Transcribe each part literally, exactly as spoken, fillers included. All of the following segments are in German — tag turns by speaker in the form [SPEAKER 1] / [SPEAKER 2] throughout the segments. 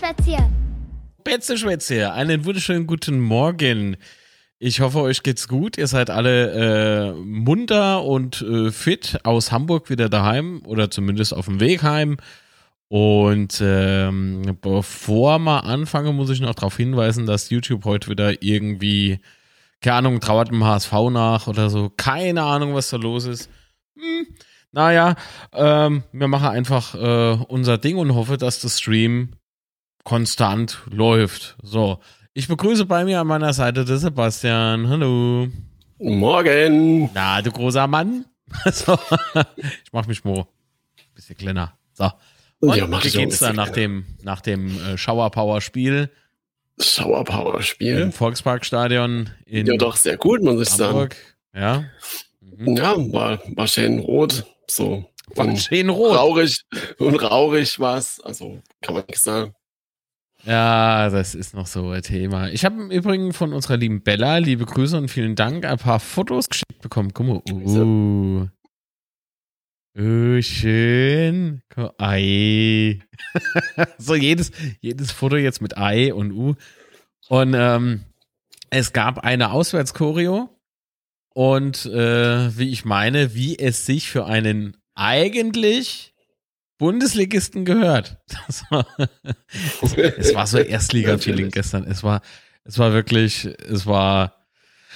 [SPEAKER 1] Betzeschwätz
[SPEAKER 2] Betzeschwätz hier. Einen wunderschönen guten Morgen. Ich hoffe, euch geht's gut. Ihr seid alle äh, munter und äh, fit aus Hamburg wieder daheim oder zumindest auf dem Weg heim. Und ähm, bevor wir anfangen, muss ich noch darauf hinweisen, dass YouTube heute wieder irgendwie, keine Ahnung, trauert dem H S V nach oder so. Keine Ahnung, was da los ist. Hm, naja, ähm, wir machen einfach äh, unser Ding und hoffe, dass das Stream konstant läuft. So, ich begrüße bei mir an meiner Seite den Sebastian. Hallo.
[SPEAKER 3] Morgen.
[SPEAKER 2] Na, du großer Mann. So, ich mach mich mal ein bisschen kleiner. So. Und
[SPEAKER 3] ja,
[SPEAKER 2] wie geht's da nach dem, nach dem äh, Shower Power Spiel?
[SPEAKER 3] Shower Power Spiel?
[SPEAKER 2] Im Volksparkstadion in
[SPEAKER 3] Ja, doch, sehr gut, muss ich
[SPEAKER 2] Hamburg. Sagen.
[SPEAKER 3] Ja. Mhm. Ja, war, war schön rot. So.
[SPEAKER 2] War schön rot.
[SPEAKER 3] Raurig und raurig war's. Also, kann man nichts sagen.
[SPEAKER 2] Ja, das ist noch so ein Thema. Ich habe im Übrigen von unserer lieben Bella, liebe Grüße und vielen Dank, ein paar Fotos geschickt bekommen. Guck mal. Uh. Oh, schön. Ei. So jedes, jedes Foto jetzt mit Ei und U. Und ähm, es gab eine Auswärtschoreo. Und äh, wie ich meine, wie es sich für einen eigentlich Bundesligisten gehört. Das war, es, es war so Erstliga-Feeling gestern. Es war, es war wirklich, es war,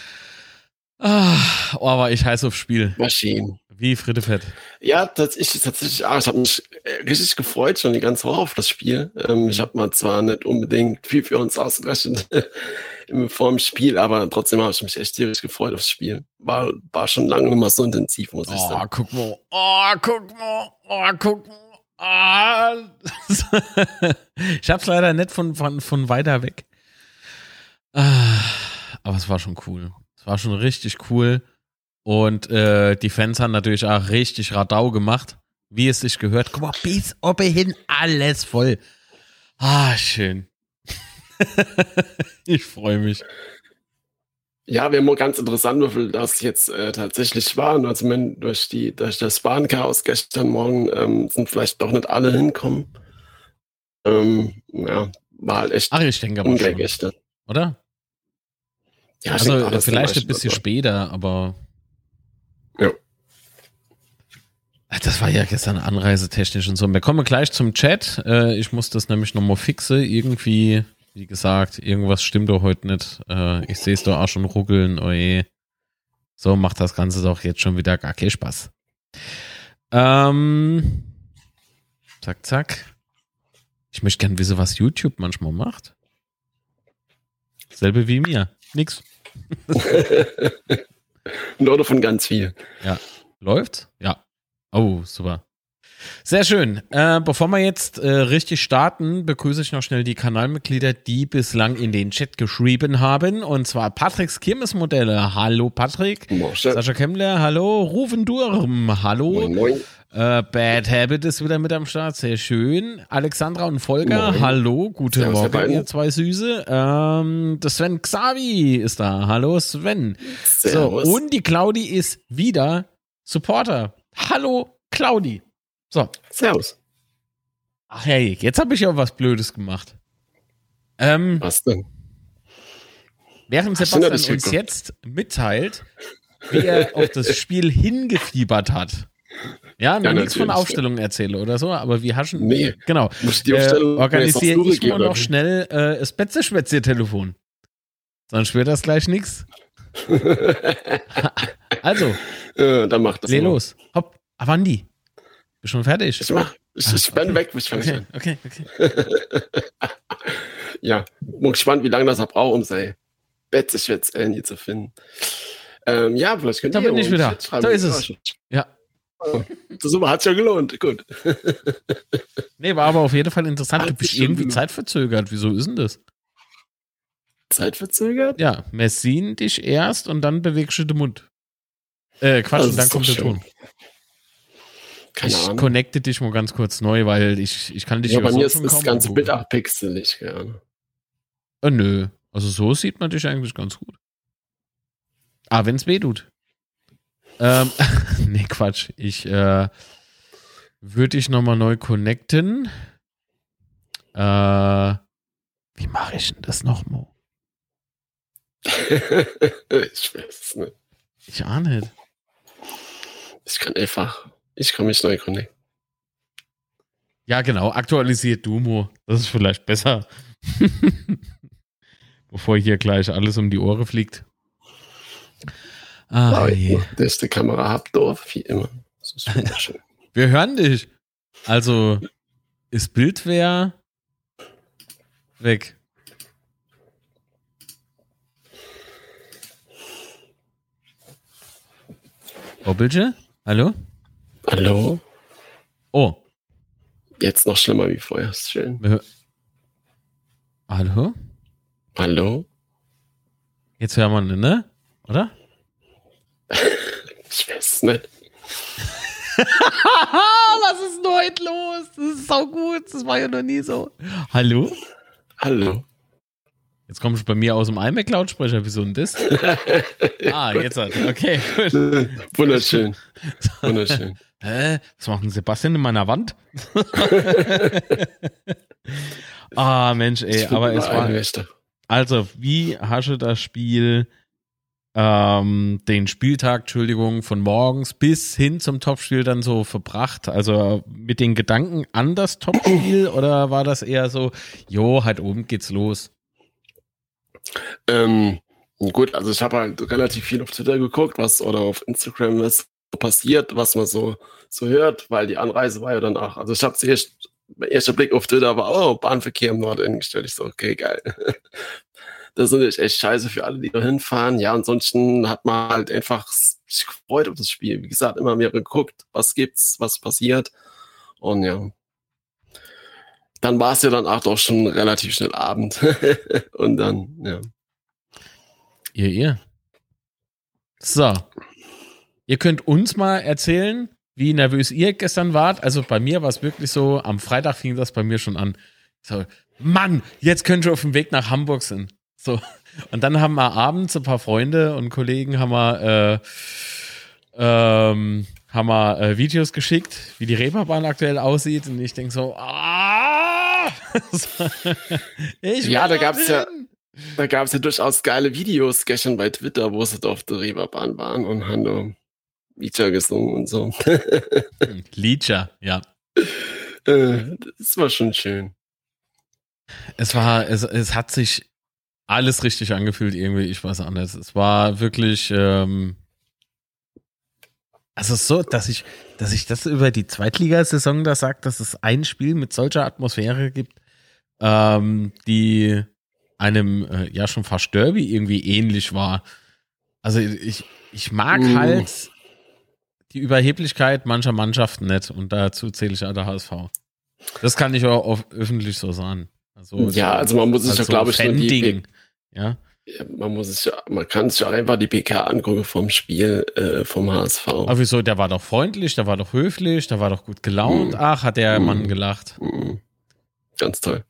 [SPEAKER 2] ah, oh, war ich heiß aufs Spiel.
[SPEAKER 3] Maschinen.
[SPEAKER 2] Wie Frittefett.
[SPEAKER 3] Ja, tatsächlich, tatsächlich, ah, ich habe mich richtig gefreut schon die ganze Woche auf das Spiel. Ähm, ich habe mal zwar nicht unbedingt viel für uns ausgerechnet vor dem Spiel, aber trotzdem habe ich mich echt tierisch gefreut aufs Spiel. War, war schon lange nicht mal so intensiv, muss ich
[SPEAKER 2] oh,
[SPEAKER 3] sagen.
[SPEAKER 2] Oh, guck mal. Oh, guck mal. Oh, guck mal. Ah. Ich hab's leider nicht von, von, von weiter weg. Ah, aber es war schon cool. Es war schon richtig cool. Und äh, die Fans haben natürlich auch richtig Radau gemacht, wie es sich gehört. Guck mal, bis oben hin alles voll. Ah, schön. Ich freue mich.
[SPEAKER 3] Ja, wir haben auch ganz interessant, wie viel das jetzt äh, tatsächlich waren. Also wenn durch die durch das Bahnchaos gestern Morgen ähm, sind vielleicht doch nicht alle hinkommen. Ähm, ja, war halt echt
[SPEAKER 2] Ach, ich denke aber schon.
[SPEAKER 3] gestern.
[SPEAKER 2] Oder?
[SPEAKER 3] Ja,
[SPEAKER 2] also
[SPEAKER 3] denke,
[SPEAKER 2] vielleicht ein bisschen später, aber
[SPEAKER 3] ja.
[SPEAKER 2] Das war ja gestern anreisetechnisch und so. Wir kommen gleich zum Chat. Äh, ich muss das nämlich nochmal fixe. Irgendwie, wie gesagt, irgendwas stimmt doch heute nicht. Äh, ich sehe es doch auch schon ruckeln. Oh je. So macht das Ganze doch jetzt schon wieder gar keinen Spaß. Ähm, zack, zack. Ich möchte gerne wissen, was YouTube manchmal macht. Selbe wie mir. Nix.
[SPEAKER 3] Nur davon ganz viel.
[SPEAKER 2] Ja. Läuft? Ja. Oh, super. Sehr schön. Äh, bevor wir jetzt äh, richtig starten, begrüße ich noch schnell die Kanalmitglieder, die bislang in den Chat geschrieben haben. Und zwar Patricks Kirmesmodelle. Hallo Patrick.
[SPEAKER 3] Moin.
[SPEAKER 2] Sascha Kemmler. Hallo. Rufen Durm. Hallo.
[SPEAKER 3] Moin, moin.
[SPEAKER 2] Äh, Bad Habit ist wieder mit am Start. Sehr schön. Alexandra und Volker.
[SPEAKER 3] Moin.
[SPEAKER 2] Hallo. Guten
[SPEAKER 3] Servus,
[SPEAKER 2] Morgen, ihr zwei Süße. Ähm, der Sven Xavi ist da. Hallo Sven.
[SPEAKER 3] Servus.
[SPEAKER 2] So, und die Claudi ist wieder Supporter. Hallo, Claudi. So.
[SPEAKER 3] Servus.
[SPEAKER 2] Ach hey, jetzt habe ich ja was Blödes gemacht. Ähm,
[SPEAKER 3] Was denn?
[SPEAKER 2] während Sebastian uns jetzt mitteilt, wie er auf das Spiel hingefiebert hat. Ja, nur ja, nichts von Aufstellungen erzähle oder so, aber wir haschen.
[SPEAKER 3] Nee.
[SPEAKER 2] Genau.
[SPEAKER 3] Äh,
[SPEAKER 2] organisiere ich mal noch schnell äh, das Betzeschwätz-Telefon. Sonst wird das gleich nichts. Also.
[SPEAKER 3] Äh, dann mach das.
[SPEAKER 2] Leh los. Hopp. Avandi. Bist schon fertig?
[SPEAKER 3] Ich mach. Ich, ah, ich bin okay. weg. Ich
[SPEAKER 2] okay, okay, okay.
[SPEAKER 3] Ja, bin gespannt, wie lange das auch braucht, um sein Betzeschwätz hier zu finden. Ähm, ja, vielleicht könnt
[SPEAKER 2] da
[SPEAKER 3] ihr
[SPEAKER 2] bin ich wieder. Da ist es. Ja.
[SPEAKER 3] Oh, super, hat's ja gelohnt. Gut.
[SPEAKER 2] Nee, war aber auf jeden Fall interessant. Du bist irgendwie zeitverzögert. Wieso ist denn das?
[SPEAKER 3] Zeitverzögert?
[SPEAKER 2] Ja, messin dich erst und dann bewegst du den Mund. Äh, Quatsch, und dann kommt der Ton.
[SPEAKER 3] Keine
[SPEAKER 2] ich
[SPEAKER 3] Ahnung.
[SPEAKER 2] connecte dich mal ganz kurz neu, weil ich, ich kann dich
[SPEAKER 3] ja, bei mir
[SPEAKER 2] so
[SPEAKER 3] ist das ganze Bild auch pixelig, gerne.
[SPEAKER 2] Äh, nö. Also so sieht man dich eigentlich ganz gut. Ah, wenn's weh tut. Ähm, nee, Quatsch. Ich äh, würde dich nochmal neu connecten. Äh, wie mache ich denn das noch, Mo?
[SPEAKER 3] Ich weiß es nicht.
[SPEAKER 2] Ich ahne nicht.
[SPEAKER 3] Ich kann einfach, ich kann mich neu connecten.
[SPEAKER 2] Ja, genau, aktualisiert du, Mo. Das ist vielleicht besser. Bevor hier gleich alles um die Ohren fliegt. Ach,
[SPEAKER 3] Aber
[SPEAKER 2] je.
[SPEAKER 3] ich das die Kamera hab, doof, wie immer. Das ist wunderschön.
[SPEAKER 2] Wir hören dich. Also, ist Bildwehr weg. Bobbelche? Hallo?
[SPEAKER 3] Hallo?
[SPEAKER 2] Oh.
[SPEAKER 3] Jetzt noch schlimmer wie vorher. Ist schön.
[SPEAKER 2] Wir hö- Hallo?
[SPEAKER 3] Hallo?
[SPEAKER 2] Jetzt hören wir, ne? Oder?
[SPEAKER 3] Ich weiß es nicht.
[SPEAKER 2] Was ist denn heute los? Das ist sau gut. Das war ja noch nie so. Hallo?
[SPEAKER 3] Hallo?
[SPEAKER 2] Jetzt kommst du bei mir aus dem iMac-Lautsprecher. Wieso denn das? Ah, jetzt hat. Okay, gut.
[SPEAKER 3] Wunderschön. Wunderschön.
[SPEAKER 2] Hä? Was macht denn Sebastian in meiner Wand? Ah, Mensch, ey. Aber es war. Also, wie hast du das Spiel, ähm, den Spieltag, Entschuldigung, von morgens bis hin zum Topspiel dann so verbracht? Also mit den Gedanken an das Topspiel oder war das eher so, jo, halt oben geht's los?
[SPEAKER 3] Ähm, gut, also ich habe halt relativ viel auf Twitter geguckt, was oder auf Instagram, was passiert, was man so, so hört, weil die Anreise war ja danach. Also ich habe zuerst, mein erster Blick auf Twitter war, oh, Bahnverkehr im Norden gestellt. Ich so, okay, geil. Das ist natürlich echt scheiße für alle, die da hinfahren. Ja, ansonsten hat man halt einfach sich gefreut auf das Spiel. Wie gesagt, immer mehr geguckt, was gibt's, was passiert. Und ja. Dann war es ja dann auch doch schon relativ schnell Abend. Und dann, ja.
[SPEAKER 2] Ihr, ihr. So. Ihr könnt uns mal erzählen, wie nervös ihr gestern wart. Also bei mir war es wirklich so, am Freitag fing das bei mir schon an. So, Mann, jetzt könnt ihr auf dem Weg nach Hamburg sein. So. Und dann haben wir abends ein paar Freunde und Kollegen haben wir, äh, ähm, haben wir äh, Videos geschickt, wie die Reeperbahn aktuell aussieht. Und ich denke so, ah! ich
[SPEAKER 3] ja, da gab's ja, da gab's ja durchaus geile Videos gestern bei Twitter, wo sie auf der Reeperbahn waren und haben da Lieder gesungen und so.
[SPEAKER 2] Lieder, ja.
[SPEAKER 3] Das war schon schön.
[SPEAKER 2] Es war, es, es hat sich alles richtig angefühlt, irgendwie, ich weiß auch nicht. Es war wirklich, ähm, also so, dass ich, dass ich das über die Zweitligasaison da sage, dass es ein Spiel mit solcher Atmosphäre gibt, ähm, die einem äh, ja schon fast Derby irgendwie ähnlich war. Also ich, ich mag uh. halt die Überheblichkeit mancher Mannschaften nicht und dazu zähle ich auch der H S V. Das kann ich auch auf, öffentlich so sagen. Also,
[SPEAKER 3] ja, also man muss sich ja,
[SPEAKER 2] also
[SPEAKER 3] glaube ich, nur die,
[SPEAKER 2] ja.
[SPEAKER 3] Man muss sich, man kann sich auch einfach die P K angucken vom Spiel äh, vom H S V.
[SPEAKER 2] Aber wieso? Der war doch freundlich, der war doch höflich, der war doch gut gelaunt. Mm. Ach, hat der mm. Mann gelacht.
[SPEAKER 3] Mm. Ganz toll.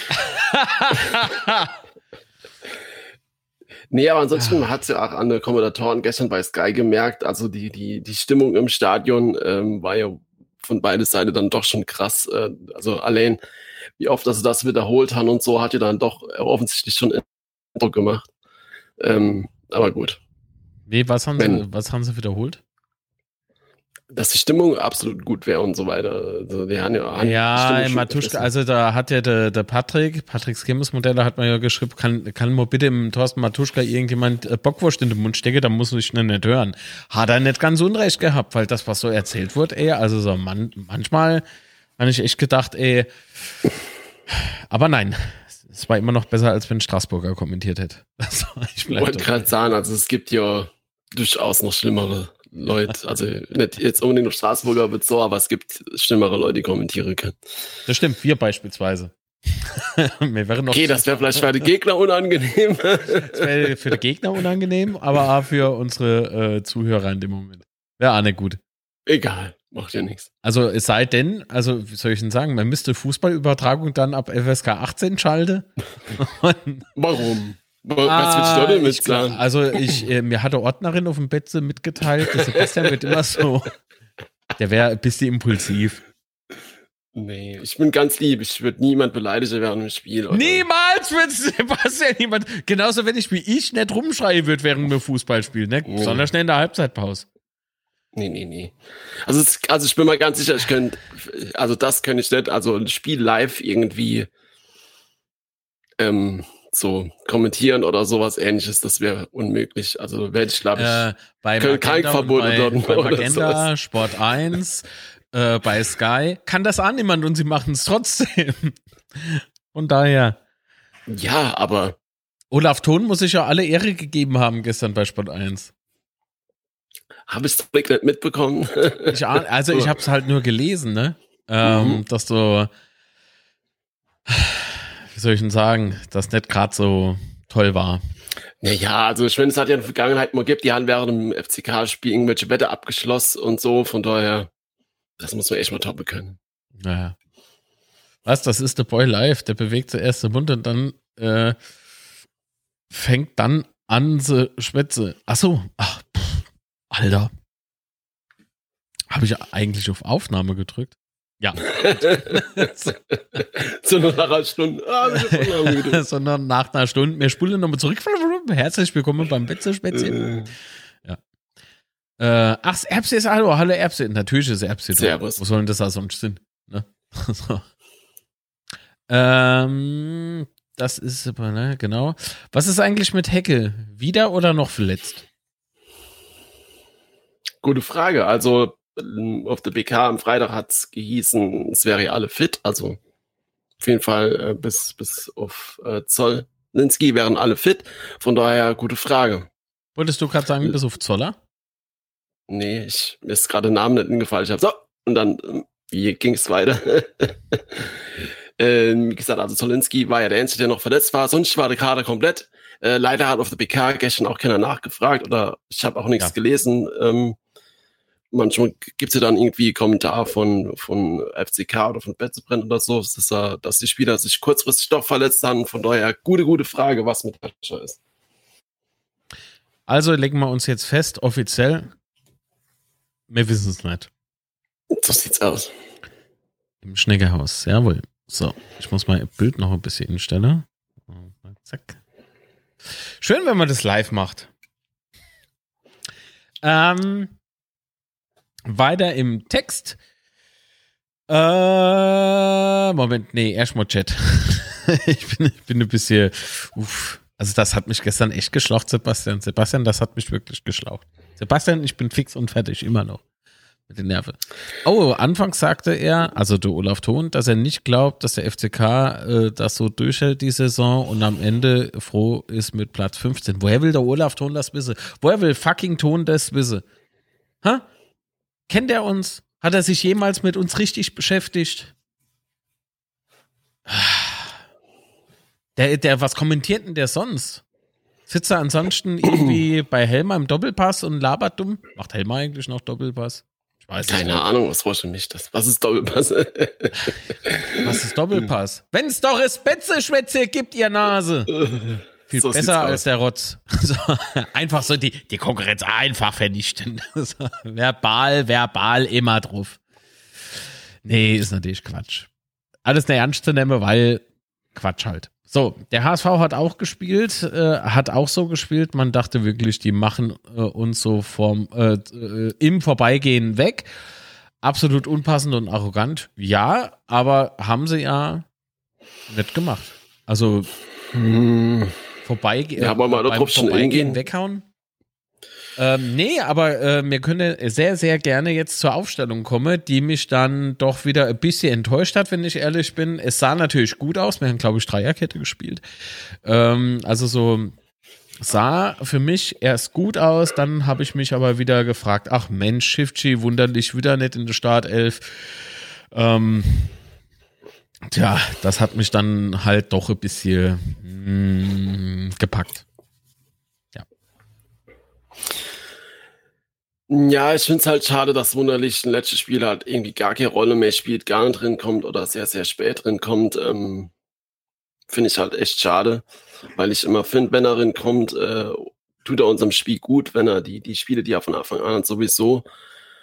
[SPEAKER 3] Nee, aber ansonsten ah. hat es ja auch an der Kommentatoren gestern bei Sky gemerkt, also die, die, die Stimmung im Stadion ähm, war ja von beiden Seiten dann doch schon krass. Äh, also allein, wie oft dass sie das wiederholt haben und so, hat ja dann doch offensichtlich schon Eindruck gemacht. Ähm, aber gut.
[SPEAKER 2] Nee, was haben, Wenn, sie, was haben sie wiederholt?
[SPEAKER 3] Dass die Stimmung absolut gut wäre und so weiter. Also die haben ja,
[SPEAKER 2] ja in Matuschka, also da hat ja der, der Patrick, Patrick Skimmers Modelle hat man ja geschrieben, kann, kann mal bitte im Thorsten Matuschka irgendjemand Bockwurst in den Mund stecken, dann muss ich nicht hören. Hat er nicht ganz unrecht gehabt, weil das, was so erzählt wird, ey, also so man, manchmal habe ich echt gedacht, ey, aber nein, es war immer noch besser, als wenn Straßburger kommentiert hätte. Also,
[SPEAKER 3] ich wollte gerade sagen, also es gibt ja durchaus noch schlimmere Leute, also nicht jetzt unbedingt noch Straßburger wird so, aber es gibt schlimmere Leute, die kommentieren können.
[SPEAKER 2] Das stimmt, wir beispielsweise. wir wären noch
[SPEAKER 3] okay, das wäre vielleicht für die Gegner unangenehm.
[SPEAKER 2] Das wäre für die Gegner unangenehm, aber auch für unsere äh, Zuhörer in dem Moment. Wäre auch nicht gut.
[SPEAKER 3] Egal, macht ja nichts.
[SPEAKER 2] Also es sei denn, also wie soll ich denn sagen, man müsste Fußballübertragung dann ab F S K achtzehn schalten.
[SPEAKER 3] Warum? Was willst du denn mit sagen?
[SPEAKER 2] Also ich, äh, mir hat eine Ordnerin auf dem Bett mitgeteilt, der Sebastian wird immer so, der wäre ein bisschen impulsiv.
[SPEAKER 3] Nee, ich bin ganz lieb. Ich würde niemand beleidigen während dem Spiel. Oder?
[SPEAKER 2] Niemals wird Sebastian niemand. Genauso, wenn ich wie ich nicht rumschreien würde während wir Fußball spielen, ne?
[SPEAKER 3] Nee.
[SPEAKER 2] Besonders schnell in der Halbzeitpause.
[SPEAKER 3] Nee, nee, nee. Also, es, also ich bin mal ganz sicher, ich könnte, also das könnte ich nicht, also ein Spiel live irgendwie ähm, so kommentieren oder sowas Ähnliches, das wäre unmöglich. Also werde ich, glaube ich,
[SPEAKER 2] äh, bei
[SPEAKER 3] Kalkverbot
[SPEAKER 2] bei,
[SPEAKER 3] oder,
[SPEAKER 2] bei
[SPEAKER 3] oder
[SPEAKER 2] Magenta,
[SPEAKER 3] sowas.
[SPEAKER 2] Sport eins, äh, bei Sky, kann das auch niemand und sie machen es trotzdem. Von daher.
[SPEAKER 3] Ja, aber
[SPEAKER 2] Olaf Thon muss sich ja alle Ehre gegeben haben gestern bei Sport eins.
[SPEAKER 3] habe ich das nicht mitbekommen?
[SPEAKER 2] Ich, also ich habe es halt nur gelesen, ne? Ähm,
[SPEAKER 3] Mhm.
[SPEAKER 2] dass du, wie soll ich denn sagen, das nicht gerade so toll war.
[SPEAKER 3] Naja, also ich meine, es hat ja in der Vergangenheit mal gibt, die haben während dem F C K-Spiel irgendwelche Wette abgeschlossen und so, von daher, das muss man echt mal toppen können.
[SPEAKER 2] Naja. Was, das ist der Boy live, der bewegt zuerst den Mund und dann äh, fängt dann an zu schwätze. Ach so, ach, pff, Alter. Habe ich eigentlich auf Aufnahme gedrückt? Ja.
[SPEAKER 3] So nach einer Stunde. Ah,
[SPEAKER 2] Sondern nach einer Stunde. Wir spulen nochmal zurück. Herzlich willkommen beim Betze-Spätzchen.
[SPEAKER 3] Äh.
[SPEAKER 2] Ja. Äh, ach, Erbse ist Hallo. Hallo Erbse. Natürlich ist Erbse.
[SPEAKER 3] Servus.
[SPEAKER 2] Wo soll denn das da sonst sein? Ne? So. Ähm, das ist aber, ne, genau. Was ist eigentlich mit Hecke? Wieder oder noch verletzt?
[SPEAKER 3] Gute Frage. Also auf der B K am Freitag hat es gehießen, es wäre ja alle fit. Also auf jeden Fall äh, bis, bis auf äh, Zoll-Linski wären alle fit. Von daher gute Frage.
[SPEAKER 2] Wolltest du gerade sagen, bis auf Zoller?
[SPEAKER 3] Nee, ich, mir ist gerade der Name nicht hingefallen. Ich hab so, und dann, wie ging es weiter? ähm, wie gesagt, also Zolinski war ja der Einzige, der noch verletzt war. Sonst war der Kader komplett. Äh, leider hat auf der B K gestern auch keiner nachgefragt oder ich habe auch nichts
[SPEAKER 2] Ja.
[SPEAKER 3] gelesen. Ähm, manchmal gibt's ja dann irgendwie Kommentar von, von F C K oder von Betzebrenn oder so, dass, er, dass die Spieler sich kurzfristig doch verletzt haben. Von daher, gute, gute Frage, was mit Hatcher ist.
[SPEAKER 2] Also legen wir uns jetzt fest, offiziell, wir wissen es nicht.
[SPEAKER 3] So sieht's aus.
[SPEAKER 2] Im Schneckehaus, jawohl. So, ich muss mein Bild noch ein bisschen instellen. Zack. Schön, wenn man das live macht. Ähm, weiter im Text. Äh, Moment, nee, erstmal Chat. ich, bin, ich bin ein bisschen, uff. Also das hat mich gestern echt geschlaucht, Sebastian. Sebastian, das hat mich wirklich geschlaucht. Sebastian, ich bin fix und fertig, immer noch. Mit den Nerven. Oh, anfangs sagte er, also der Olaf Thon, dass er nicht glaubt, dass der F C K äh, das so durchhält, die Saison, und am Ende froh ist mit Platz fünfzehn. Woher will der Olaf Thon das wissen? Woher will fucking Thon das wissen? Ha? Kennt er uns? Hat er sich jemals mit uns richtig beschäftigt? Der, der, was kommentiert denn der sonst? Sitzt er ansonsten irgendwie bei Helmer im Doppelpass und labert dumm? Macht Helmer eigentlich noch Doppelpass? Ich weiß
[SPEAKER 3] Keine
[SPEAKER 2] nicht.
[SPEAKER 3] Ahnung, was wollte mich das? Was ist Doppelpass?
[SPEAKER 2] Was ist Doppelpass? Wenn es doch es Betze-Schwätze gibt, ihr Nase. Viel
[SPEAKER 3] So
[SPEAKER 2] besser als
[SPEAKER 3] aus.
[SPEAKER 2] der Rotz. So, einfach so die, die Konkurrenz einfach vernichten. So, verbal, verbal immer drauf. Nee, ist natürlich Quatsch. Alles nicht ernst zu nehmen, weil Quatsch halt. So, der H S V hat auch gespielt, äh, hat auch so gespielt. Man dachte wirklich, die machen äh, uns so vom äh, äh, im Vorbeigehen weg. Absolut unpassend und arrogant. Ja, aber haben sie ja nicht gemacht. Also
[SPEAKER 3] Hm.
[SPEAKER 2] vorbeigehen,
[SPEAKER 3] Ja, wollen wir da
[SPEAKER 2] beim
[SPEAKER 3] drauf schon
[SPEAKER 2] Vorbeigehen
[SPEAKER 3] hingehen?
[SPEAKER 2] weghauen. Ähm, nee, aber äh, wir können sehr, sehr gerne jetzt zur Aufstellung kommen, die mich dann doch wieder ein bisschen enttäuscht hat, wenn ich ehrlich bin. Es sah natürlich gut aus. Wir haben, glaube ich, Dreierkette gespielt. Ähm, also so sah für mich erst gut aus. Dann habe ich mich aber wieder gefragt, ach Mensch, Shifty, wunderlich, wieder nicht in der Startelf. Ähm, tja, das hat mich dann halt doch ein bisschen mh, gepackt.
[SPEAKER 3] Ja, ich finde es halt schade, dass Wunderlich ein letztes Spiel halt irgendwie gar keine Rolle mehr spielt, gar nicht drin kommt oder sehr, sehr spät drin kommt. Ähm, finde ich halt echt schade, weil ich immer finde, wenn er drin kommt, äh, tut er unserem Spiel gut, wenn er die, die Spiele, die er von Anfang an hat, sowieso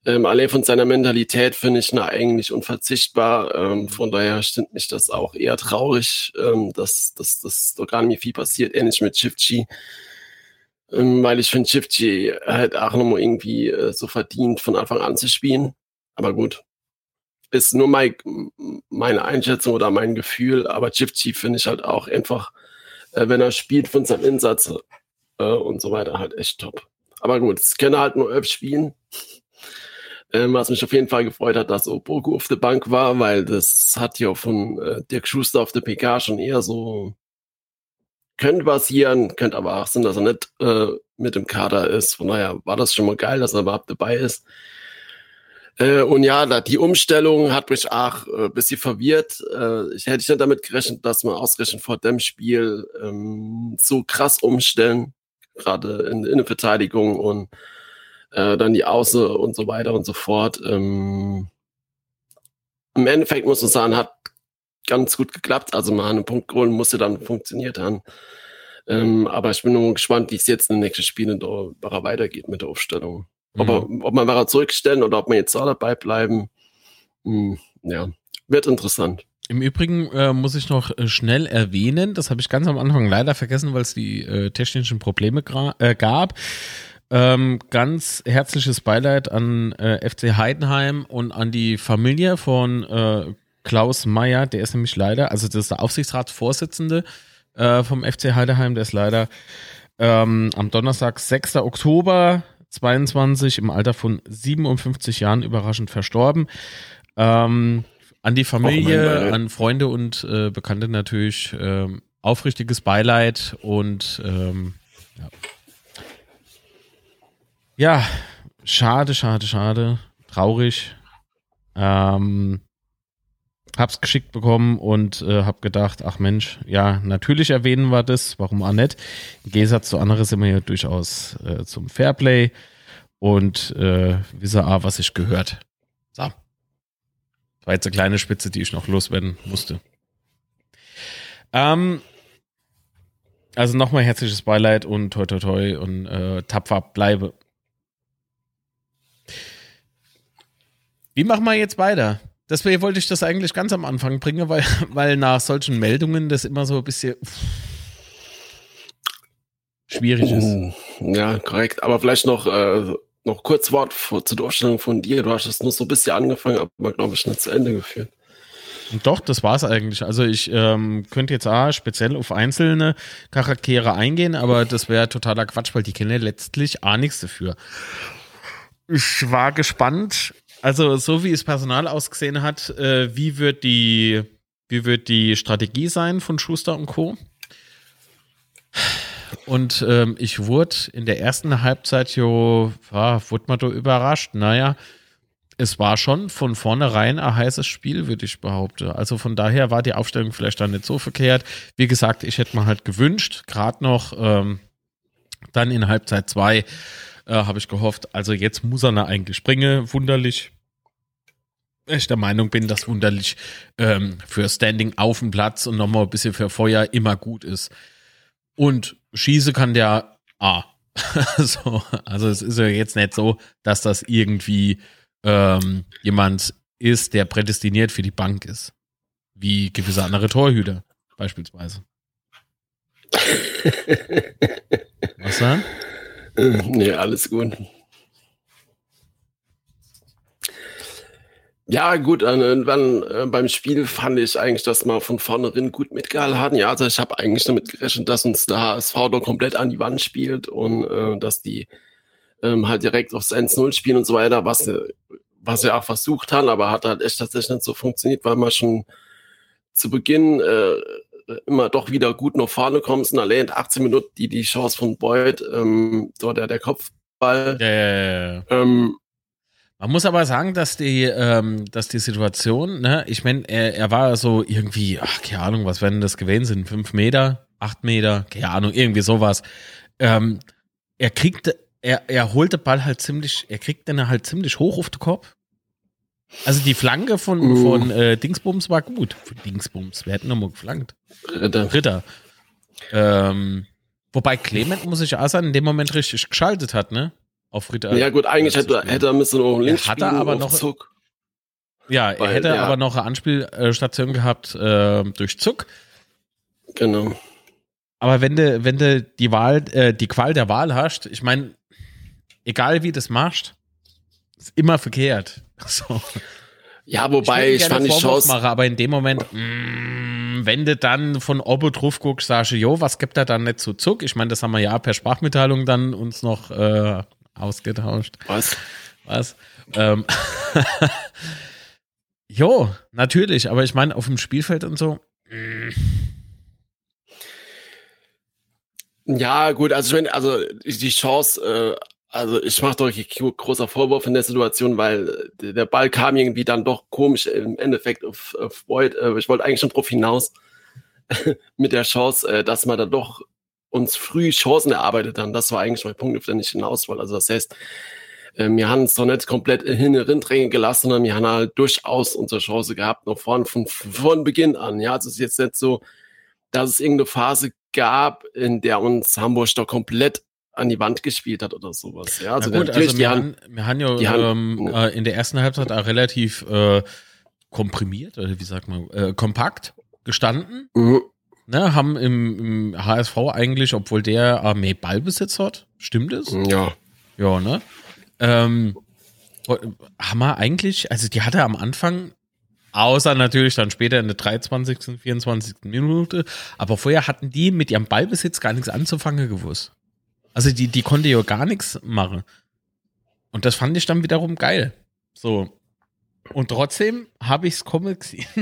[SPEAKER 3] Ähm, allein von seiner Mentalität finde ich ihn eigentlich unverzichtbar. Ähm, von daher stimmt mich das auch eher traurig, ähm, dass, dass, dass da gar nicht mehr viel passiert, ähnlich mit Chifchi. Ähm, weil ich finde, Chifchi halt auch nochmal irgendwie äh, so verdient, von Anfang an zu spielen. Aber gut, ist nur mein, meine Einschätzung oder mein Gefühl. Aber Chifchi finde ich halt auch einfach, äh, wenn er spielt, von seinem Insatz äh, und so weiter, halt echt top. Aber gut, es können halt nur elf spielen. Ähm, was mich auf jeden Fall gefreut hat, dass Opoku auf der Bank war, weil das hat ja von äh, Dirk Schuster auf der P K schon eher so könnte passieren, könnte aber auch sein, dass er nicht äh, mit im Kader ist. Von daher war das schon mal geil, dass er überhaupt dabei ist. Äh, und ja, da, die Umstellung hat mich auch äh, ein bisschen verwirrt. Äh, ich hätte nicht damit gerechnet, dass wir ausgerechnet vor dem Spiel ähm, so krass umstellen, gerade in der Innenverteidigung und äh, dann die Außen und so weiter und so fort. Ähm, Im Endeffekt muss man sagen, hat ganz gut geklappt. Also mal einen Punkt holen musste dann funktioniert haben. Ähm, aber ich bin nur gespannt, wie es jetzt in den nächsten Spielen da weitergeht mit der Aufstellung. Mhm. Ob, er, ob man weiter zurückstellen oder ob man jetzt da dabei bleiben. Hm, ja, wird interessant.
[SPEAKER 2] Im Übrigen äh, muss ich noch äh, schnell erwähnen, das habe ich ganz am Anfang leider vergessen, weil es die äh, technischen Probleme gra- äh, gab. Ähm, ganz herzliches Beileid an äh, F C Heidenheim und an die Familie von äh, Klaus Meyer, der ist nämlich leider, also das ist der Aufsichtsratsvorsitzende äh, vom F C Heidenheim, der ist leider ähm, am Donnerstag, sechster Oktober zweiundzwanzig im Alter von siebenundfünfzig Jahren überraschend verstorben. Ähm, an die Familie, an Freunde und äh, Bekannte natürlich ähm, aufrichtiges Beileid und ähm, ja. Ja, schade, schade, schade, traurig. Ähm, hab's geschickt bekommen und äh, hab gedacht, ach Mensch, ja, natürlich erwähnen wir das, warum auch nicht. Im Gegensatz zu anderen sind wir ja durchaus äh, zum Fairplay und äh, wisse auch, was ich gehört. So. Das war jetzt eine kleine Spitze, die ich noch loswerden musste. Ähm, also nochmal herzliches Beileid und toi toi toi und äh, tapfer bleibe. Wie machen wir jetzt weiter? Deswegen wollte ich das eigentlich ganz am Anfang bringen, weil, weil nach solchen Meldungen das immer so ein bisschen schwierig ist.
[SPEAKER 3] Ja, korrekt. Aber vielleicht noch, äh, noch kurz Wort vor, zur Durchstellung von dir. Du hast es nur so ein bisschen angefangen, aber glaube ich nicht zu Ende geführt.
[SPEAKER 2] Und doch, das war's eigentlich. Also ich ähm, könnte jetzt auch speziell auf einzelne Charaktere eingehen, aber das wäre totaler Quatsch, weil die kennen ja letztlich auch nichts dafür. Ich war gespannt. Also so wie es Personal ausgesehen hat, äh, wie wird die, wie wird die Strategie sein von Schuster und Co. Und ähm, ich wurde in der ersten Halbzeit jo, ja, wurde man da überrascht. Naja, es war schon von vornherein ein heißes Spiel, würde ich behaupten. Also von daher war die Aufstellung vielleicht dann nicht so verkehrt. Wie gesagt, ich hätte mir halt gewünscht, gerade noch ähm, dann in Halbzeit zwei äh, habe ich gehofft, also jetzt muss er eigentlich springen, wunderlich. Ich der Meinung bin, dass wunderlich ähm, für Standing auf dem Platz und nochmal ein bisschen für Feuer immer gut ist. Und schießen kann der A. so, also es ist ja jetzt nicht so, dass das irgendwie ähm, jemand ist, der prädestiniert für die Bank ist. Wie gewisse andere Torhüter beispielsweise. Was dann?
[SPEAKER 3] Nee, alles gut. Ja, gut, äh, dann, äh, beim Spiel fand ich eigentlich, dass wir von vornherein gut mitgehalten hatten. Ja, also ich habe eigentlich damit gerechnet, dass uns der H S V da komplett an die Wand spielt und äh, dass die ähm, halt direkt aufs eins null spielen und so weiter, was, äh, was wir auch versucht haben, aber hat halt echt tatsächlich nicht so funktioniert, weil wir schon zu Beginn äh, immer doch wieder gut nach vorne kommen, sind allein achtzehn Minuten die, die Chance von Boyd, ähm, dort der, der Kopfball.
[SPEAKER 2] Ja, ja, ja.
[SPEAKER 3] Ähm,
[SPEAKER 2] Man muss aber sagen, dass die, ähm, dass die Situation, ne, ich meine, er, er war so irgendwie, ach, keine Ahnung, was werden das gewesen sind, fünf Meter, acht Meter, keine Ahnung, irgendwie sowas. Ähm, er kriegt, er, er holt den Ball halt ziemlich, er kriegt den halt ziemlich hoch auf den Kopf. Also die Flanke von, uh. von äh, Dingsbums war gut. Von Dingsbums, wer hätte nochmal geflankt?
[SPEAKER 3] Ritter.
[SPEAKER 2] Ritter. Ähm, wobei Clement, muss ich auch sagen, in dem Moment richtig geschaltet hat, ne? auf Ritter.
[SPEAKER 3] Ja gut, eigentlich
[SPEAKER 2] äh,
[SPEAKER 3] hätte, hätte er müssen noch links
[SPEAKER 2] er hatte aber noch
[SPEAKER 3] Zuck.
[SPEAKER 2] Ja, er
[SPEAKER 3] Weil,
[SPEAKER 2] hätte
[SPEAKER 3] ja.
[SPEAKER 2] aber noch eine Anspielstation gehabt äh, durch Zuck.
[SPEAKER 3] Genau.
[SPEAKER 2] Aber wenn du, wenn du die Wahl, äh, die Qual der Wahl hast, ich meine, egal wie du das machst, ist immer verkehrt. So.
[SPEAKER 3] Ja, wobei ich, ich fand die Chance.
[SPEAKER 2] Mache, aber in dem Moment, mh, wenn du dann von Obo drauf guckst, sagst du, jo, was gibt er dann nicht zu Zuck? Ich meine, das haben wir ja per Sprachmitteilung dann uns noch äh, ausgetauscht.
[SPEAKER 3] Was?
[SPEAKER 2] Was? Ähm. Jo, natürlich, aber ich meine, auf dem Spielfeld und so. Mh.
[SPEAKER 3] Ja, gut, also ich meine, also die Chance, äh, also ich mache doch großer Vorwurf in der Situation, weil der Ball kam irgendwie dann doch komisch im Endeffekt auf, auf Boyd. Äh, ich wollte eigentlich schon drauf hinaus mit der Chance, äh, dass man da doch uns früh Chancen erarbeitet haben. Das war eigentlich mein Punkt, auf den ich hinaus wollte. Also das heißt, äh, wir haben es doch nicht komplett in den Rindrängen gelassen, sondern wir haben halt durchaus unsere Chance gehabt, noch vorn, von, von Beginn an. Ja, also es ist jetzt nicht so, dass es irgendeine Phase gab, in der uns Hamburg doch komplett an die Wand gespielt hat oder sowas. Ja, also
[SPEAKER 2] Na gut,
[SPEAKER 3] natürlich,
[SPEAKER 2] also
[SPEAKER 3] die
[SPEAKER 2] wir,
[SPEAKER 3] haben,
[SPEAKER 2] haben, wir haben ja
[SPEAKER 3] die haben,
[SPEAKER 2] ähm, äh, in der ersten Halbzeit auch relativ äh, komprimiert, oder wie sagt man, äh, kompakt gestanden.
[SPEAKER 3] Mhm.
[SPEAKER 2] Ne, haben im, im H S V eigentlich, obwohl der äh, mehr Ballbesitz hat, stimmt es?
[SPEAKER 3] Ja.
[SPEAKER 2] Ja, ne? Ähm, haben wir eigentlich, also die hatte am Anfang, außer natürlich dann später in der dreiundzwanzigsten, vierundzwanzigsten Minute, aber vorher hatten die mit ihrem Ballbesitz gar nichts anzufangen gewusst. Also die, die konnte ja gar nichts machen. Und das fand ich dann wiederum geil. So. Und trotzdem habe ich es kommen gesehen.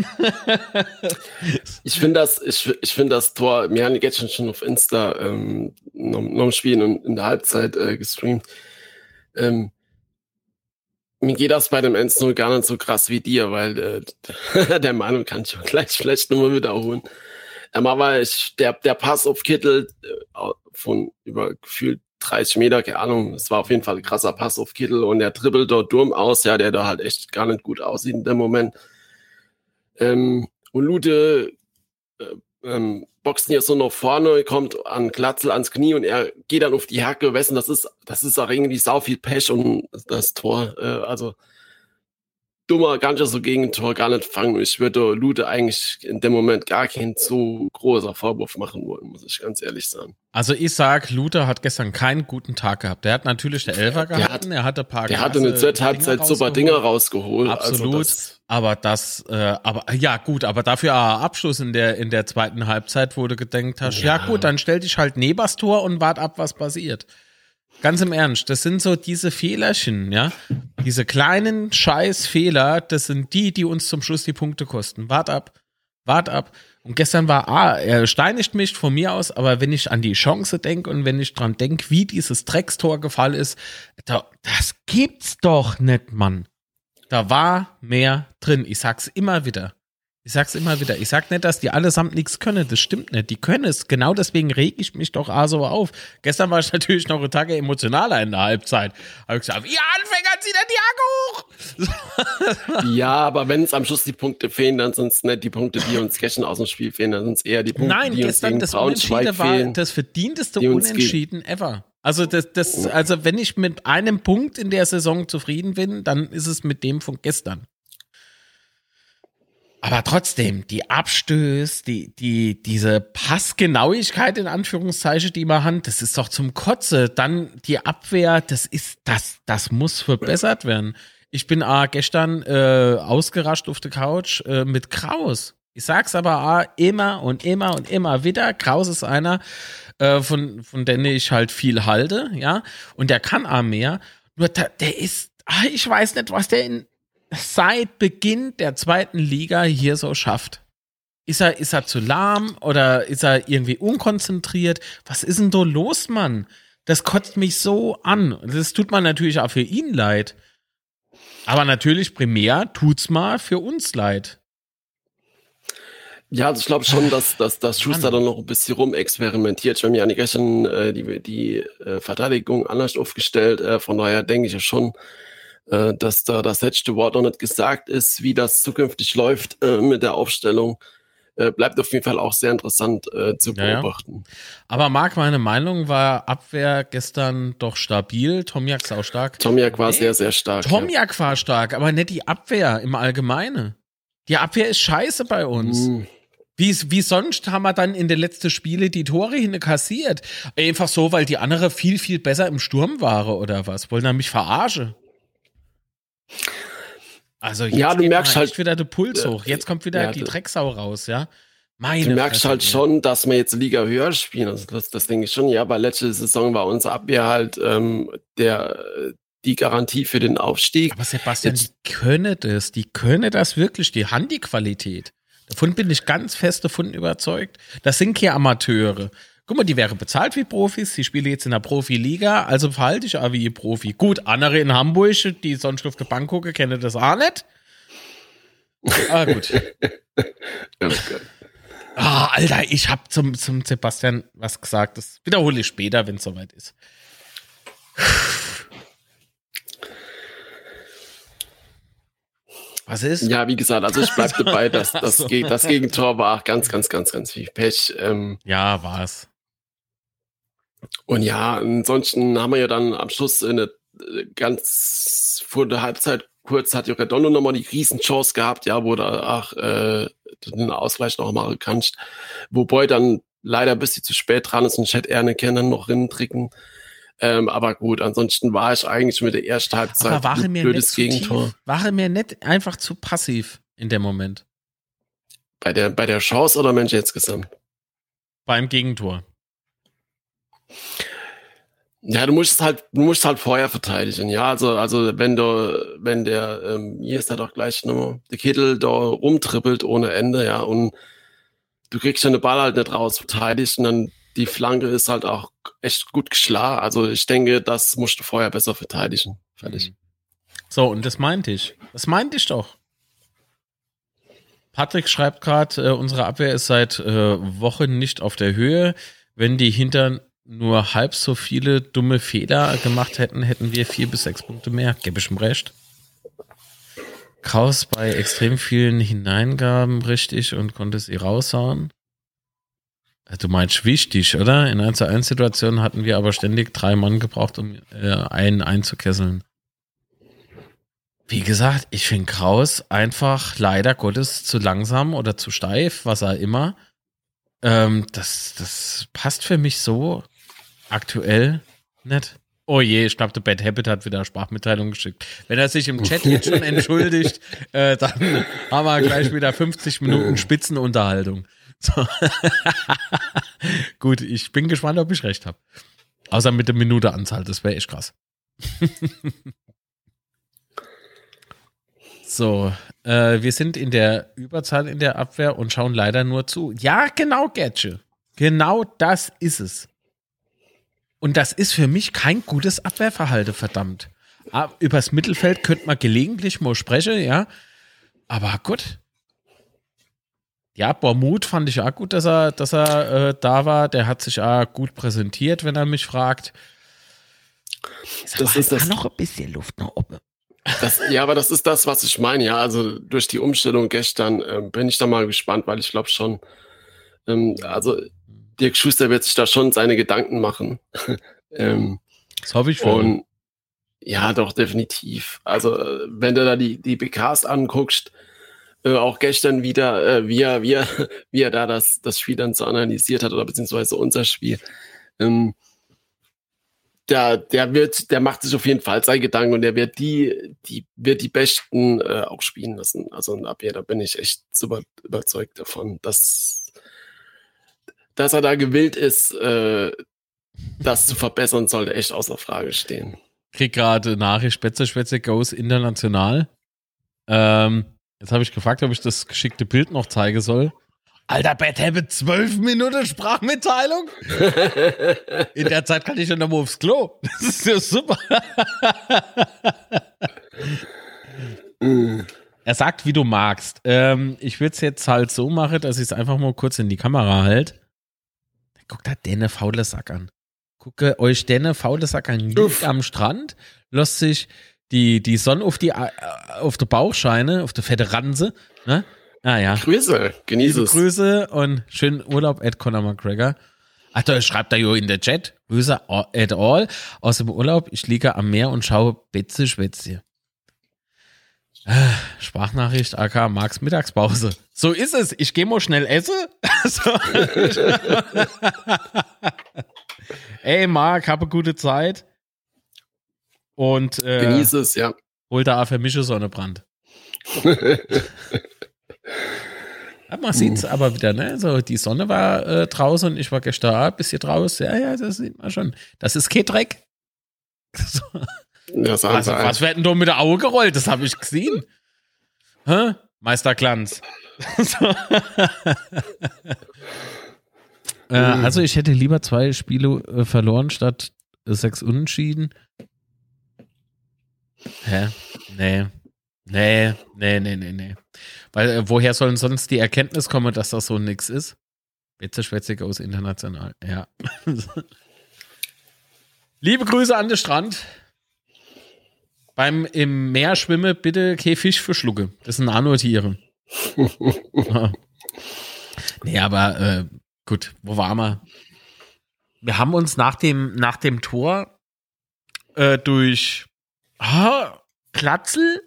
[SPEAKER 3] Ich finde das, ich, ich finde das Tor, wir haben jetzt schon, schon auf Insta ähm, noch, noch im Spiel und in der Halbzeit äh, gestreamt. Ähm, mir geht das bei dem eins null gar nicht so krass wie dir, weil äh, der Meinung kann ich gleich vielleicht nochmal wiederholen. Ähm, aber ich, der, der Pass auf Kittel äh, von über gefühlt dreißig Meter, keine Ahnung, es war auf jeden Fall ein krasser Pass auf Kittel und der dribbelt dort Durm aus, ja, der da halt echt gar nicht gut aussieht in dem Moment. Ähm, und Lute äh, ähm, boxt ihn jetzt so nach vorne, kommt an Glatzel ans Knie und er geht dann auf die Hacke. Wessen, das ist, das ist auch irgendwie sau viel Pech und das Tor, äh, also dummer, gar nicht so gegen Tor, gar nicht fangen. Ich würde Lute eigentlich in dem Moment gar keinen so großer Vorwurf machen wollen, muss ich ganz ehrlich sagen.
[SPEAKER 2] Also ich sag, Luther hat gestern keinen guten Tag gehabt. Der hat natürlich der Elfer gehalten,
[SPEAKER 3] hat,
[SPEAKER 2] er hatte ein paar
[SPEAKER 3] Der hatte eine zweite Halbzeit super Dinger rausgeholt.
[SPEAKER 2] Absolut,
[SPEAKER 3] also das,
[SPEAKER 2] aber das, äh, aber ja gut, aber dafür ein Abschluss in der in der zweiten Halbzeit, wo du gedenkt hast, ja, ja gut, dann stell dich halt neben das Tor und wart ab, was passiert. Ganz im Ernst, das sind so diese Fehlerchen, ja, diese kleinen Scheißfehler, das sind die, die uns zum Schluss die Punkte kosten. Wart ab, wart ab. Und gestern war, ah, er steinigt mich von mir aus, aber wenn ich an die Chance denke und wenn ich dran denke, wie dieses Dreckstor gefallen ist, da, das gibt's doch nicht, Mann. Da war mehr drin. Ich sag's immer wieder. Ich sag's immer wieder. Ich sag nicht, dass die allesamt nichts können. Das stimmt nicht. Die können es. Genau deswegen reg ich mich doch auch so auf. Gestern war ich natürlich noch ein Tag emotionaler in der Halbzeit. Habe ich gesagt, ihr Anfänger, zieht die Jacke hoch!
[SPEAKER 3] Ja, aber wenn es am Schluss die Punkte fehlen, dann sind es nicht die Punkte, die uns gestern aus dem Spiel fehlen, dann sind es eher die Punkte,
[SPEAKER 2] Nein,
[SPEAKER 3] die uns gegen
[SPEAKER 2] das
[SPEAKER 3] Braunschweig
[SPEAKER 2] Unentschieden war
[SPEAKER 3] fehlen.
[SPEAKER 2] Das verdienteste Unentschieden ever. Also, das, das,
[SPEAKER 3] Ja.
[SPEAKER 2] also wenn ich mit einem Punkt in der Saison zufrieden bin, dann ist es mit dem von gestern. Aber trotzdem, die Abstöße, die, die, diese Passgenauigkeit in Anführungszeichen, die man hat, das ist doch zum Kotze. Dann die Abwehr, das ist, das, das muss verbessert werden. Ich bin ah, gestern äh, ausgerascht auf der Couch äh, mit Kraus. Ich sag's aber ah, immer und immer und immer wieder. Kraus ist einer, äh, von, von dem ich halt viel halte, ja. Und der kann auch mehr. Nur der, der ist, ah, ich weiß nicht, was der in seit Beginn der zweiten Liga hier so schafft. Ist er, ist er zu lahm oder ist er irgendwie unkonzentriert? Was ist denn da los, Mann? Das kotzt mich so an. Das tut man natürlich auch für ihn leid. Aber natürlich primär tut's mal für uns leid.
[SPEAKER 3] Ja, also ich glaube schon, dass, dass, dass Schuster dann noch ein bisschen rumexperimentiert. Ich habe mir ja gestern äh, die, die äh, Verteidigung anders aufgestellt. Äh, von daher denke ich ja schon, äh, dass da das letzte Wort noch nicht gesagt ist, wie das zukünftig läuft äh, mit der Aufstellung. äh, bleibt auf jeden Fall auch sehr interessant äh, zu beobachten.
[SPEAKER 2] Ja, ja. Aber Marc, meine Meinung war Abwehr gestern doch stabil. Tomjak auch stark.
[SPEAKER 3] Tomjak war nee. sehr, sehr stark.
[SPEAKER 2] Tomjak ja. war stark, aber nicht die Abwehr im Allgemeinen. Die Abwehr ist scheiße bei uns. Mm. Wie, wie sonst haben wir dann in den letzten Spielen die Tore hin kassiert? Einfach so, weil die andere viel, viel besser im Sturm waren oder was? Wollen die mich verarschen? Also jetzt
[SPEAKER 3] ja, du merkst halt
[SPEAKER 2] wieder der Puls hoch. Jetzt kommt wieder ja, die Drecksau raus, ja. Meine
[SPEAKER 3] du merkst
[SPEAKER 2] Fresse,
[SPEAKER 3] halt ja. schon, dass wir jetzt Liga höher spielen. Also das, das denke ich schon. Ja, bei letzter Saison war unsere Abwehr halt ähm, der die Garantie für den Aufstieg.
[SPEAKER 2] Aber Sebastian, jetzt, die können das. Die können das wirklich. Die haben die Qualität. Davon bin ich ganz fest davon überzeugt. Das sind keine Amateure. Guck mal, die wären bezahlt wie Profis. Die spielen jetzt in der Profiliga, also verhalte ich auch wie Profi. Gut, andere in Hamburg, die sonst auf der Bank gucken, kennen das auch nicht. Ah, gut. Ah, Alter, ich hab zum, zum Sebastian was gesagt. Das wiederhole ich später, wenn es soweit ist. Was ist?
[SPEAKER 3] Ja, wie gesagt, also ich bleibe dabei, dass das, so. das Gegentor war ganz, ganz, ganz, ganz viel Pech. Ähm,
[SPEAKER 2] ja, war's.
[SPEAKER 3] Und ja, ansonsten haben wir ja dann am Schluss eine ganz vor der Halbzeit kurz hat Redondo nochmal die Riesenchance gehabt, ja, wo da ach, äh, den Ausgleich noch machen kannst. Wobei dann leider ein bisschen zu spät dran ist und ich hätte eher eine Kenner noch rinnen Ähm, aber gut, ansonsten war ich eigentlich mit der ersten Halbzeit
[SPEAKER 2] aber war ein blödes Gegentor. War mir nicht einfach zu passiv in dem Moment?
[SPEAKER 3] Bei der, bei der Chance oder Mensch insgesamt?
[SPEAKER 2] Beim Gegentor.
[SPEAKER 3] Ja, du musst halt, du musst halt vorher verteidigen, ja, also, also, wenn du, wenn der, ähm, hier ist da doch gleich nochmal, der Kittel da rumtrippelt ohne Ende, ja, und du kriegst ja den Ball halt nicht raus verteidigt und dann die Flanke ist halt auch echt gut geschlagen, also ich denke, das musst du vorher besser verteidigen. Fertig.
[SPEAKER 2] So, und das meinte ich. Das meinte ich doch. Patrick schreibt gerade, äh, unsere Abwehr ist seit äh, Wochen nicht auf der Höhe. Wenn die Hintern nur halb so viele dumme Fehler gemacht hätten, hätten wir vier bis sechs Punkte mehr. Gebe ich ihm recht. Kraus bei extrem vielen Hineingaben richtig und konnte sie raushauen. Du meinst wichtig, oder? In eins zu eins Situationen hatten wir aber ständig drei Mann gebraucht, um äh, einen einzukesseln. Wie gesagt, ich finde Kraus einfach leider Gottes zu langsam oder zu steif, was er immer. Ähm, das, das passt für mich so aktuell nicht. Oh je, ich glaube, der Bad Habit hat wieder Sprachmitteilung geschickt. Wenn er sich im Chat jetzt schon entschuldigt, äh, dann haben wir gleich wieder fünfzig Minuten Spitzenunterhaltung. So. Gut, ich bin gespannt, ob ich recht habe. Außer mit der Minute Anzahl, das wäre echt krass. So, äh, wir sind in der Überzahl in der Abwehr und schauen leider nur zu. Ja, genau, Getsche. Genau das ist es. Und das ist für mich kein gutes Abwehrverhalten, verdammt. Aber übers Mittelfeld könnte man gelegentlich mal sprechen, ja. Aber gut. Ja, Bormuth fand ich auch gut, dass er, dass er äh, da war. Der hat sich auch gut präsentiert, wenn er mich fragt.
[SPEAKER 3] Das aber ist das
[SPEAKER 2] noch ein bisschen Luft nach oben.
[SPEAKER 3] Das, ja, aber das ist das, was ich meine. Ja, also durch die Umstellung gestern ähm, bin ich da mal gespannt, weil ich glaube schon, ähm, also Dirk Schuster wird sich da schon seine Gedanken machen. ähm,
[SPEAKER 2] das hoffe ich für ihn.
[SPEAKER 3] Ja, doch, definitiv. Also wenn du da die, die B Ks anguckst, äh, auch gestern wieder, äh, wie, er, wie, er, wie er da das, das Spiel dann so analysiert hat oder beziehungsweise unser Spiel, ähm, Der, der wird, der macht sich auf jeden Fall seine Gedanken und der wird die, die, wird die Besten äh, auch spielen lassen. Also in Abwehr, da bin ich echt super überzeugt davon, dass, dass er da gewillt ist, äh, das zu verbessern, sollte echt außer Frage stehen.
[SPEAKER 2] Krieg gerade Nachricht, Spätze, Spätze, goes international. Ähm, jetzt habe ich gefragt, ob ich das geschickte Bild noch zeigen soll. Alter, Bad Habit, zwölf Minuten Sprachmitteilung? In der Zeit kann ich ja noch mal aufs Klo. Das ist ja super. Er sagt, wie du magst. Ähm, ich würde es jetzt halt so machen, dass ich es einfach mal kurz in die Kamera halte. Guckt da den faule Sack an. Gucke euch den faule Sack an. Liegt am Strand, lässt sich die, die Sonne auf die auf der Bauchscheine, auf der fette Ranse, ne? Ah ja.
[SPEAKER 3] Grüße, genieße es.
[SPEAKER 2] Grüße und schönen Urlaub, at Conor McGregor. Ach, da schreibt er jo in der Chat. Grüße at all aus dem Urlaub. Ich liege am Meer und schaue Betze Schwätze. Sprachnachricht, aka Marks Mittagspause. So ist es. Ich gehe mal schnell essen. So. Ey, Marc, habe gute Zeit. Und äh,
[SPEAKER 3] genieße es, ja.
[SPEAKER 2] Hol da für mich Sonnenbrand. Ja, man sieht's uh. aber wieder, ne? So, die Sonne war äh, draußen und ich war gestern ein bisschen draußen. Ja, ja, das sieht man schon. Das ist kein Dreck. So.
[SPEAKER 3] Ja, sagen
[SPEAKER 2] also, was wird denn da mit der Auge gerollt? Das habe ich gesehen. Hä? Meister Glanz. So. äh, also, ich hätte lieber zwei Spiele äh, verloren statt äh, sechs Unentschieden. Hä? Nee. Nee, nee, nee, nee, nee. Weil, äh, woher sollen sonst die Erkenntnis kommen, dass das so nix ist? Bitte schwätzig aus international. Ja. Liebe Grüße an den Strand. Beim im Meer schwimme bitte kein Fisch verschlucke. Das sind auch nur Tiere. Ja. Nee, aber äh, gut, wo waren wir? Wir haben uns nach dem, nach dem Tor äh, durch ah, Glatzel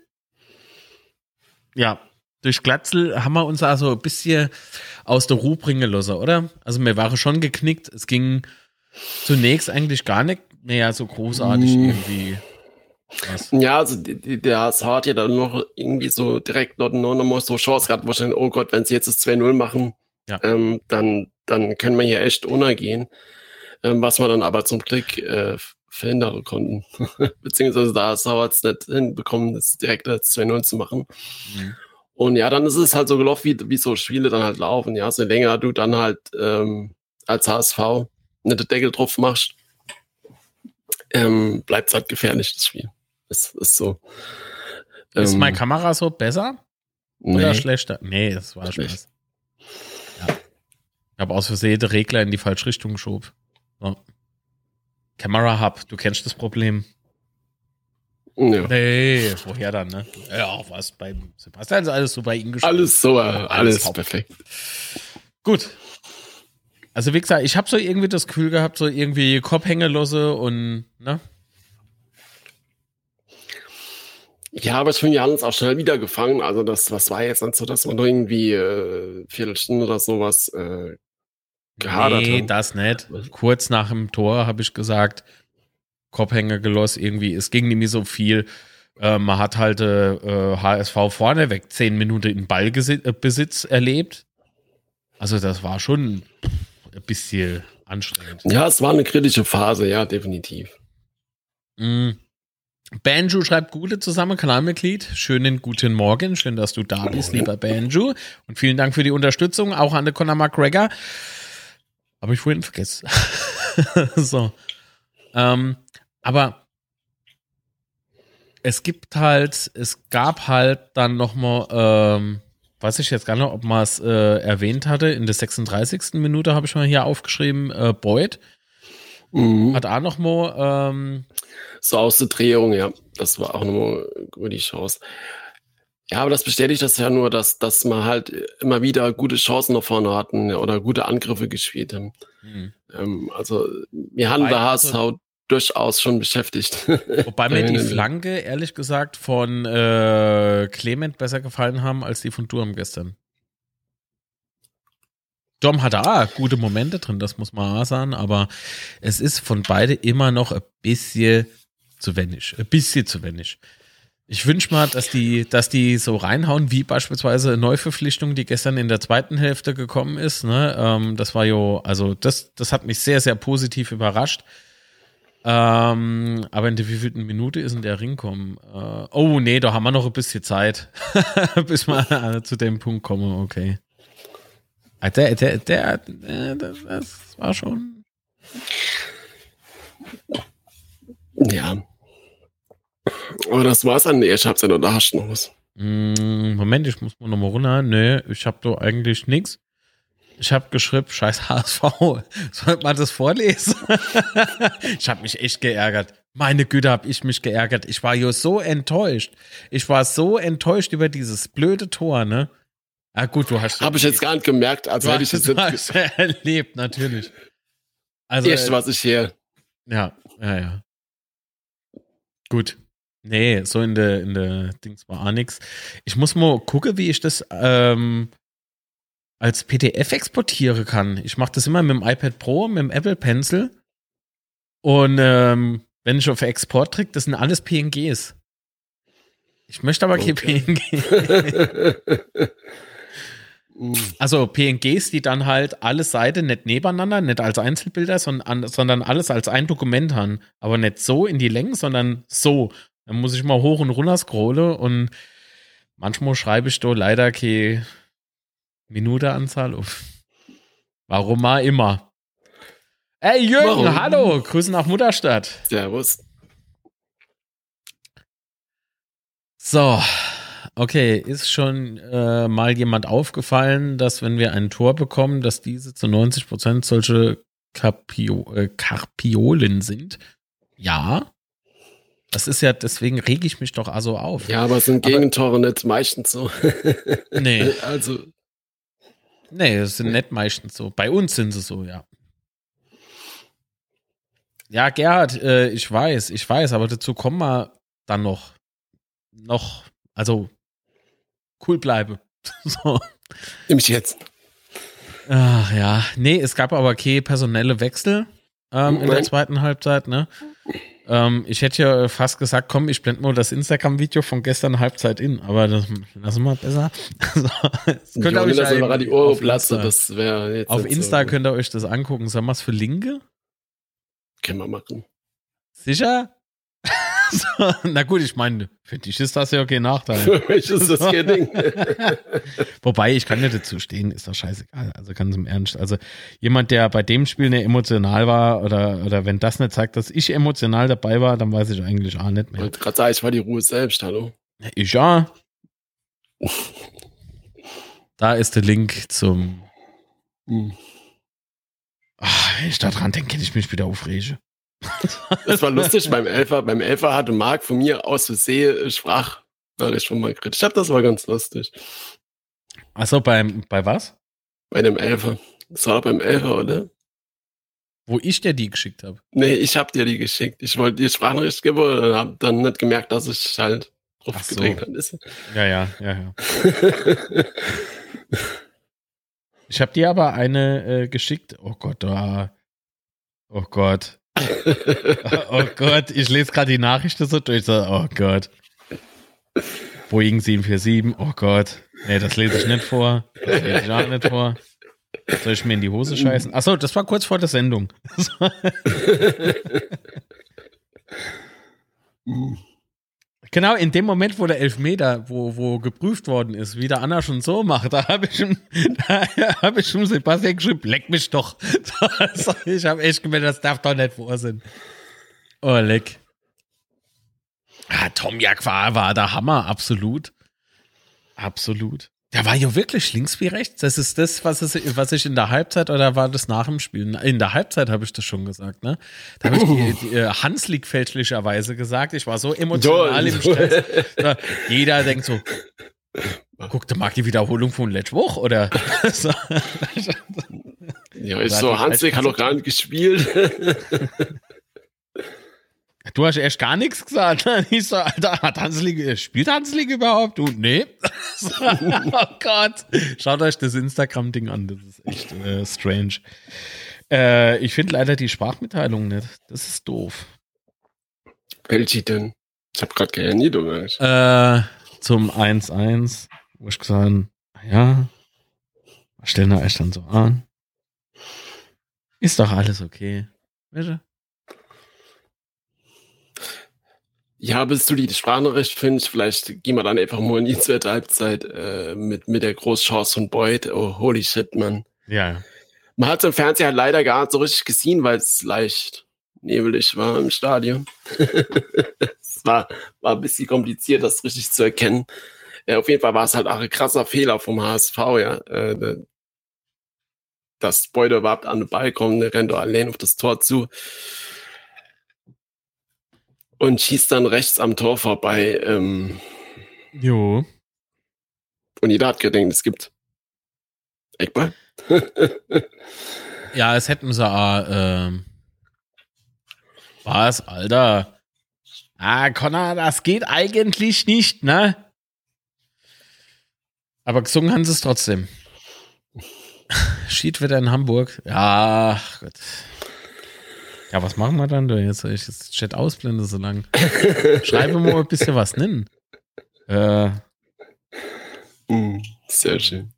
[SPEAKER 2] Ja, durch Glatzel haben wir uns also ein bisschen aus der Ruhe bringen lassen, oder? Also wir waren schon geknickt. Es ging zunächst eigentlich gar nicht mehr so großartig mm. irgendwie. Was?
[SPEAKER 3] Ja, also die, die, der H S H hat ja dann noch irgendwie so direkt dort noch mal so Chance gehabt, wahrscheinlich, oh Gott, wenn sie jetzt das zwei null machen, ja. ähm, dann, dann können wir hier echt untergehen. Ähm, was wir dann aber zum Glück äh, verhindern konnten. Beziehungsweise der H S H hat es nicht hinbekommen, das direkt als zwei null zu machen. Mhm. Und ja, dann ist es halt so gelaufen, wie, wie so Spiele dann halt laufen. Ja, so länger du dann halt ähm, als H S V nicht den Deckel drauf machst, ähm, bleibt es halt gefährlich, das Spiel. Das ist so. Ähm,
[SPEAKER 2] ist meine Kamera so besser?
[SPEAKER 3] Nee.
[SPEAKER 2] Oder schlechter? Nee, das war Spaß. Ja. Ich habe aus Versehen den Regler in die falsche Richtung geschoben. So. Camera Hub, du kennst das Problem.
[SPEAKER 3] Ja.
[SPEAKER 2] Nee, woher dann, ne? Ja, was beim Sebastian ist alles so bei ihm gespielt.
[SPEAKER 3] Alles so, alles, alles perfekt.
[SPEAKER 2] Gut. Also wie gesagt, ich habe so irgendwie das Gefühl gehabt, so irgendwie Kopfhängelose und, ne?
[SPEAKER 3] Ja, aber ich finde, wir haben uns auch schnell wieder gefangen. Also das, was war jetzt dann so, dass man irgendwie äh, Viertelstunde oder sowas äh, gehadert
[SPEAKER 2] Nee,
[SPEAKER 3] haben.
[SPEAKER 2] das nicht. Kurz nach dem Tor habe ich gesagt, Kopfhänger gelost, irgendwie, es ging nicht mehr so viel. Äh, man hat halt äh, H S V vorneweg zehn Minuten in Ballbesitz erlebt. Also das war schon ein bisschen anstrengend.
[SPEAKER 3] Ja, es war eine kritische Phase, ja, definitiv.
[SPEAKER 2] Mm. Banjo schreibt Gute zusammen, Kanalmitglied. Schönen guten Morgen, schön, dass du da bist, lieber Banjo. Und vielen Dank für die Unterstützung, auch an den Conor McGregor. Habe ich vorhin vergessen. So. Ähm, aber es gibt halt, es gab halt dann nochmal, ähm, weiß ich jetzt gar nicht, ob man es äh, erwähnt hatte, in der sechsunddreißigsten Minute habe ich mal hier aufgeschrieben, äh, Boyd mhm. hat auch nochmal ähm,
[SPEAKER 3] so aus der Drehung, ja, das war auch nochmal über die Chance. Ja, aber das bestätigt das ja nur, dass, dass wir halt immer wieder gute Chancen nach vorne hatten oder gute Angriffe gespielt haben. Mhm. Ähm, also wir haben der H S V also, durchaus schon beschäftigt.
[SPEAKER 2] Wobei mir die Flanke, ehrlich gesagt, von äh, Clement besser gefallen haben als die von Durm gestern. Durm hatte auch gute Momente drin, das muss man auch sagen, aber es ist von beide immer noch ein bisschen zu wenig. Ein bisschen zu wenig. Ich wünsche mal, dass die, dass die so reinhauen, wie beispielsweise Neuverpflichtung, die gestern in der zweiten Hälfte gekommen ist. Ne? Ähm, das war ja, also das, das hat mich sehr, sehr positiv überrascht. Ähm, aber in der wievielten Minute ist in der Ring kommen? Äh, oh, nee, da haben wir noch ein bisschen Zeit, bis wir zu dem Punkt kommen. Okay. Der, der, der, der, das war schon.
[SPEAKER 3] Ja. Aber das war's an der. Ich hab's ja noch, da hast du noch was.
[SPEAKER 2] Moment, ich muss mal nochmal runter. Nee, ich hab da eigentlich nichts. Ich hab geschrieben, scheiß H S V. Sollte man das vorlesen? Ich hab mich echt geärgert. Meine Güte, hab ich mich geärgert. Ich war ja so enttäuscht. Ich war so enttäuscht über dieses blöde Tor, ne? Ah, gut, du hast.
[SPEAKER 3] Habe ich jetzt gar nicht gemerkt, als
[SPEAKER 2] du
[SPEAKER 3] hätte ich
[SPEAKER 2] hast,
[SPEAKER 3] es
[SPEAKER 2] du hast erlebt, natürlich. Also,
[SPEAKER 3] Erste, was ich hier.
[SPEAKER 2] Ja, ja, ja. Gut. Nee, so in der, in der Dings war auch nix. Ich muss mal gucken, wie ich das ähm, als P D F exportieren kann. Ich mache das immer mit dem iPad Pro, mit dem Apple Pencil. Und ähm, wenn ich auf Export drücke, das sind alles P N Gs. Ich möchte aber okay. kein P N G. Also P N Gs, die dann halt alle Seiten nicht nebeneinander, nicht als Einzelbilder, sondern, sondern alles als ein Dokument haben. Aber nicht so in die Länge, sondern so. Dann muss ich mal hoch und runter scrollen und manchmal schreibe ich da leider keine Minuteanzahl auf. Warum mal immer? Ey Jürgen, Warum? Hallo, Grüße nach Mutterstadt.
[SPEAKER 3] Servus.
[SPEAKER 2] So, okay, ist schon äh, mal jemand aufgefallen, dass wenn wir ein Tor bekommen, dass diese zu neunzig Prozent solche Carpio, äh, Carpiolen sind? Ja. Das ist ja, deswegen rege ich mich doch also auf.
[SPEAKER 3] Ja, aber sind Gegentore aber, nicht meistens so.
[SPEAKER 2] Nee.
[SPEAKER 3] Also.
[SPEAKER 2] Nee, das sind nicht meistens so. Bei uns sind sie so, ja. Ja, Gerhard, äh, ich weiß, ich weiß, aber dazu kommen wir dann noch. Noch, also cool bleibe. So.
[SPEAKER 3] Nimm ich jetzt.
[SPEAKER 2] Ach ja, nee, es gab aber keine personelle Wechsel ähm, in der zweiten Halbzeit, ne? Ähm, ich hätte ja fast gesagt, komm, ich blende mal das Instagram-Video von gestern Halbzeit in, aber das lassen wir besser. Also, das könnt ihr euch
[SPEAKER 3] das
[SPEAKER 2] ja
[SPEAKER 3] die Ohren platze, das wäre jetzt
[SPEAKER 2] auf Insta so. Könnt ihr euch das angucken. Sollen wir es für Linke?
[SPEAKER 3] Können wir machen.
[SPEAKER 2] Sicher? So, na gut, ich meine, für dich ist das ja okay Nachteil.
[SPEAKER 3] Für mich ist das kein Ding.
[SPEAKER 2] Wobei, ich kann ja dazu stehen, ist doch scheißegal. Also ganz im Ernst. Also jemand, der bei dem Spiel nicht emotional war oder, oder wenn das nicht zeigt, dass ich emotional dabei war, dann weiß ich eigentlich auch nicht mehr.
[SPEAKER 3] Ich gerade sagen, ich war die Ruhe selbst, hallo.
[SPEAKER 2] Ich ja. Da ist der Link zum hm. Ach, wenn ich da dran denke, kann ich mich wieder aufrege.
[SPEAKER 3] Das war lustig beim Elfer. Beim Elfer hatte Marc von mir aus Versehen Sprachnachricht von mal gekriegt. Ich hab das war ganz lustig.
[SPEAKER 2] Achso, beim, bei was?
[SPEAKER 3] Bei dem Elfer. Das war doch beim Elfer, oder?
[SPEAKER 2] Wo ich dir die geschickt habe?
[SPEAKER 3] Nee, ich hab dir die geschickt. Ich wollte dir Sprachnachricht geben und hab dann nicht gemerkt, dass ich halt drauf
[SPEAKER 2] Ach so.
[SPEAKER 3] gedrängt habe.
[SPEAKER 2] Ja, ja, ja, ja. Ich habe dir aber eine äh, geschickt. Oh Gott, da. Oh Gott. Oh Gott, ich lese gerade die Nachrichten so durch. So, oh Gott. Boeing sieben vier sieben, oh Gott. Nee, das lese ich nicht vor. Das lese ich auch nicht vor. Soll ich mir in die Hose scheißen? Achso, das war kurz vor der Sendung. Genau, in dem Moment, wo der Elfmeter, wo, wo geprüft worden ist, wie der Anna schon so macht, da habe ich schon, da hab ich schon Sebastian geschrieben, leck mich doch. Ich habe echt gemerkt, das darf doch nicht vor sein. Oh, leck. Ah, Tomjak war, war der Hammer, absolut. Absolut. Der war ja wirklich links wie rechts. Das ist das, was, es, was ich in der Halbzeit, oder war das nach dem Spiel? In der Halbzeit habe ich das schon gesagt, ne? Da habe ich die, die Hanslik fälschlicherweise gesagt. Ich war so emotional im Stress. Da, jeder denkt so, guckte mal die Wiederholung von letzter Woche, oder? So.
[SPEAKER 3] Ja, ist so, Hanslik hat doch gar nicht gespielt.
[SPEAKER 2] Du hast erst gar nichts gesagt. Ich so, Alter, hat Hanslik, spielt Hanslik überhaupt? Du, nee. Oh Gott. Schaut euch das Instagram-Ding an. Das ist echt äh, strange. Äh, ich finde leider die Sprachmitteilung nicht. Das ist doof.
[SPEAKER 3] Welche denn? Ich habe gerade keine Handy, du weißt.
[SPEAKER 2] Äh, zum eins eins, wo ich gesagt habe, ja, was stellen wir euch dann so an? Ist doch alles okay. Bitte?
[SPEAKER 3] Ja, bis du die Sprachnachricht findest, vielleicht gehen wir dann einfach mal in die zweite Halbzeit äh, mit, mit der Großchance von Boyd. Oh, holy shit, Mann.
[SPEAKER 2] Ja.
[SPEAKER 3] Man hat es im Fernsehen halt leider gar nicht so richtig gesehen, weil es leicht nebelig war im Stadion. Es war, war ein bisschen kompliziert, das richtig zu erkennen. Äh, auf jeden Fall war es halt auch ein krasser Fehler vom H S V, ja. Äh, dass Boyd überhaupt an den Ball kommt, der rennt doch allein auf das Tor zu. Und schießt dann rechts am Tor vorbei. Ähm,
[SPEAKER 2] jo.
[SPEAKER 3] Und jeder hat gedacht, es gibt Eckball?
[SPEAKER 2] Ja, es hätten sie auch, ähm, was, Alter? Ah, Connor, das geht eigentlich nicht, ne? Aber gesungen haben sie es trotzdem. Schiedwetter in Hamburg. Ja, Gott. Ja, was machen wir dann? Du, jetzt soll ich das Chat ausblende so lang. Schreibe mal ein bisschen was, nimm. Äh.
[SPEAKER 3] Mm, sehr schön.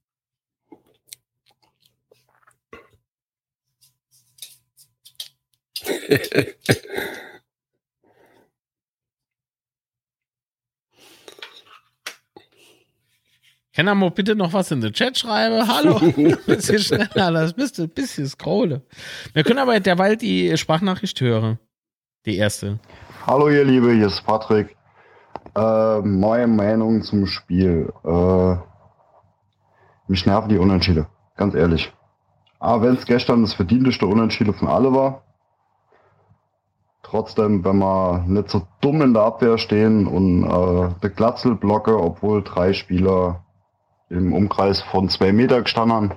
[SPEAKER 2] Kann er mal bitte noch was in den Chat schreiben? Hallo, ein bisschen schneller, das bist du ein bisschen scrolle. Wir können aber derweil die Sprachnachricht hören. Die erste.
[SPEAKER 1] Hallo ihr Liebe, hier ist Patrick. Äh, meine Meinung zum Spiel. Äh, mich nerven die Unentschiede, ganz ehrlich. Aber wenn es gestern das verdienteste Unentschiede von alle war, trotzdem, wenn wir nicht so dumm in der Abwehr stehen und äh, der Glatzel blocke, obwohl drei Spieler im Umkreis von zwei Meter gestanden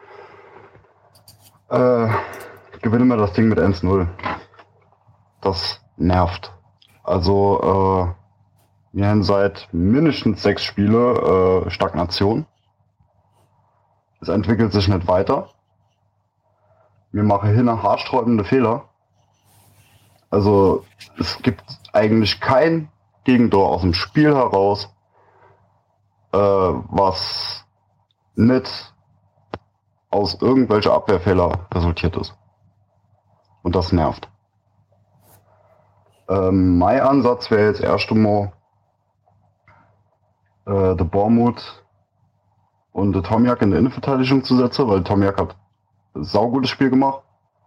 [SPEAKER 1] haben, äh, gewinnen wir das Ding mit eins null. Das nervt. Also, äh, wir haben seit mindestens sechs Spiele äh, Stagnation. Es entwickelt sich nicht weiter. Wir machen hier eine haarsträubende Fehler. Also, es gibt eigentlich kein Gegentor aus dem Spiel heraus, äh, was nicht aus irgendwelcher Abwehrfehler resultiert ist. Und das nervt. Ähm, mein Ansatz wäre jetzt erst einmal äh, der Bormuth und der Tomiak in der Innenverteidigung zu setzen, weil Tomiak hat ein saugutes Spiel gemacht.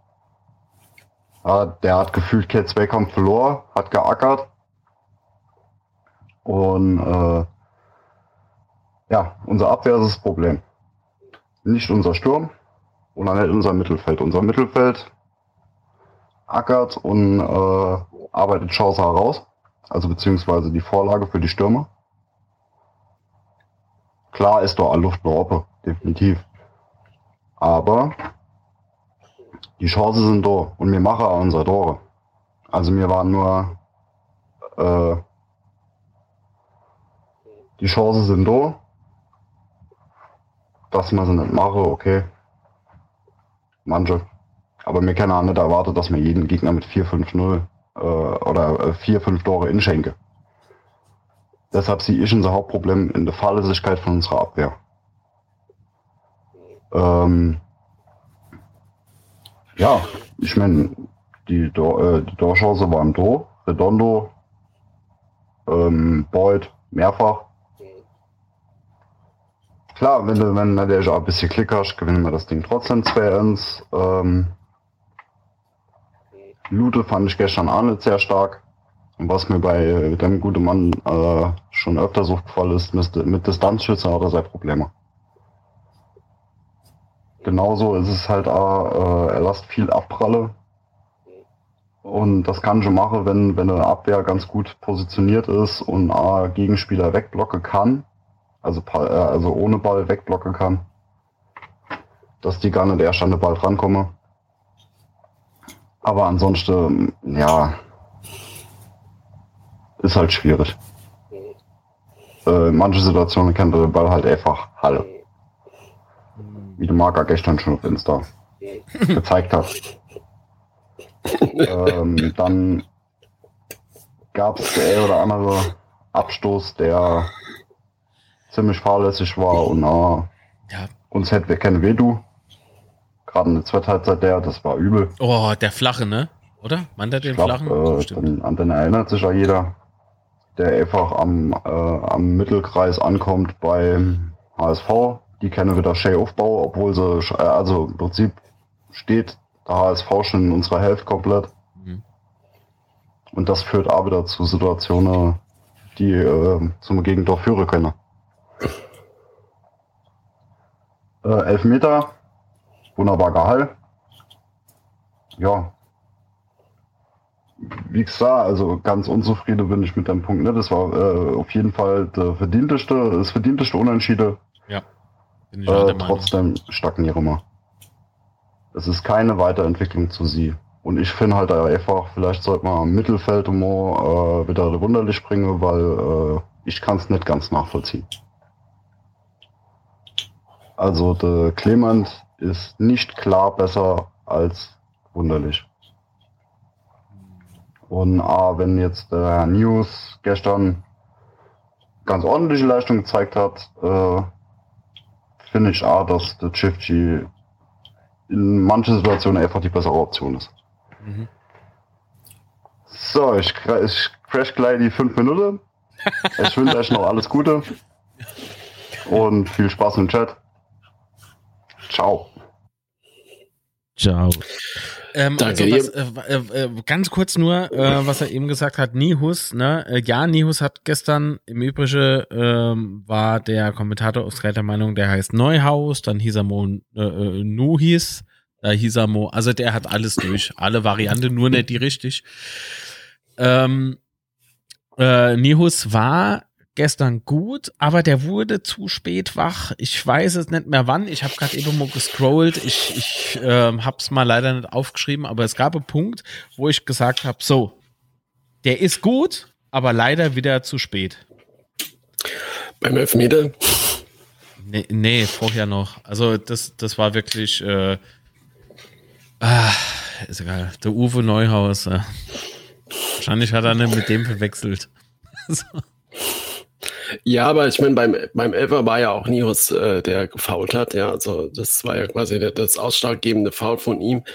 [SPEAKER 1] Ja, der hat gefühlt keinen Zweikampf verloren, hat geackert. Und äh, ja, unsere Abwehr ist das Problem. Nicht unser Sturm und auch nicht unser Mittelfeld. Unser Mittelfeld ackert und äh, arbeitet Chance heraus, also beziehungsweise die Vorlage für die Stürmer. Klar ist da Luft noch offen, definitiv. Aber die Chancen sind da und wir machen auch unsere Tore. Also wir waren nur äh, die Chancen sind da. Dass man sie nicht mache, okay. Manche. Aber mir kann auch nicht erwarten, dass man jeden Gegner mit vier fünf null äh, oder vier fünf Tore inschenke. Deshalb sehe ich unser Hauptproblem in der Fahrlässigkeit von unserer Abwehr. Ähm, ja, ich meine, die, äh, die Torchance waren da. Redondo, ähm, Boyd, mehrfach. Klar, wenn du, wenn der ja ein bisschen Klick hast, gewinnen wir das Ding trotzdem zwei eins. Ähm, Lute fand ich gestern auch nicht sehr stark. Und was mir bei äh, dem guten Mann äh, schon öfter so gefallen ist, mit, mit Distanzschützen hat er seine Probleme. Genauso ist es halt auch, äh, er lässt viel Abpralle. Und das kann schon machen, wenn, wenn eine Abwehr ganz gut positioniert ist und A, Gegenspieler wegblocken kann. Also, also ohne Ball wegblocken kann, dass die gar nicht erst an den Ball drankommen. Aber ansonsten, ja, ist halt schwierig. Äh, in manchen Situationen kann der Ball halt einfach Halle. Wie der Marker gestern schon auf Insta gezeigt hat. ähm, dann gab es der ein oder andere Abstoß, der ziemlich fahrlässig war und äh,
[SPEAKER 2] ja.
[SPEAKER 1] Uns hätten wir kennen weh du. Gerade in der zweiten Halbzeit der, das war übel.
[SPEAKER 2] Oh, der Flache, ne? Oder? Man der den
[SPEAKER 1] glaub,
[SPEAKER 2] Flachen?
[SPEAKER 1] Äh, dann, an den erinnert sich ja jeder, der einfach am, äh, am Mittelkreis ankommt beim H S V. Die kennen wieder Shea Aufbau, obwohl sie, äh, also im Prinzip steht der H S V schon in unserer Hälfte komplett. Mhm. Und das führt auch wieder zu Situationen, die äh, zum Gegentor führen können. Äh, Elfmeter, wunderbar geil. Ja. Wie gesagt, also ganz unzufrieden bin ich mit dem Punkt. Ne? Das war äh, auf jeden Fall der verdienteste, das verdienteste Unentschieden.
[SPEAKER 2] Ja. Bin ich auch
[SPEAKER 1] Äh,
[SPEAKER 2] der Meinung.
[SPEAKER 1] trotzdem stagnieren wir. Es ist keine Weiterentwicklung zu sie. Und ich finde halt einfach, vielleicht sollte man im Mittelfeld immer äh, wieder wunderlich bringen, weil äh, ich kann es nicht ganz nachvollziehen. Also der Clement ist nicht klar besser als wunderlich. Und ah, wenn jetzt der Herr News gestern ganz ordentliche Leistung gezeigt hat, äh, finde ich auch, dass der Chifchi in manchen Situationen einfach die bessere Option ist.
[SPEAKER 2] Mhm.
[SPEAKER 1] So, ich, ich crash gleich die fünf Minuten. Ich wünsche euch noch alles Gute und viel Spaß im Chat. Ciao.
[SPEAKER 2] Ciao. Ähm,
[SPEAKER 3] Danke
[SPEAKER 2] also was, äh, äh, ganz kurz nur, äh, was er eben gesagt hat, Nihus, ne? Äh, ja, Nihus hat gestern, im Übrigen ähm, war der Kommentator aus der Meinung, der heißt Neuhaus, dann hieß er Mo äh, äh, Nuhis, da hieß er Mo, also der hat alles durch, alle Varianten, nur nicht die richtig. Ähm, äh, Nihus war gestern gut, aber der wurde zu spät wach. Ich weiß es nicht mehr wann. Ich habe gerade eben mal gescrollt. Ich, ich äh, habe es mal leider nicht aufgeschrieben, aber es gab einen Punkt, wo ich gesagt habe, so, der ist gut, aber leider wieder zu spät.
[SPEAKER 3] Beim Elfmeter?
[SPEAKER 2] Nee, nee, vorher noch. Also das, das war wirklich äh, ah, ist egal. Der Uwe Neuhaus. Äh, wahrscheinlich hat er nicht mit dem verwechselt. So.
[SPEAKER 3] Ja, aber ich meine, beim, beim Elfer war ja auch Nihus, äh, der gefoult hat. Ja, also das war ja quasi der, das ausschlaggebende Foul von ihm.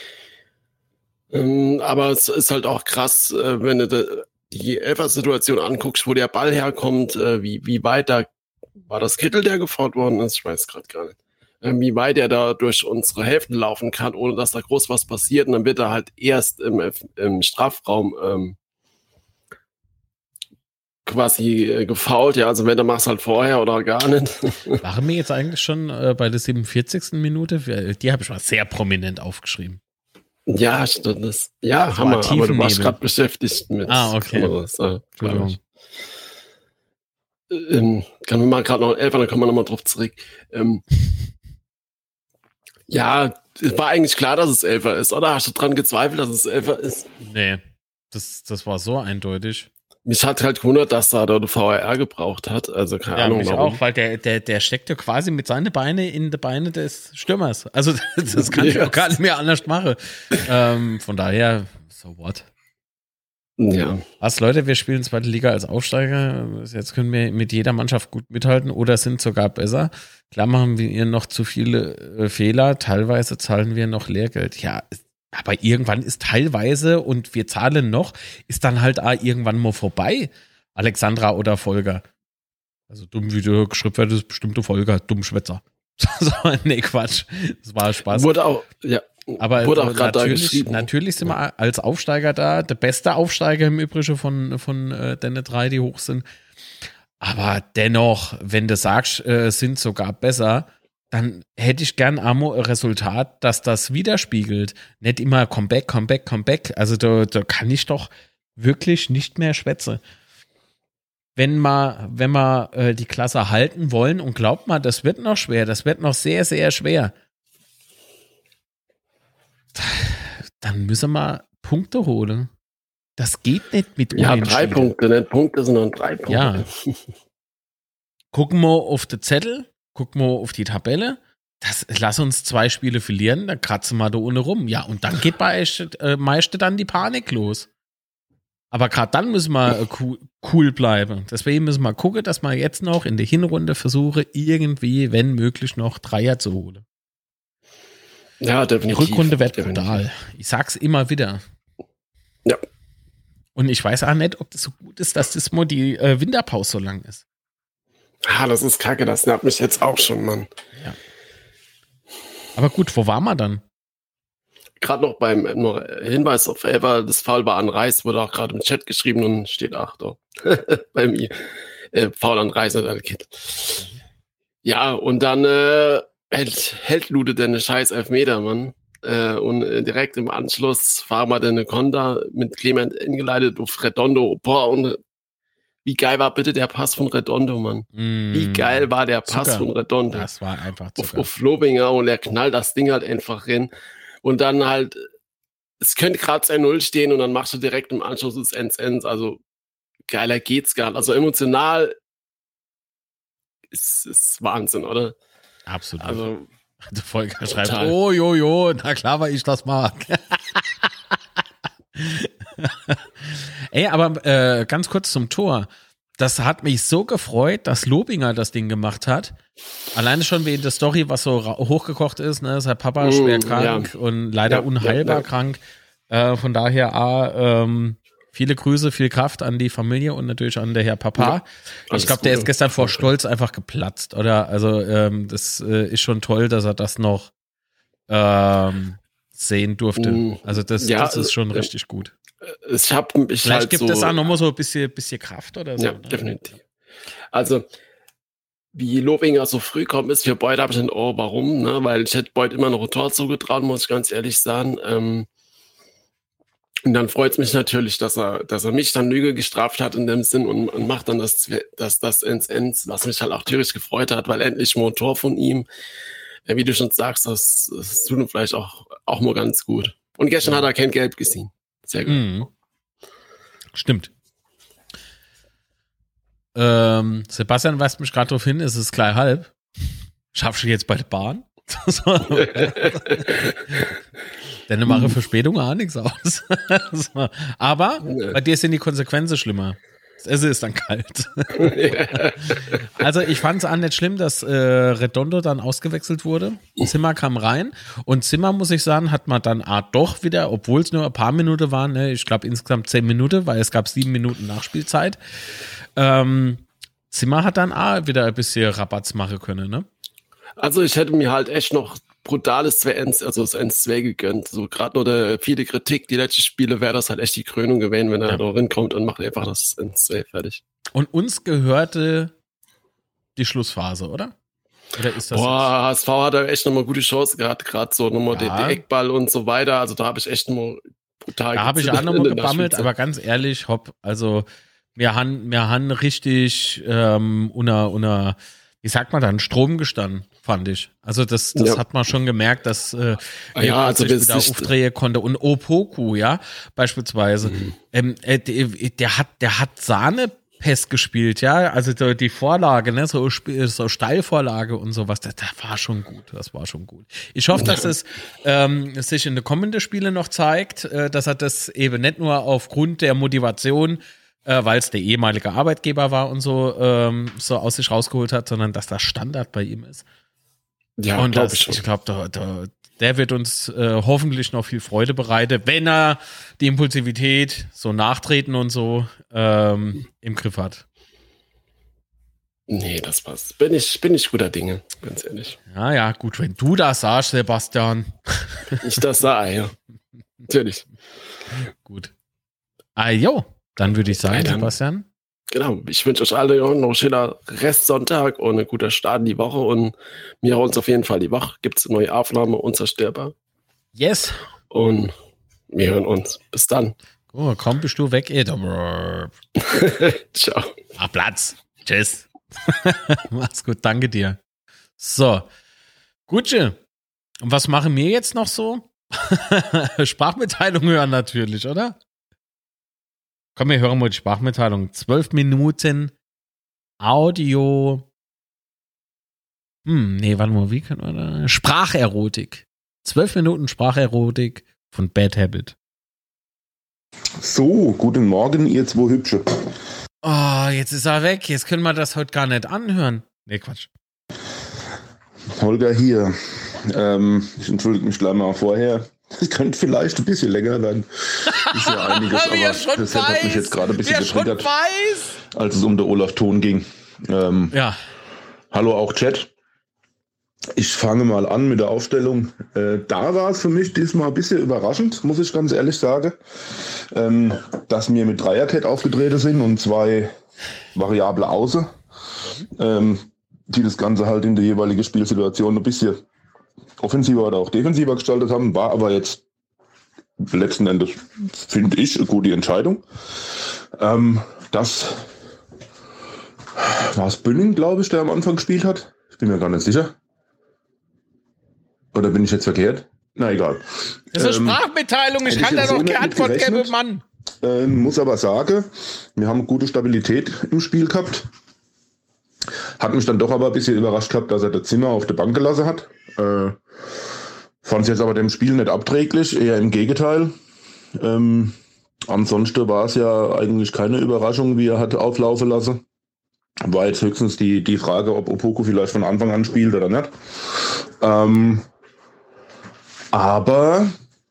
[SPEAKER 3] Ähm, aber es ist halt auch krass, äh, wenn du de, die Elfer-Situation anguckst, wo der Ball herkommt, äh, wie, wie weit da, war das Kittel, der gefoult worden ist? Ich weiß gerade gar nicht. Ähm, wie weit er da durch unsere Hälften laufen kann, ohne dass da groß was passiert. Und dann wird er halt erst im, im Strafraum ähm, quasi äh, gefoult, ja, also wenn du machst halt vorher oder gar nicht.
[SPEAKER 2] Waren wir jetzt eigentlich schon äh, bei der siebenundvierzigsten Minute? Die habe ich mal sehr prominent aufgeschrieben.
[SPEAKER 3] Ja, das, ja,
[SPEAKER 2] das
[SPEAKER 3] Hammer, aber du warst gerade beschäftigt mit
[SPEAKER 2] ah, okay.
[SPEAKER 3] Kameras, äh, Entschuldigung. Ähm, kann man mal gerade noch elf, dann kommen wir nochmal drauf zurück. Ähm, ja, es war eigentlich klar, dass es Elfer ist, oder? Hast du dran gezweifelt, dass es Elfer ist?
[SPEAKER 2] Nee, das, das war so eindeutig.
[SPEAKER 3] Mich hat halt gewundert, dass da der V R R gebraucht hat. Also keine
[SPEAKER 2] ja,
[SPEAKER 3] Ahnung
[SPEAKER 2] mich
[SPEAKER 3] warum.
[SPEAKER 2] auch, weil der, der, der steckte quasi mit seinen Beinen in die Beine des Stürmers. Also das kann ich auch gar nicht mehr anders machen. ähm, von daher, so what?
[SPEAKER 3] Ja.
[SPEAKER 2] Was, Leute, wir spielen zweite Liga als Aufsteiger. Jetzt können wir mit jeder Mannschaft gut mithalten oder sind sogar besser. Klar machen wir noch zu viele äh, Fehler. Teilweise zahlen wir noch Lehrgeld. Ja, aber irgendwann ist teilweise und wir zahlen noch, ist dann halt auch irgendwann mal vorbei. Alexandra oder Volker. Also dumm, wie du geschrieben wird, ist bestimmte Volker. Dummschwätzer. so, nee, Quatsch. Das war Spaß.
[SPEAKER 3] Wurde auch, ja.
[SPEAKER 2] Aber
[SPEAKER 3] Wurde auch gerade da
[SPEAKER 2] natürlich,
[SPEAKER 3] geschrieben.
[SPEAKER 2] natürlich sind wir als Aufsteiger da. Der beste Aufsteiger im Übrigen von, von äh, den drei, die hoch sind. Aber dennoch, wenn du sagst, äh, sind sogar besser, dann hätte ich gern Amo ein Resultat, dass das widerspiegelt. Nicht immer Comeback, Comeback, Comeback. Also da, da kann ich doch wirklich nicht mehr schwätzen. Wenn wir, wenn wir äh, die Klasse halten wollen und glaubt mal, das wird noch schwer, das wird noch sehr, sehr schwer, dann müssen wir Punkte holen. Das geht nicht mit
[SPEAKER 3] Ja, drei Punkte, nicht Punkte, sondern drei Punkte.
[SPEAKER 2] Ja. Gucken wir auf den Zettel, gucken wir auf die Tabelle. Das, lass uns zwei Spiele verlieren, dann kratzen wir da ohne rum. Ja, und dann geht bei euch äh, meiste dann die Panik los. Aber gerade dann müssen wir äh, cool, cool bleiben. Deswegen müssen wir gucken, dass wir jetzt noch in der Hinrunde versuchen, irgendwie, wenn möglich, noch Dreier zu holen.
[SPEAKER 3] Ja, definitiv.
[SPEAKER 2] Die Rückrunde wird brutal. Ich sag's immer wieder.
[SPEAKER 3] Ja.
[SPEAKER 2] Und ich weiß auch nicht, ob das so gut ist, dass das mal die äh, Winterpause so lang ist.
[SPEAKER 3] Ah, das ist kacke, das nervt mich jetzt auch schon, Mann.
[SPEAKER 2] Ja. Aber gut, wo waren wir dann?
[SPEAKER 3] Gerade noch beim noch Hinweis auf Elfer, das Foul war an Reis, wurde auch gerade im Chat geschrieben und steht acht bei mir. Äh, Foul an Reis, nicht an Kind. Ja, und dann äh, hält, hält Lude den scheiß Elfmeter, Mann. Äh, und äh, direkt im Anschluss fahren wir den Konter mit Clement eingeleitet auf Redondo. Boah, und wie geil war bitte der Pass von Redondo, Mann? Mm, wie geil war der Pass
[SPEAKER 2] Zucker.
[SPEAKER 3] von Redondo?
[SPEAKER 2] Das war einfach
[SPEAKER 3] Zucker. Auf, auf Lobinger und er knallt das Ding halt einfach rein. Und dann halt, es könnte gerade zwei null stehen und dann machst du direkt im Anschluss das eins eins. Also geiler geht's gar nicht. Also emotional ist, ist Wahnsinn, oder?
[SPEAKER 2] Absolut.
[SPEAKER 3] Also
[SPEAKER 2] der Volker schreibt, oh, jo, jo, na klar, weil ich das mag. Ey, aber äh, ganz kurz zum Tor. Das hat mich so gefreut, dass Lobinger das Ding gemacht hat. Alleine schon wegen der Story, was so hochgekocht ist, ne? Sein Papa schwer krank ja. und leider ja, unheilbar ja, ja. krank. Äh, von daher, ah, ähm, viele Grüße, viel Kraft an die Familie und natürlich an der Herr Papa. Ja, ich glaube, der ist gestern vor Stolz einfach geplatzt, oder? Also ähm, das äh, ist schon toll, dass er das noch ähm, sehen durfte. Also das, ja, das ist schon ja. richtig gut.
[SPEAKER 3] Ich hab, ich
[SPEAKER 2] Vielleicht
[SPEAKER 3] halt
[SPEAKER 2] gibt
[SPEAKER 3] so,
[SPEAKER 2] es auch nochmal so ein bisschen, bisschen Kraft oder so.
[SPEAKER 3] Ja,
[SPEAKER 2] ne?
[SPEAKER 3] definitiv. Also wie Lobinger so früh kommt, ist für Beuth habe ich ein Oh, warum? Ne? Weil ich hätte Beuth immer noch ein Tor zugetraut, muss ich ganz ehrlich sagen. Ähm, Und dann freut es mich natürlich, dass er, dass er mich dann Lüge gestraft hat in dem Sinn und, und macht dann das, das, das ins Ends, was mich halt auch tierisch gefreut hat, weil endlich mal ein Tor von ihm, ja, wie du schon sagst, das, das tut ihm vielleicht auch, auch mal ganz gut. Und gestern ja. hat er kein Gelb gesehen. Sehr gut. Mhm.
[SPEAKER 2] Stimmt. Ähm, Sebastian weist mich gerade darauf hin, es ist gleich halb. Schaffst du jetzt bei der Bahn? Denn eine mache Verspätung auch nichts aus. Aber bei dir sind die Konsequenzen schlimmer. Das Essen ist dann kalt. Also ich fand es auch nicht schlimm, dass äh, Redondo dann ausgewechselt wurde. Zimmer kam rein und Zimmer, muss ich sagen, hat man dann ah, doch wieder, obwohl es nur ein paar Minuten waren, ne, ich glaube insgesamt zehn Minuten, weil es gab sieben Minuten Nachspielzeit. Ähm, Zimmer hat dann ah, wieder ein bisschen Rabatz machen können, ne?
[SPEAKER 3] Also ich hätte mir halt echt noch brutales zwei eins, also das eins zwei gegönnt. So gerade nur der viele Kritik, die letzten Spiele wäre das halt echt die Krönung gewesen, wenn er ja. da reinkommt und macht einfach das eins zwei fertig.
[SPEAKER 2] Und uns gehörte die Schlussphase, oder? Oder ist das
[SPEAKER 3] Boah, H S V hat da echt nochmal gute Chance gehabt, gerade so nochmal ja. den Eckball und so weiter. Also da habe ich echt nochmal brutal
[SPEAKER 2] Da habe ich auch nochmal gebammelt, aber ganz ehrlich, hopp, also wir haben, wir haben richtig ähm, unter, unter, wie sagt man dann, Strom gestanden, fand ich. Also das, das ja. hat man schon gemerkt, dass äh,
[SPEAKER 3] ja, also
[SPEAKER 2] sich wieder aufdrehen konnte. Und Opoku, ja, beispielsweise, mhm. ähm, äh, der, der hat, der hat Sahne-Pest gespielt, ja, also die Vorlage, ne, so, so Steilvorlage und sowas, das, das war schon gut, das war schon gut. Ich hoffe, dass es ähm, sich in den kommenden Spielen noch zeigt, äh, dass er das eben nicht nur aufgrund der Motivation, äh, weil es der ehemalige Arbeitgeber war und so, ähm, so aus sich rausgeholt hat, sondern dass das Standard bei ihm ist.
[SPEAKER 3] Ja,
[SPEAKER 2] und
[SPEAKER 3] glaub
[SPEAKER 2] das,
[SPEAKER 3] ich schon.
[SPEAKER 2] Ich glaube, da, da, der wird uns äh, hoffentlich noch viel Freude bereiten, wenn er die Impulsivität, so Nachtreten und so ähm, im Griff hat.
[SPEAKER 3] Nee, das passt. Bin ich, bin ich guter Dinge, ganz ehrlich.
[SPEAKER 2] Ja, ja, gut, wenn du das sagst, Sebastian.
[SPEAKER 3] Ich das sah, ja. Natürlich.
[SPEAKER 2] Gut. Ah, jo, dann würde ich sagen,
[SPEAKER 3] ja,
[SPEAKER 2] Sebastian.
[SPEAKER 3] Genau, ich wünsche euch alle noch einen schönen Restsonntag und einen guten Start in die Woche und wir hören uns auf jeden Fall die Woche. Gibt es eine neue Aufnahme, unzerstörbar.
[SPEAKER 2] Yes.
[SPEAKER 3] Und wir hören uns. Bis dann.
[SPEAKER 2] Oh, komm, bist du weg, ey.
[SPEAKER 3] Ciao.
[SPEAKER 2] Mach Platz. Tschüss. Mach's gut, danke dir. So, Gutsche. Und was machen wir jetzt noch so? Sprachmitteilung hören natürlich, oder? Komm, wir hören mal die Sprachmitteilung. Zwölf Minuten Audio. Hm, nee, warte mal, wie kann man da? Spracherotik. Zwölf Minuten Spracherotik von Bad Habit.
[SPEAKER 4] So, guten Morgen, ihr zwei Hübsche.
[SPEAKER 2] Oh, jetzt ist er weg. Jetzt können wir das heute gar nicht anhören. Nee, Quatsch.
[SPEAKER 4] Holger hier. Ähm, ich entschuldige mich gleich mal vorher. Das könnte vielleicht ein bisschen länger werden. Ist ja einiges, aber das hat mich jetzt gerade ein bisschen getriggert, als es um den Olaf Thon ging. Ähm,
[SPEAKER 2] ja.
[SPEAKER 4] Hallo auch Chat. Ich fange mal an mit der Aufstellung. Äh, da war es für mich diesmal ein bisschen überraschend, muss ich ganz ehrlich sagen, ähm, dass wir mit Dreierkette aufgetreten sind und zwei variable Außen, ähm, die das Ganze halt in der jeweiligen Spielsituation ein bisschen offensiver oder auch defensiver gestaltet haben, war aber jetzt letzten Endes, finde ich, eine gute Entscheidung. Ähm, das war es Bünning, glaube ich, der am Anfang gespielt hat? Ich bin mir gar nicht sicher. Oder bin ich jetzt verkehrt? Na egal.
[SPEAKER 2] Das ist eine ähm, Sprachmitteilung, ich kann da doch keine Antwort geben, Mann.
[SPEAKER 4] Äh, muss aber sagen, wir haben gute Stabilität im Spiel gehabt. Hat mich dann doch aber ein bisschen überrascht gehabt, dass er das Zimmer auf der Bank gelassen hat. Äh, fand es jetzt aber dem Spiel nicht abträglich, eher im Gegenteil. Ähm, ansonsten war es ja eigentlich keine Überraschung, wie er hat auflaufen lassen. War jetzt höchstens die, die Frage, ob Opoku vielleicht von Anfang an spielt oder nicht. Ähm, aber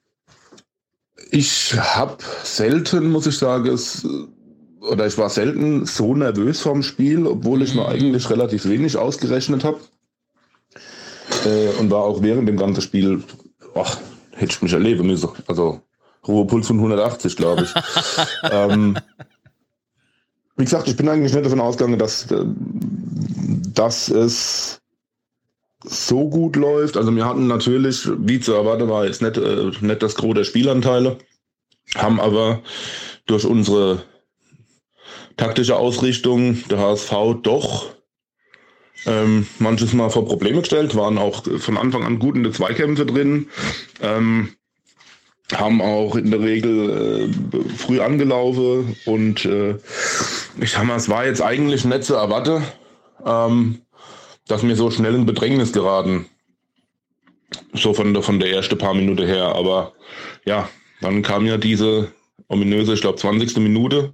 [SPEAKER 4] ich habe selten, muss ich sagen, es, oder ich war selten so nervös vorm Spiel, obwohl ich mir eigentlich relativ wenig ausgerechnet habe. Äh, und war auch während dem ganzen Spiel, ach, hätte ich mich erleben müssen. Also Ruhepuls von hundertachtzig, glaube ich. ähm, wie gesagt, ich bin eigentlich nicht davon ausgegangen, dass, dass es so gut läuft. Also wir hatten natürlich, wie zu erwarten war, jetzt nicht, äh, nicht das Gros der Spielanteile, haben aber durch unsere taktische Ausrichtung der H S V doch ähm, manches Mal vor Probleme gestellt, waren auch von Anfang an gut in den Zweikämpfe drin, ähm, haben auch in der Regel äh, früh angelaufen und äh, ich sag mal, es war jetzt eigentlich nicht zu erwarten, ähm, dass wir so schnell in Bedrängnis geraten. So von der, von der ersten paar Minuten her. Aber ja, dann kam ja diese ominöse, ich glaube, zwanzigste Minute,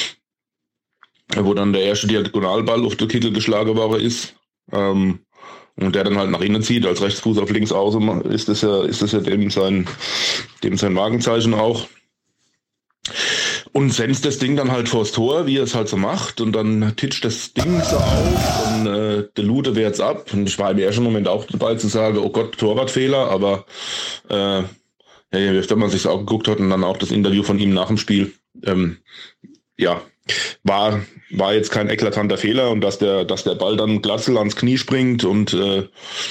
[SPEAKER 4] wo dann der erste Diagonalball auf den Kittel geschlagen worden ist. Ähm, und der dann halt nach innen zieht, als Rechtsfuß auf links außen, ist das ja, ist das ja dem sein, dem sein Markenzeichen auch. Und senzt das Ding dann halt vors Tor, wie er es halt so macht. Und dann titscht das Ding so auf und äh, der Lute wehrt's ab. Und ich war im ersten Moment auch dabei zu sagen, oh Gott, Torwartfehler. Aber äh, ja, je öfter man sich auch geguckt hat und dann auch das Interview von ihm nach dem Spiel, ähm, ja, war war jetzt kein eklatanter Fehler. Und dass der dass der Ball dann Glatzel ans Knie springt und äh,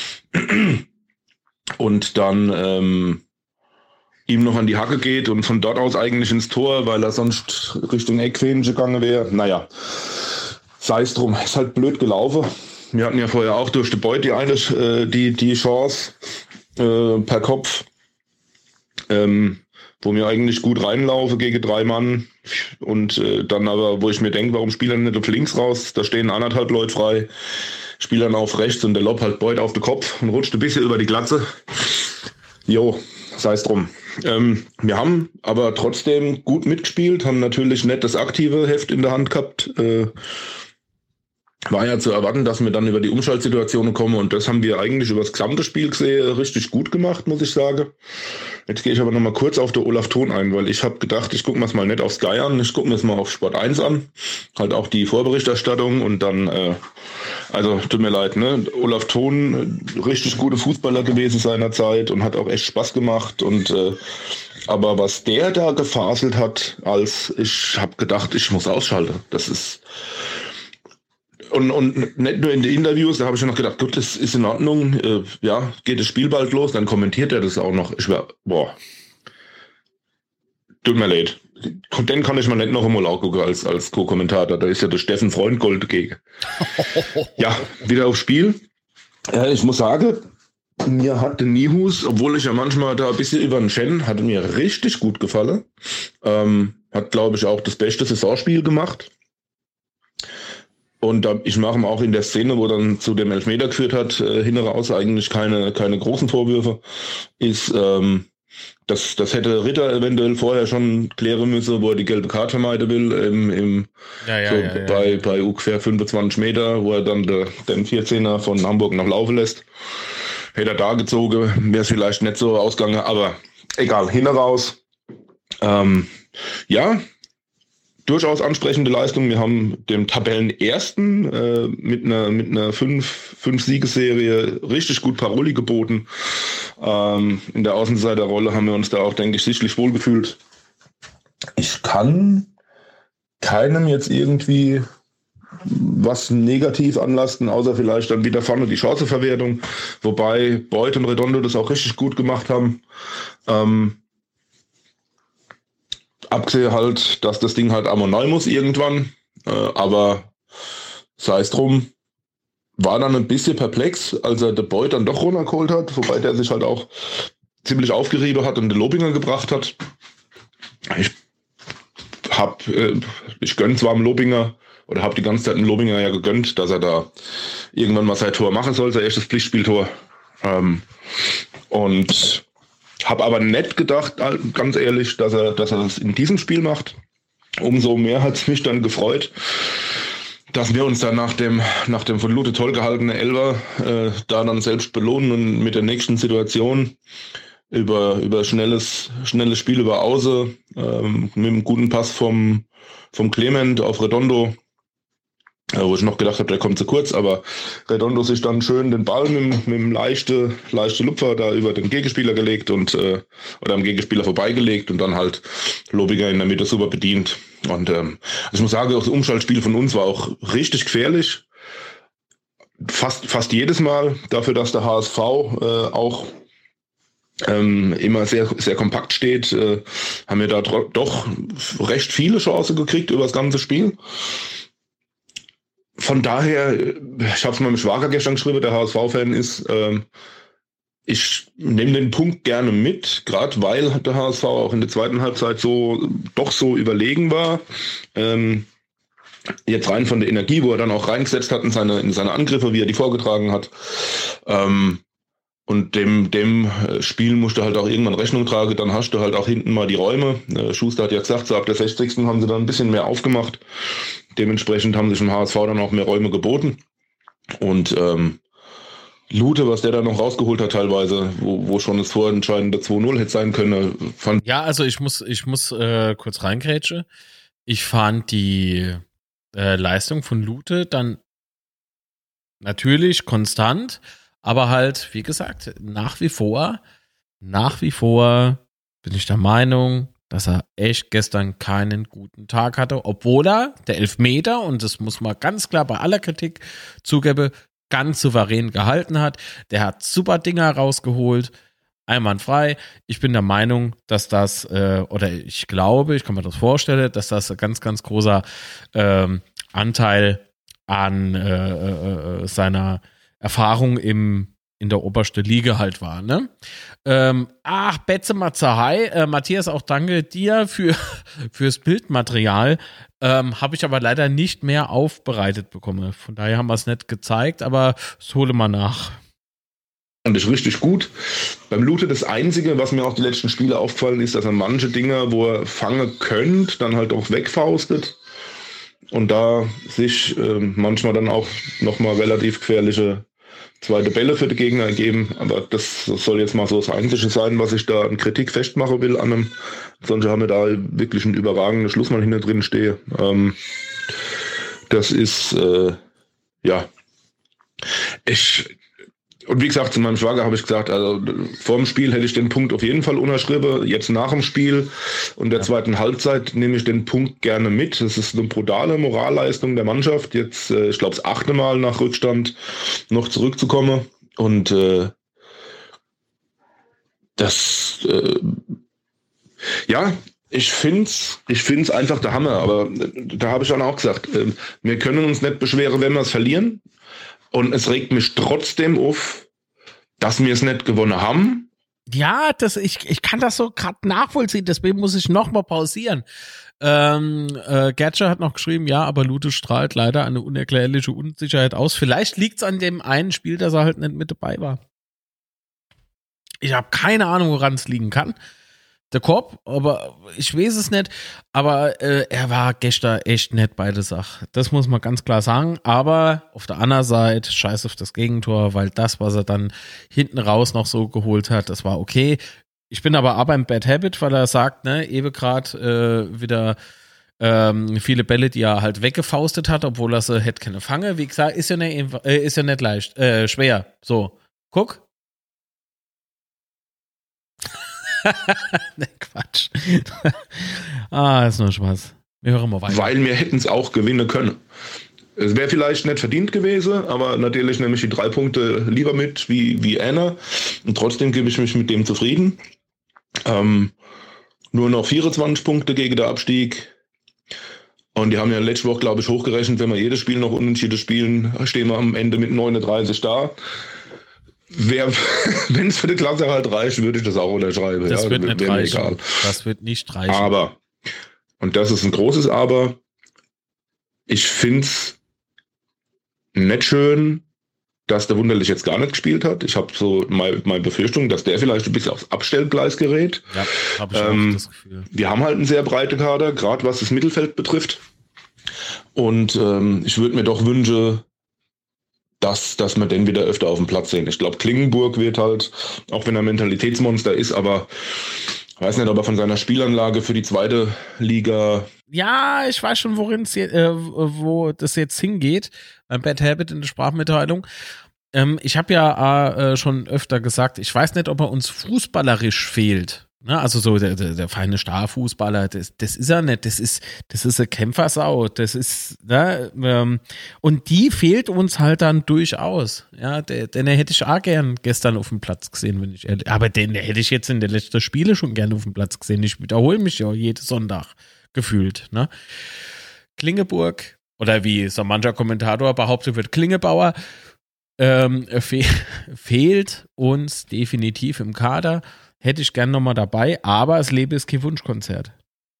[SPEAKER 4] und dann ähm, ihm noch an die Hacke geht und von dort aus eigentlich ins Tor, weil er sonst Richtung Eckfähnchen gegangen wäre. Naja, sei es drum, ist halt blöd gelaufen. Wir hatten ja vorher auch durch die Beut die eine, äh, die, die Chance äh, per Kopf, ähm, wo wir eigentlich gut reinlaufen gegen drei Mann und äh, dann aber, wo ich mir denke, warum spielen nicht auf links raus, da stehen anderthalb Leute frei, spielen dann auf rechts und der Lob halt Beut auf den Kopf und rutscht ein bisschen über die Glatze. Jo, sei es drum. Ähm, wir haben aber trotzdem gut mitgespielt, haben natürlich nicht das aktive Heft in der Hand gehabt. Äh, war ja zu erwarten, dass wir dann über die Umschaltsituationen kommen und das haben wir eigentlich über das gesamte Spiel gesehen richtig gut gemacht, muss ich sagen. Jetzt gehe ich aber nochmal kurz auf den Olaf Thon ein, weil ich habe gedacht, ich gucke mir es mal nicht auf Sky an, ich gucke mir es mal auf Sport eins an, halt auch die Vorberichterstattung und dann, äh, also tut mir leid, ne, Olaf Thon, richtig gute Fußballer gewesen seinerzeit und hat auch echt Spaß gemacht und äh, aber was der da gefaselt hat, als ich habe gedacht, ich muss ausschalten, das ist Und, und nicht nur in den Interviews, da habe ich noch gedacht, gut, das ist in Ordnung, äh, ja, geht das Spiel bald los, dann kommentiert er das auch noch. Ich war, boah, tut mir leid. Den kann ich mal nicht noch einmal gucken als, als Co-Kommentator, da ist ja der Steffen Freundgold dagegen. Ja, wieder aufs Spiel. Ja, ich muss sagen, mir hat der Nihus, obwohl ich ja manchmal da ein bisschen über den Schen, hat mir richtig gut gefallen. Ähm, hat, glaube ich, auch das beste Saisonspiel gemacht. Und ich mache ihm auch in der Szene, wo dann zu dem Elfmeter geführt hat, äh, hinten raus eigentlich keine, keine großen Vorwürfe, ist, ähm, das, das hätte Ritter eventuell vorher schon klären müssen, wo er die gelbe Karte vermeiden will, im, im,
[SPEAKER 2] ja, ja,
[SPEAKER 4] so
[SPEAKER 2] ja, ja,
[SPEAKER 4] bei,
[SPEAKER 2] ja.
[SPEAKER 4] bei ungefähr fünfundzwanzig Meter, wo er dann de, den vierzehner von Hamburg noch laufen lässt. Hätte er da gezogen, wäre es vielleicht nicht so ausgegangen, aber egal, hinten raus. Ähm, ja, durchaus ansprechende Leistung. Wir haben dem Tabellenersten äh, mit einer mit einer fünf fünf Siegesserie richtig gut Paroli geboten. Ähm, in der Außenseiterrolle haben wir uns da auch, denke ich, sichtlich wohlgefühlt. Ich kann keinem jetzt irgendwie was negativ anlasten, außer vielleicht dann wieder vorne die Chanceverwertung, wobei Beut und Redondo das auch richtig gut gemacht haben. Ähm, Abgesehen halt, dass das Ding halt ammonal muss irgendwann, äh, aber sei es drum, war dann ein bisschen perplex, als er den Beuth dann doch runtergeholt hat, wobei der sich halt auch ziemlich aufgerieben hat und den Lobinger gebracht hat. Ich hab, äh, ich gönn zwar am Lobinger, oder habe die ganze Zeit dem Lobinger ja gegönnt, dass er da irgendwann mal sein Tor machen soll, sein erstes Pflichtspieltor. Ähm, und habe aber nicht gedacht, ganz ehrlich, dass er, dass er das in diesem Spiel macht. Umso mehr hat es mich dann gefreut, dass wir uns dann nach dem, nach dem von Lute toll gehaltenen Elfer äh, da dann selbst belohnen und mit der nächsten Situation über, über schnelles, schnelles Spiel über Auße, ähm, mit einem guten Pass vom, vom Clement auf Redondo, äh, wo ich noch gedacht habe, der kommt zu kurz, aber Redondo sich dann schön den Ball mit, mit einem leichten leichte Lupfer da über den Gegenspieler gelegt und äh, oder am Gegenspieler vorbeigelegt und dann halt Lobinger in der Mitte super bedient. Und ähm, also ich muss sagen, das Umschaltspiel von uns war auch richtig gefährlich. Fast, fast jedes Mal, dafür, dass der H S V äh, auch ähm, immer sehr, sehr kompakt steht, äh, haben wir da doch recht viele Chancen gekriegt über das ganze Spiel. Von daher, ich habe es meinem Schwager gestern geschrieben, der H S V-Fan ist, ähm, ich nehme den Punkt gerne mit, gerade weil der H S V auch in der zweiten Halbzeit so doch so überlegen war. Ähm, jetzt rein von der Energie, wo er dann auch reingesetzt hat in seine, in seine Angriffe, wie er die vorgetragen hat. Ähm, und dem, dem Spiel musst du halt auch irgendwann Rechnung tragen, dann hast du halt auch hinten mal die Räume. Äh, Schuster hat ja gesagt, so ab der sechzigsten haben sie dann ein bisschen mehr aufgemacht. Dementsprechend haben sich im H S V dann auch mehr Räume geboten. Und ähm, Lute, was der da noch rausgeholt hat teilweise, wo, wo schon das vorentscheidende zwei null hätte sein können. Fand
[SPEAKER 2] ja, also ich muss, ich muss äh, kurz reingrätschen. Ich fand die äh, Leistung von Lute dann natürlich konstant, aber halt, wie gesagt, nach wie vor, nach wie vor bin ich der Meinung, dass er echt gestern keinen guten Tag hatte, obwohl er der Elfmeter, und das muss man ganz klar bei aller Kritik zugeben, ganz souverän gehalten hat. Der hat super Dinger rausgeholt, einwandfrei. Ich bin der Meinung, dass das, äh, oder ich glaube, ich kann mir das vorstellen, dass das ein ganz, ganz großer ähm, Anteil an äh, äh, seiner Erfahrung im in der obersten Liga halt war, ne? Ähm, ach, Betze Mazahai, äh, Matthias, auch danke dir für fürs Bildmaterial. Ähm, habe ich aber leider nicht mehr aufbereitet bekommen. Von daher haben wir es nicht gezeigt, aber das hole mal nach.
[SPEAKER 4] Fand ich richtig gut. Beim Lute das Einzige, was mir auch die letzten Spiele aufgefallen ist, dass er manche Dinge, wo er fangen könnte, dann halt auch wegfaustet. Und da sich äh, manchmal dann auch nochmal relativ gefährliche zweite Bälle für die Gegner ergeben, aber das soll jetzt mal so das Einzige sein, was ich da an Kritik festmachen will an einem. Sonst haben wir da wirklich einen überragenden Schlussmann hinter drin stehe. Ähm, das ist, äh, ja, ich, und wie gesagt, zu meinem Schwager habe ich gesagt, also vor dem Spiel hätte ich den Punkt auf jeden Fall unterschrieben. Jetzt nach dem Spiel und der ja. zweiten Halbzeit nehme ich den Punkt gerne mit. Das ist eine brutale Moralleistung der Mannschaft. Jetzt, äh, ich glaube, das achte Mal nach Rückstand noch zurückzukommen. Und äh, das, äh, ja, ich finde es ich find's einfach der Hammer. Aber da habe ich dann auch gesagt, äh, wir können uns nicht beschweren, wenn wir es verlieren. Und es regt mich trotzdem auf, dass wir es nicht gewonnen haben.
[SPEAKER 2] Ja, das, ich, ich kann das so gerade nachvollziehen, deswegen muss ich nochmal pausieren. Ähm, äh, Gertscher hat noch geschrieben, ja, aber Lute strahlt leider eine unerklärliche Unsicherheit aus. Vielleicht liegt es an dem einen Spiel, dass er halt nicht mit dabei war. Ich habe keine Ahnung, woran es liegen kann. Der Korb, aber ich weiß es nicht. Aber äh, er war gestern echt nicht bei der Sache. Das muss man ganz klar sagen. Aber auf der anderen Seite, scheiß auf das Gegentor, weil das, was er dann hinten raus noch so geholt hat, das war okay. Ich bin aber auch beim Bad Habit, weil er sagt, ne, eben gerade äh, wieder ähm, viele Bälle, die er halt weggefaustet hat, obwohl er sie hätte keine Fange. Wie gesagt, ist ja nicht, äh, ist ja nicht leicht, äh, schwer. So, guck. Ne, Quatsch. Ah, ist nur Spaß. Wir hören mal weiter.
[SPEAKER 4] Weil wir hätten es auch gewinnen können. Es wäre vielleicht nicht verdient gewesen, aber natürlich nehme ich die drei Punkte lieber mit wie, wie Anna. Und trotzdem gebe ich mich mit dem zufrieden. Ähm, nur noch vierundzwanzig Punkte gegen den Abstieg. Und die haben ja letzte Woche, glaube ich, hochgerechnet, wenn wir jedes Spiel noch unentschieden spielen, stehen wir am Ende mit neununddreißig da. Wenn es für die Klasse halt reicht, würde ich das auch unterschreiben.
[SPEAKER 2] Das
[SPEAKER 4] ja,
[SPEAKER 2] wird nicht reichen.
[SPEAKER 4] Egal.
[SPEAKER 2] Das wird nicht reichen.
[SPEAKER 4] Aber, und das ist ein großes Aber, ich finde es nicht schön, dass der Wunderlich jetzt gar nicht gespielt hat. Ich habe so meine, meine Befürchtung, dass der vielleicht ein bisschen aufs Abstellgleis gerät.
[SPEAKER 2] Ja, habe ich
[SPEAKER 4] ähm,
[SPEAKER 2] auch das Gefühl.
[SPEAKER 4] Wir haben halt einen sehr breiten Kader, gerade was das Mittelfeld betrifft. Und ähm, ich würde mir doch wünschen, dass, dass wir den wieder öfter auf dem Platz sehen. Ich glaube, Klingenburg wird halt, auch wenn er Mentalitätsmonster ist, aber ich weiß nicht, ob er von seiner Spielanlage für die zweite Liga...
[SPEAKER 2] Ja, ich weiß schon, worin es äh, wo das jetzt hingeht. Beim Bad Habit in der Sprachmitteilung. Ähm, ich habe ja äh, schon öfter gesagt, ich weiß nicht, ob er uns fußballerisch fehlt. Ne? Also so der, der, der feine Starfußballer, das, das ist er nicht. Das ist, das ist eine Kämpfersau. Das ist, ne? ähm, und die fehlt uns halt dann durchaus. Ja, der, den hätte ich auch gern gestern auf dem Platz gesehen, wenn ich ehrlich. Aber den hätte ich jetzt in den letzten Spielen schon gerne auf dem Platz gesehen. Ich wiederhole mich ja jeden Sonntag. Gefühlt, ne? Klingeburg, oder wie so mancher Kommentator behauptet wird, Klingebauer, ähm, fe- fehlt uns definitiv im Kader. Hätte ich gern nochmal dabei, aber das Leben ist kein Wunschkonzert.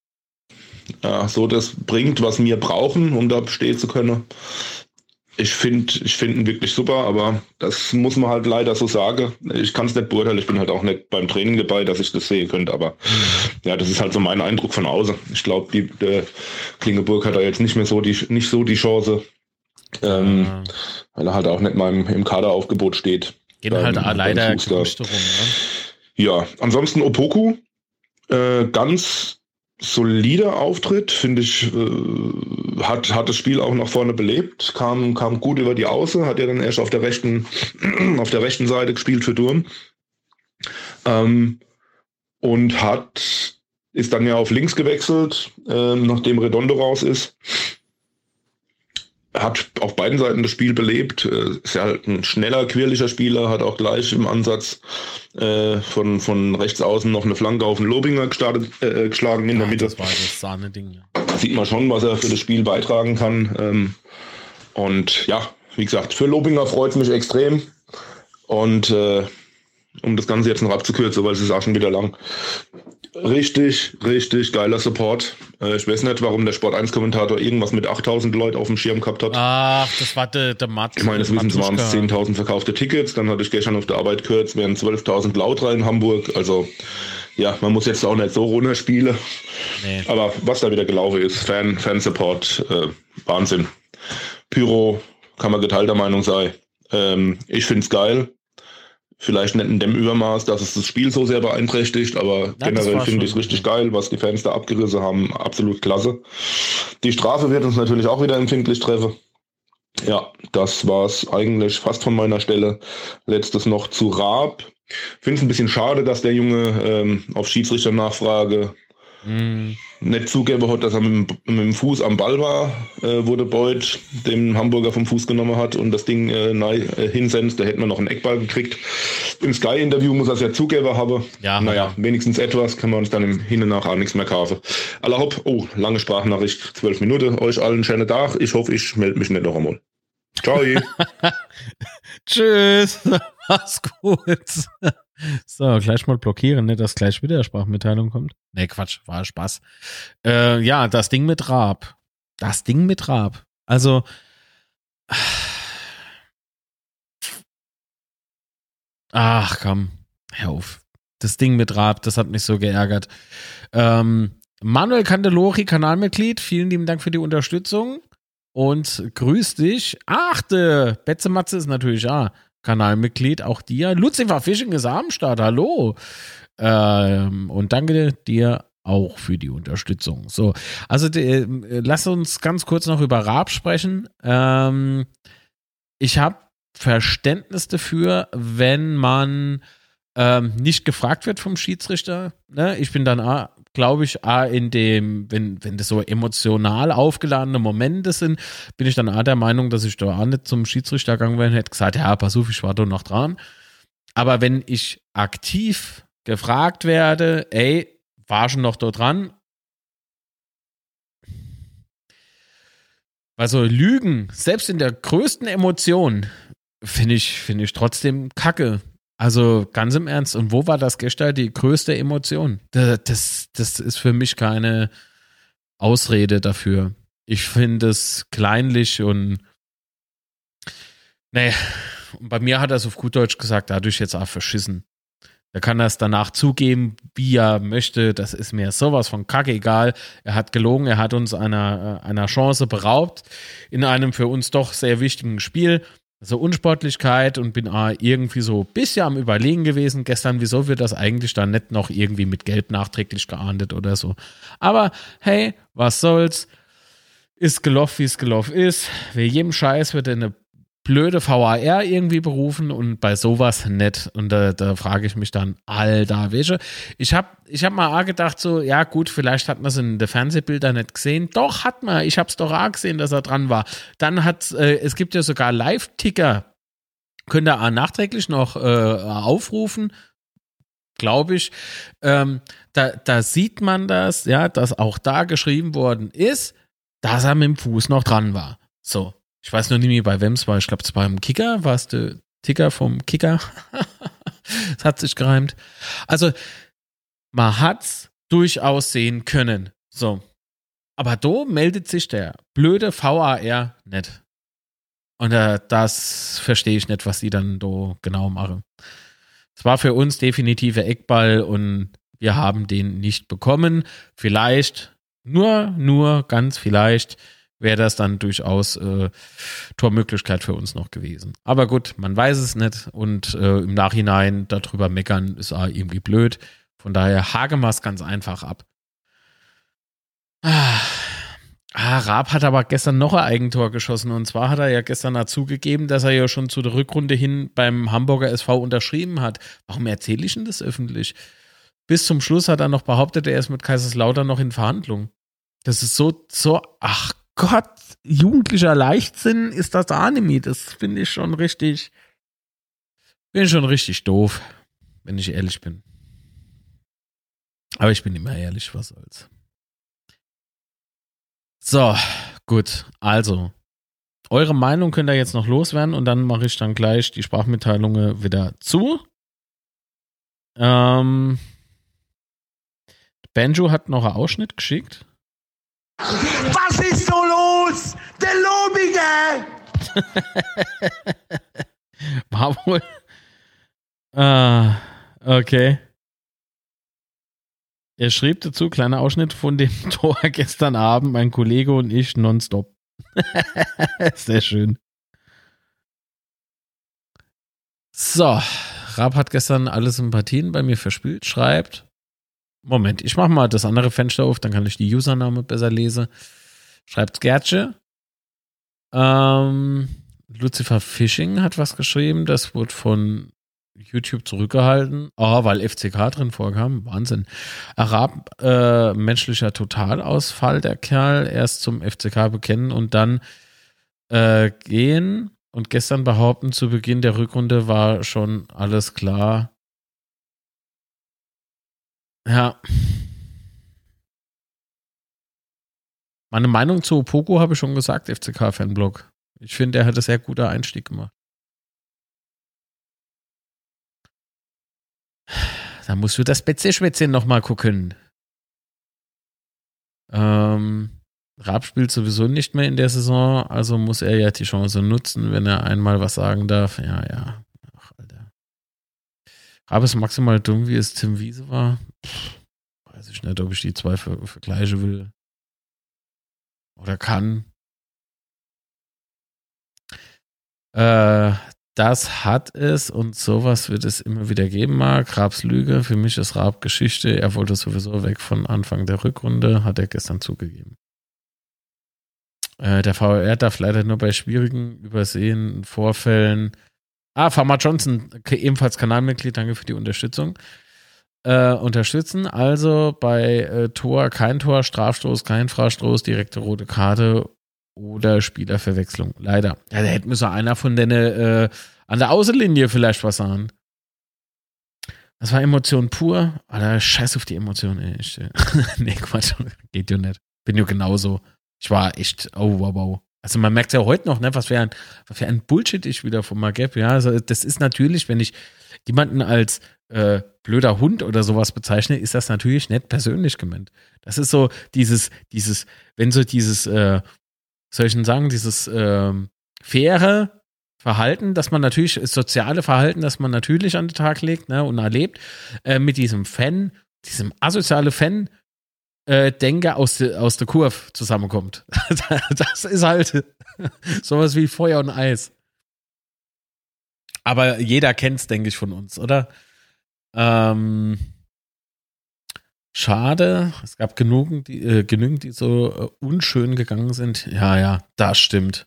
[SPEAKER 4] Ja, so das bringt, was wir brauchen, um da bestehen zu können. Ich finde ich find ihn wirklich super, aber das muss man halt leider so sagen. Ich kann es nicht beurteilen, ich bin halt auch nicht beim Training dabei, dass ich das sehen könnte, aber ja, das ist halt so mein Eindruck von außen. Ich glaube, die der Klingeburg hat da jetzt nicht mehr so die, nicht so die Chance, ähm, ja. weil er halt auch nicht mal im, im Kaderaufgebot steht.
[SPEAKER 2] Gehen halt
[SPEAKER 4] beim,
[SPEAKER 2] leider
[SPEAKER 4] beim
[SPEAKER 2] Gerüchte rum, ne?
[SPEAKER 4] Ja, ansonsten Opoku, äh, ganz solider Auftritt, finde ich, äh, hat, hat das Spiel auch nach vorne belebt, kam, kam gut über die Außen, hat ja dann erst auf der rechten, auf der rechten Seite gespielt für Durm. Ähm, und hat, ist dann ja auf links gewechselt, äh, nachdem Redondo raus ist. Hat auf beiden Seiten das Spiel belebt, äh, ist ja halt ein schneller, quirliger Spieler, hat auch gleich im Ansatz äh, von, von rechts außen noch eine Flanke auf den Lobinger gestartet, äh, geschlagen in ja, der Mitte.
[SPEAKER 2] Das war das Sahne-Ding. Ja.
[SPEAKER 4] Da sieht man schon, was er für das Spiel beitragen kann. Ähm, und ja, wie gesagt, für Lobinger freut es mich extrem. Und äh, um das Ganze jetzt noch abzukürzen, weil es ist auch schon wieder lang. Richtig, richtig geiler Support. Äh, ich weiß nicht, warum der Sport eins Kommentator irgendwas mit achttausend Leuten auf dem Schirm gehabt hat.
[SPEAKER 2] Ach, das war der, der Matt.
[SPEAKER 4] Ich meine, es waren zehntausend verkaufte Tickets. Dann hatte ich gestern auf der Arbeit gehört, es wären zwölftausend laut rein in Hamburg. Also, ja, man muss jetzt auch nicht so runterspielen. Nee. Aber was da wieder gelaufen ist, Fan, Fan-Support, äh, Wahnsinn. Pyro, kann man geteilter Meinung sein. Ähm, ich find's geil. Vielleicht nicht in dem Übermaß, dass es das Spiel so sehr beeinträchtigt, aber ja, generell finde ich es richtig geil, was die Fans da abgerissen haben. Absolut klasse. Die Strafe wird uns natürlich auch wieder empfindlich treffen. Ja, das war's eigentlich fast von meiner Stelle. Letztes noch zu Raab. Finde es ein bisschen schade, dass der Junge ähm, auf Schiedsrichter-Nachfrage mm. nicht zugeben hat, dass er mit dem, mit dem Fuß am Ball war, äh, wo der Beuth den Hamburger vom Fuß genommen hat und das Ding äh, nein, äh, hinsetzt. Da hätte man noch einen Eckball gekriegt. Im Sky-Interview muss er es ja zugeben haben. Ja, naja, ja. Wenigstens etwas, kann man uns dann im Hin und Nach auch nichts mehr kaufen. Allerhopp, oh, lange Sprachnachricht, zwölf Minuten. Euch allen schönen Tag. Ich hoffe, ich melde mich nicht noch einmal. Ciao.
[SPEAKER 2] Tschüss. Mach's gut. So, gleich mal blockieren, ne, dass gleich wieder Sprachmitteilung kommt. Ne, Quatsch, war Spaß. Äh, ja, das Ding mit Raab. Das Ding mit Raab. Also, ach komm, hör auf. Das Ding mit Raab, das hat mich so geärgert. Ähm, Manuel Candelori, Kanalmitglied, vielen lieben Dank für die Unterstützung und grüß dich. Achte, Betze Matze ist natürlich ah, Kanalmitglied, auch dir. Lucifer Fishing ist am Start, hallo. Ähm, und danke dir auch für die Unterstützung. So, also die, lass uns ganz kurz noch über Raab sprechen. Ähm, ich habe Verständnis dafür, wenn man ähm, nicht gefragt wird vom Schiedsrichter. Ne? Ich bin dann, glaube ich, in dem, wenn, wenn das so emotional aufgeladene Momente sind, bin ich dann auch der Meinung, dass ich da auch nicht zum Schiedsrichter gegangen wäre und hätte gesagt, ja, pass auf, ich war doch noch dran. Aber wenn ich aktiv gefragt werde, ey, war schon noch da dran, Also Lügen, selbst in der größten Emotion, finde ich, finde ich trotzdem kacke. Also ganz im Ernst. Und wo war das gestern die größte Emotion? Das, das ist für mich keine Ausrede dafür. Ich finde es kleinlich und nee, und bei mir hat er es auf gut Deutsch gesagt, dadurch jetzt auch verschissen. Er kann das danach zugeben, wie er möchte. Das ist mir sowas von kacke egal. Er hat gelogen, er hat uns einer, einer Chance beraubt in einem für uns doch sehr wichtigen Spiel. Also Unsportlichkeit und bin irgendwie so ein bisschen am Überlegen gewesen gestern, wieso wird das eigentlich dann nicht noch irgendwie mit Gelb nachträglich geahndet oder so. Aber hey, was soll's? Ist gelaufen, wie es gelaufen ist. Bei jedem Scheiß wird eine blöde V A R irgendwie berufen und bei sowas nicht. Und da, da frage ich mich dann, Alter, welche? Ich habe ich hab mal auch gedacht so, ja gut, vielleicht hat man es in den Fernsehbildern nicht gesehen. Doch, hat man. Ich habe es doch auch gesehen, dass er dran war. Dann hat äh, es gibt ja sogar Live-Ticker. Könnt ihr auch nachträglich noch äh, aufrufen. Glaube ich. Ähm, da, da sieht man das, ja, dass auch da geschrieben worden ist, dass er mit dem Fuß noch dran war. So. Ich weiß noch nicht mehr, bei wem es war. Ich glaube, es war beim Kicker. War es der Ticker vom Kicker? Das hat sich gereimt. Also, man hat's durchaus sehen können. So. Aber da meldet sich der blöde V A R nicht. Und äh, das verstehe ich nicht, was die dann da genau machen. Es war für uns definitiv ein Eckball und wir haben den nicht bekommen. Vielleicht, nur, nur, ganz vielleicht wäre das dann durchaus äh, Tormöglichkeit für uns noch gewesen. Aber gut, man weiß es nicht und äh, im Nachhinein darüber meckern ist auch irgendwie blöd. Von daher haken wir es ganz einfach ab. Ah, ah, Raab hat aber gestern noch ein Eigentor geschossen und zwar hat er ja gestern dazu gegeben, dass er ja schon zu der Rückrunde hin beim Hamburger S V unterschrieben hat. Warum erzähle ich denn das öffentlich? Bis zum Schluss hat er noch behauptet, er ist mit Kaiserslautern noch in Verhandlungen. Das ist so, so, ach Gott, jugendlicher Leichtsinn ist das Anime. Das finde ich schon richtig, bin schon richtig doof, wenn ich ehrlich bin. Aber ich bin immer ehrlich, was soll's. So, gut, also, eure Meinung könnt ihr jetzt noch loswerden und dann mache ich dann gleich die Sprachmitteilungen wieder zu. Ähm, Banjo hat noch einen Ausschnitt geschickt.
[SPEAKER 5] Was ist so los? Der Lobige!
[SPEAKER 2] War wohl. Ah, okay. Er schrieb dazu, kleiner Ausschnitt von dem Tor gestern Abend, mein Kollege und ich nonstop. Sehr schön. So, Raab hat gestern alle Sympathien bei mir verspielt, schreibt. Moment, ich mach mal das andere Fenster auf, dann kann ich die Username besser lesen. Schreibt Gertsche. Ähm, Lucifer Fishing hat was geschrieben, das wurde von YouTube zurückgehalten. Oh, weil F C K drin vorkam. Wahnsinn. Arab, äh, menschlicher Totalausfall, der Kerl. Erst zum F C K bekennen und dann äh, gehen. Und gestern behaupten, zu Beginn der Rückrunde war schon alles klar. Ja. Meine Meinung zu Opoko habe ich schon gesagt, F C K-Fanblog. Ich finde, er hat einen sehr guter Einstieg gemacht. Da musst du das Betze-Schwätzchen nochmal gucken. Ähm, Raab spielt sowieso nicht mehr in der Saison, also muss er ja die Chance nutzen, wenn er einmal was sagen darf. Ja, ja. Ach, Alter. Raab ist maximal dumm, wie es Tim Wiese war. Pff, weiß ich nicht, ob ich die zwei ver- vergleichen will. Oder kann. Äh, das hat es und sowas wird es immer wieder geben, Marc. Raabs Lüge, für mich ist Raab Geschichte. Er wollte sowieso weg von Anfang der Rückrunde, hat er gestern zugegeben. Äh, der V R darf leider nur bei schwierigen, übersehenen Vorfällen. Ah, Farmer Johnson, ebenfalls Kanalmitglied, danke für die Unterstützung. Äh, unterstützen. Also bei äh, Tor kein Tor, Strafstoß, kein Freistoß, direkte rote Karte oder Spielerverwechslung. Leider. Ja, da hätte mir so einer von denen äh, an der Außenlinie vielleicht was sagen. Das war Emotion pur. Alter, scheiß auf die Emotion, ey. Ich, äh, nee, Quatsch. Geht ja nicht. Bin ja genauso. Ich war echt, oh, wow, wow. Also man merkt ja heute noch, ne, was für ein, was für ein Bullshit ich wieder von mal gebe. Ja, also das ist natürlich, wenn ich jemanden als äh, blöder Hund oder sowas bezeichne, ist das natürlich nicht persönlich gemeint. Das ist so dieses, dieses, wenn so dieses, äh, soll ich denn sagen, dieses äh, faire Verhalten, dass man natürlich, das soziale Verhalten, das man natürlich an den Tag legt, ne, und erlebt, äh, mit diesem Fan, diesem asoziale Fan, Äh, Denke aus der aus der Kurve zusammenkommt. Das ist halt sowas wie Feuer und Eis. Aber jeder kennt's, denke ich, von uns, oder? Ähm, schade, es gab genügend, die, äh, genügend, die so äh, unschön gegangen sind. Ja, ja, das stimmt.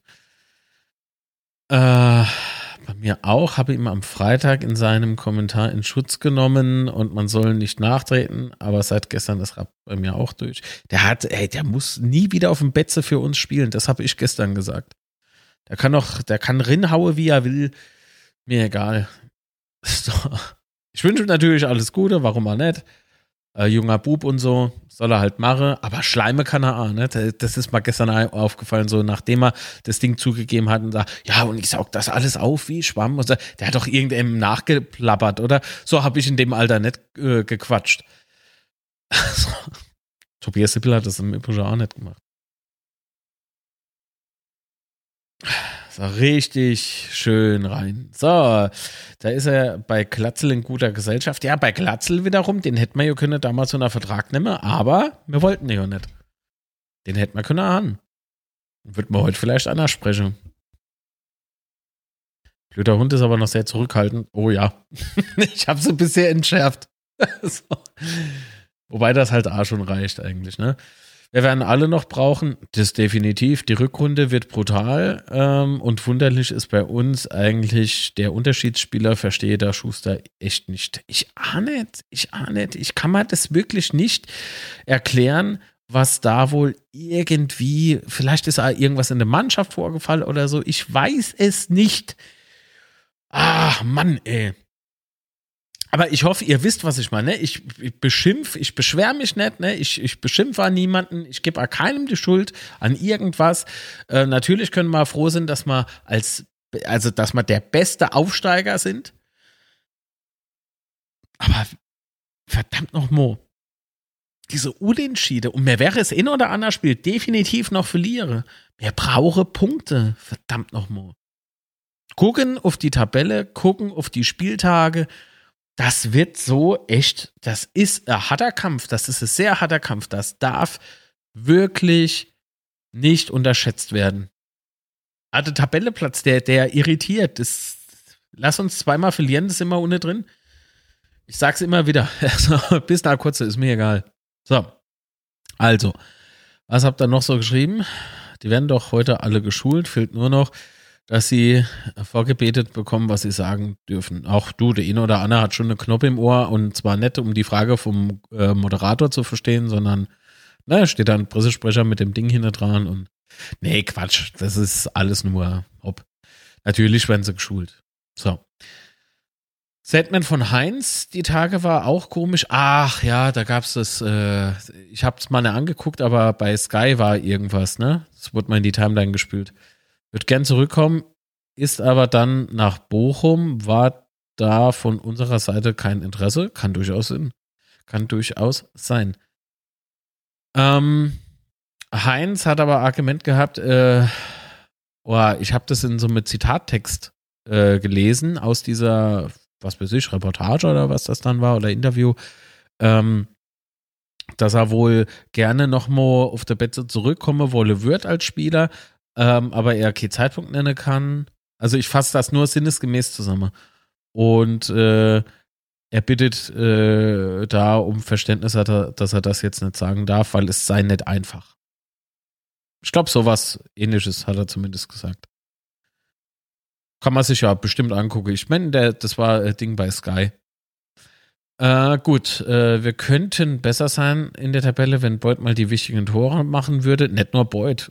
[SPEAKER 2] Äh, bei mir auch, habe ihm am Freitag in seinem Kommentar in Schutz genommen und man soll nicht nachtreten, aber seit gestern ist Rapp bei mir auch durch. Der hat, ey, der muss nie wieder auf dem Betze für uns spielen, das habe ich gestern gesagt. Der kann doch, der kann rinhauen, wie er will, mir egal. So. Ich wünsche ihm natürlich alles Gute, warum auch nicht. Äh, junger Bub und so, soll er halt machen, aber Schleime kann er auch, ne? Das ist mal gestern aufgefallen, so nachdem er das Ding zugegeben hat und sagt, ja, und ich saug das alles auf wie Schwamm. Und so, der hat doch irgendeinem nachgeplappert, oder? So habe ich in dem Alter nicht äh, gequatscht. So. Tobias Sippel hat das im Übrigen auch nicht gemacht. So, richtig schön rein. So, da ist er bei Glatzel in guter Gesellschaft. Ja, bei Glatzel wiederum, den hätten wir ja können damals so einen Vertrag nehmen, aber wir wollten den ja nicht. Den hätten wir können haben. Wird man heute vielleicht anders sprechen. Blöder Hund ist aber noch sehr zurückhaltend. Oh ja, ich habe sie bisher entschärft. So. Wobei das halt auch schon reicht eigentlich, ne? Wir werden alle noch brauchen, das definitiv. Die Rückrunde wird brutal ähm, und wunderlich ist bei uns eigentlich der Unterschiedsspieler, verstehe da Schuster echt nicht. Ich ahne nicht, ich ahne nicht, ich kann mir das wirklich nicht erklären, was da wohl irgendwie, vielleicht ist da irgendwas in der Mannschaft vorgefallen oder so, ich weiß es nicht. Ach Mann, ey. Aber ich hoffe, ihr wisst, was ich meine. Ich, ich beschimpf, ich beschwere mich nicht, ne? Ich, ich beschimpfe an niemanden, ich gebe an keinem die Schuld, an irgendwas. Äh, natürlich können wir froh sein, dass wir als, also dass wir der beste Aufsteiger sind. Aber verdammt noch Mo. Diese Unentschiede, und mir wäre es in oder anders Spiel definitiv noch verliere. Wir brauchen Punkte, verdammt noch Mo. Gucken auf die Tabelle, gucken auf die Spieltage. Das wird so echt, das ist ein harter Kampf, das ist ein sehr harter Kampf, das darf wirklich nicht unterschätzt werden. Also Tabelleplatz, der, der irritiert, das, lass uns zweimal verlieren, das ist immer unten drin. Ich sag's immer wieder, also, bis nach kurze, ist mir egal. So, also, was habt ihr noch so geschrieben? Die werden doch heute alle geschult, fehlt nur noch, dass sie vorgebetet bekommen, was sie sagen dürfen. Auch du, der eine oder andere hat schon eine Knopf im Ohr und zwar nicht, um die Frage vom äh, Moderator zu verstehen, sondern na, steht da ein Pressesprecher mit dem Ding hinter dran und nee, Quatsch, das ist alles nur ob. Natürlich werden sie geschult. So. Statement von Heinz, die Tage war auch komisch. Ach ja, da gab's das, äh, ich hab's mal nicht angeguckt, aber bei Sky war irgendwas, ne? Das wurde mal in die Timeline gespült. Wird gern zurückkommen, ist aber dann nach Bochum, war da von unserer Seite kein Interesse. Kann durchaus sein. Kann durchaus sein. Ähm, Heinz hat aber Argument gehabt, äh, oh, ich habe das in so einem Zitattext äh, gelesen, aus dieser, was weiß ich, Reportage oder was das dann war, oder Interview, ähm, dass er wohl gerne nochmal auf der Betze zurückkommen wolle wird als Spieler, Ähm, aber er keinen Zeitpunkt nennen kann. Also ich fasse das nur sinnesgemäß zusammen. Und äh, er bittet äh, da um Verständnis, dass er das jetzt nicht sagen darf, weil es sei nicht einfach. Ich glaube, sowas Ähnliches hat er zumindest gesagt. Kann man sich ja bestimmt angucken. Ich meine, das war ein Ding bei Sky. Äh, gut, äh, wir könnten besser sein in der Tabelle, wenn Beuth mal die wichtigen Tore machen würde. Nicht nur Beuth.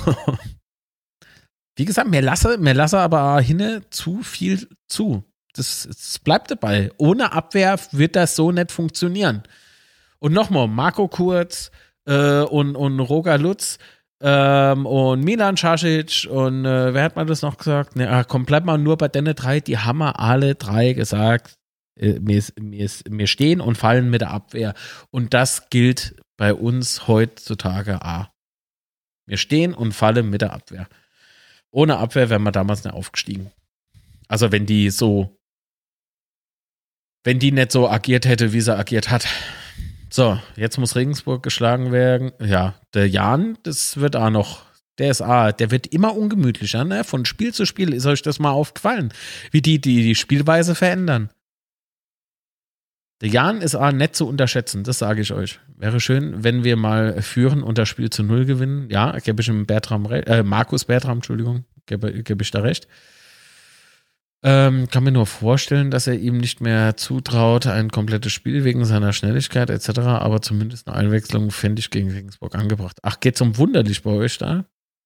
[SPEAKER 2] Wie gesagt, mir lasse, mir lasse aber hinne zu viel zu. Das, das bleibt dabei. Ohne Abwehr wird das so nicht funktionieren. Und nochmal, Marco Kurz äh, und, und Roger Lutz, Ähm, und Milan Čačić und äh, wer hat mal das noch gesagt? Ne, ach, komm, bleib mal nur bei den drei. Die haben wir alle drei gesagt. Äh, wir, wir, wir stehen und fallen mit der Abwehr. Und das gilt bei uns heutzutage auch. Wir stehen und fallen mit der Abwehr. Ohne Abwehr wären wir damals nicht aufgestiegen. Also wenn die so, wenn die nicht so agiert hätte, wie sie agiert hat. So, jetzt muss Regensburg geschlagen werden. Ja, der Jan, das wird auch noch, der ist auch, der wird immer ungemütlicher, ne? Von Spiel zu Spiel ist euch das mal aufgefallen, wie die die, die Spielweise verändern. Der Jan ist auch nicht zu unterschätzen, das sage ich euch. Wäre schön, wenn wir mal führen und das Spiel zu Null gewinnen. Ja, gebe ich dem Bertram, äh, Markus Bertram, Entschuldigung, gebe, gebe ich da recht. Ähm, kann mir nur vorstellen, dass er ihm nicht mehr zutraut, ein komplettes Spiel wegen seiner Schnelligkeit et cetera. Aber zumindest eine Einwechslung fände ich gegen Regensburg angebracht. Ach, geht's um Wunderlich bei euch da?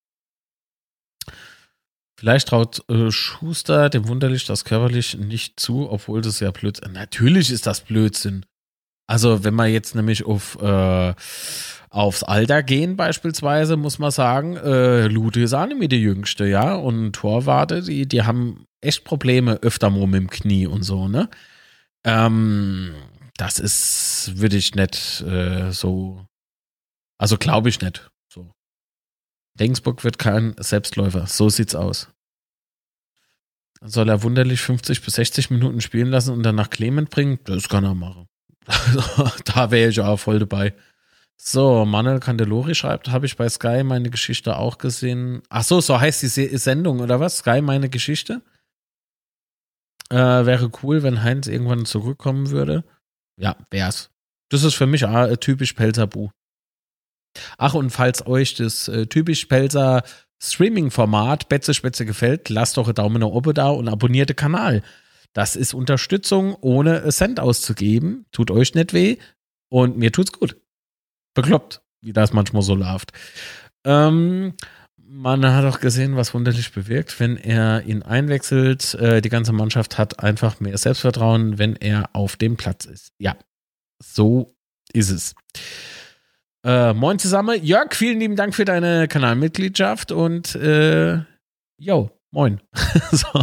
[SPEAKER 2] Vielleicht traut äh, Schuster dem Wunderlich das körperlich nicht zu, obwohl das ja Blödsinn. Natürlich ist das Blödsinn. Also wenn wir jetzt nämlich auf äh, aufs Alter gehen beispielsweise, muss man sagen, äh, Lute ist auch nicht mehr der Jüngste, ja. Und Torwarte, die, die haben echt Probleme öfter mal mit dem Knie und so, ne? Ähm, das ist, würde ich nicht äh, so, also glaube ich nicht so. Regensburg wird kein Selbstläufer, so sieht's aus. Dann soll er Wunderlich fünfzig bis sechzig Minuten spielen lassen und dann nach Clement bringen? Das kann er machen. Da wäre ich auch voll dabei. So, Manuel Candelori schreibt, habe ich bei Sky meine Geschichte auch gesehen. Ach so, so heißt die Se- Sendung, oder was? Sky meine Geschichte? Äh, wäre cool, wenn Heinz irgendwann zurückkommen würde. Ja, wär's. Das ist für mich auch äh, typisch Pelzer-Bu. Ach, und falls euch das äh, typisch Pelzer Streaming-Format Betze Spätze gefällt, lasst doch einen Daumen nach oben da und abonniert den Kanal. Das ist Unterstützung, ohne einen Cent auszugeben. Tut euch nicht weh und mir tut's gut. Bekloppt, wie das manchmal so läuft. Ähm, man hat auch gesehen, was Wunderlich bewirkt, wenn er ihn einwechselt. Äh, die ganze Mannschaft hat einfach mehr Selbstvertrauen, wenn er auf dem Platz ist. Ja, so ist es. Äh, moin zusammen. Jörg, vielen lieben Dank für deine Kanalmitgliedschaft und äh, yo, moin. So.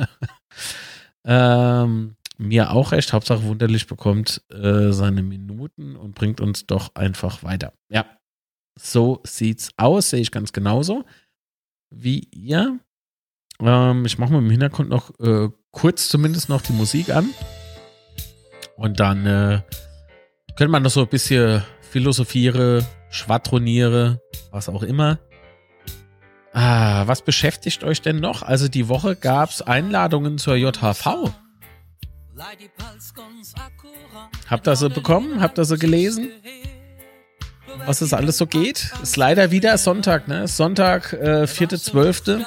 [SPEAKER 2] ähm, mir auch recht. Hauptsache Wunderlich bekommt äh, seine Minuten und bringt uns doch einfach weiter. Ja, so sieht's aus. Sehe ich ganz genauso wie ihr. Ähm, ich mache mal im Hintergrund noch äh, kurz zumindest noch die Musik an. Und dann äh, könnte man noch so ein bisschen philosophiere, schwadroniere, was auch immer. Ah, was beschäftigt euch denn noch? Also die Woche gab es Einladungen zur J H V. Habt ihr sie bekommen? Habt ihr sie gelesen? Was es alles so geht? Ist leider wieder Sonntag, ne? Sonntag, äh, vierter zwölfter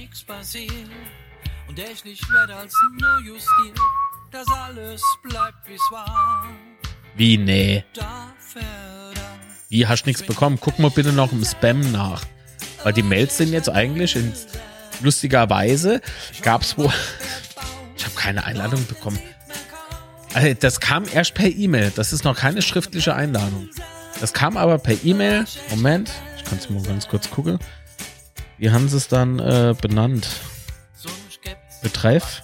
[SPEAKER 2] Wie, nee? Wie, hast du nichts bekommen? Guck mal bitte noch im Spam nach. Weil die Mails sind jetzt eigentlich in lustigerweise gab's wohl. Ich habe keine Einladung bekommen. Also das kam erst per E-Mail. Das ist noch keine schriftliche Einladung. Das kam aber per E-Mail. Moment, ich kann es mal ganz kurz gucken. Wie haben sie es dann äh, benannt? Betreff.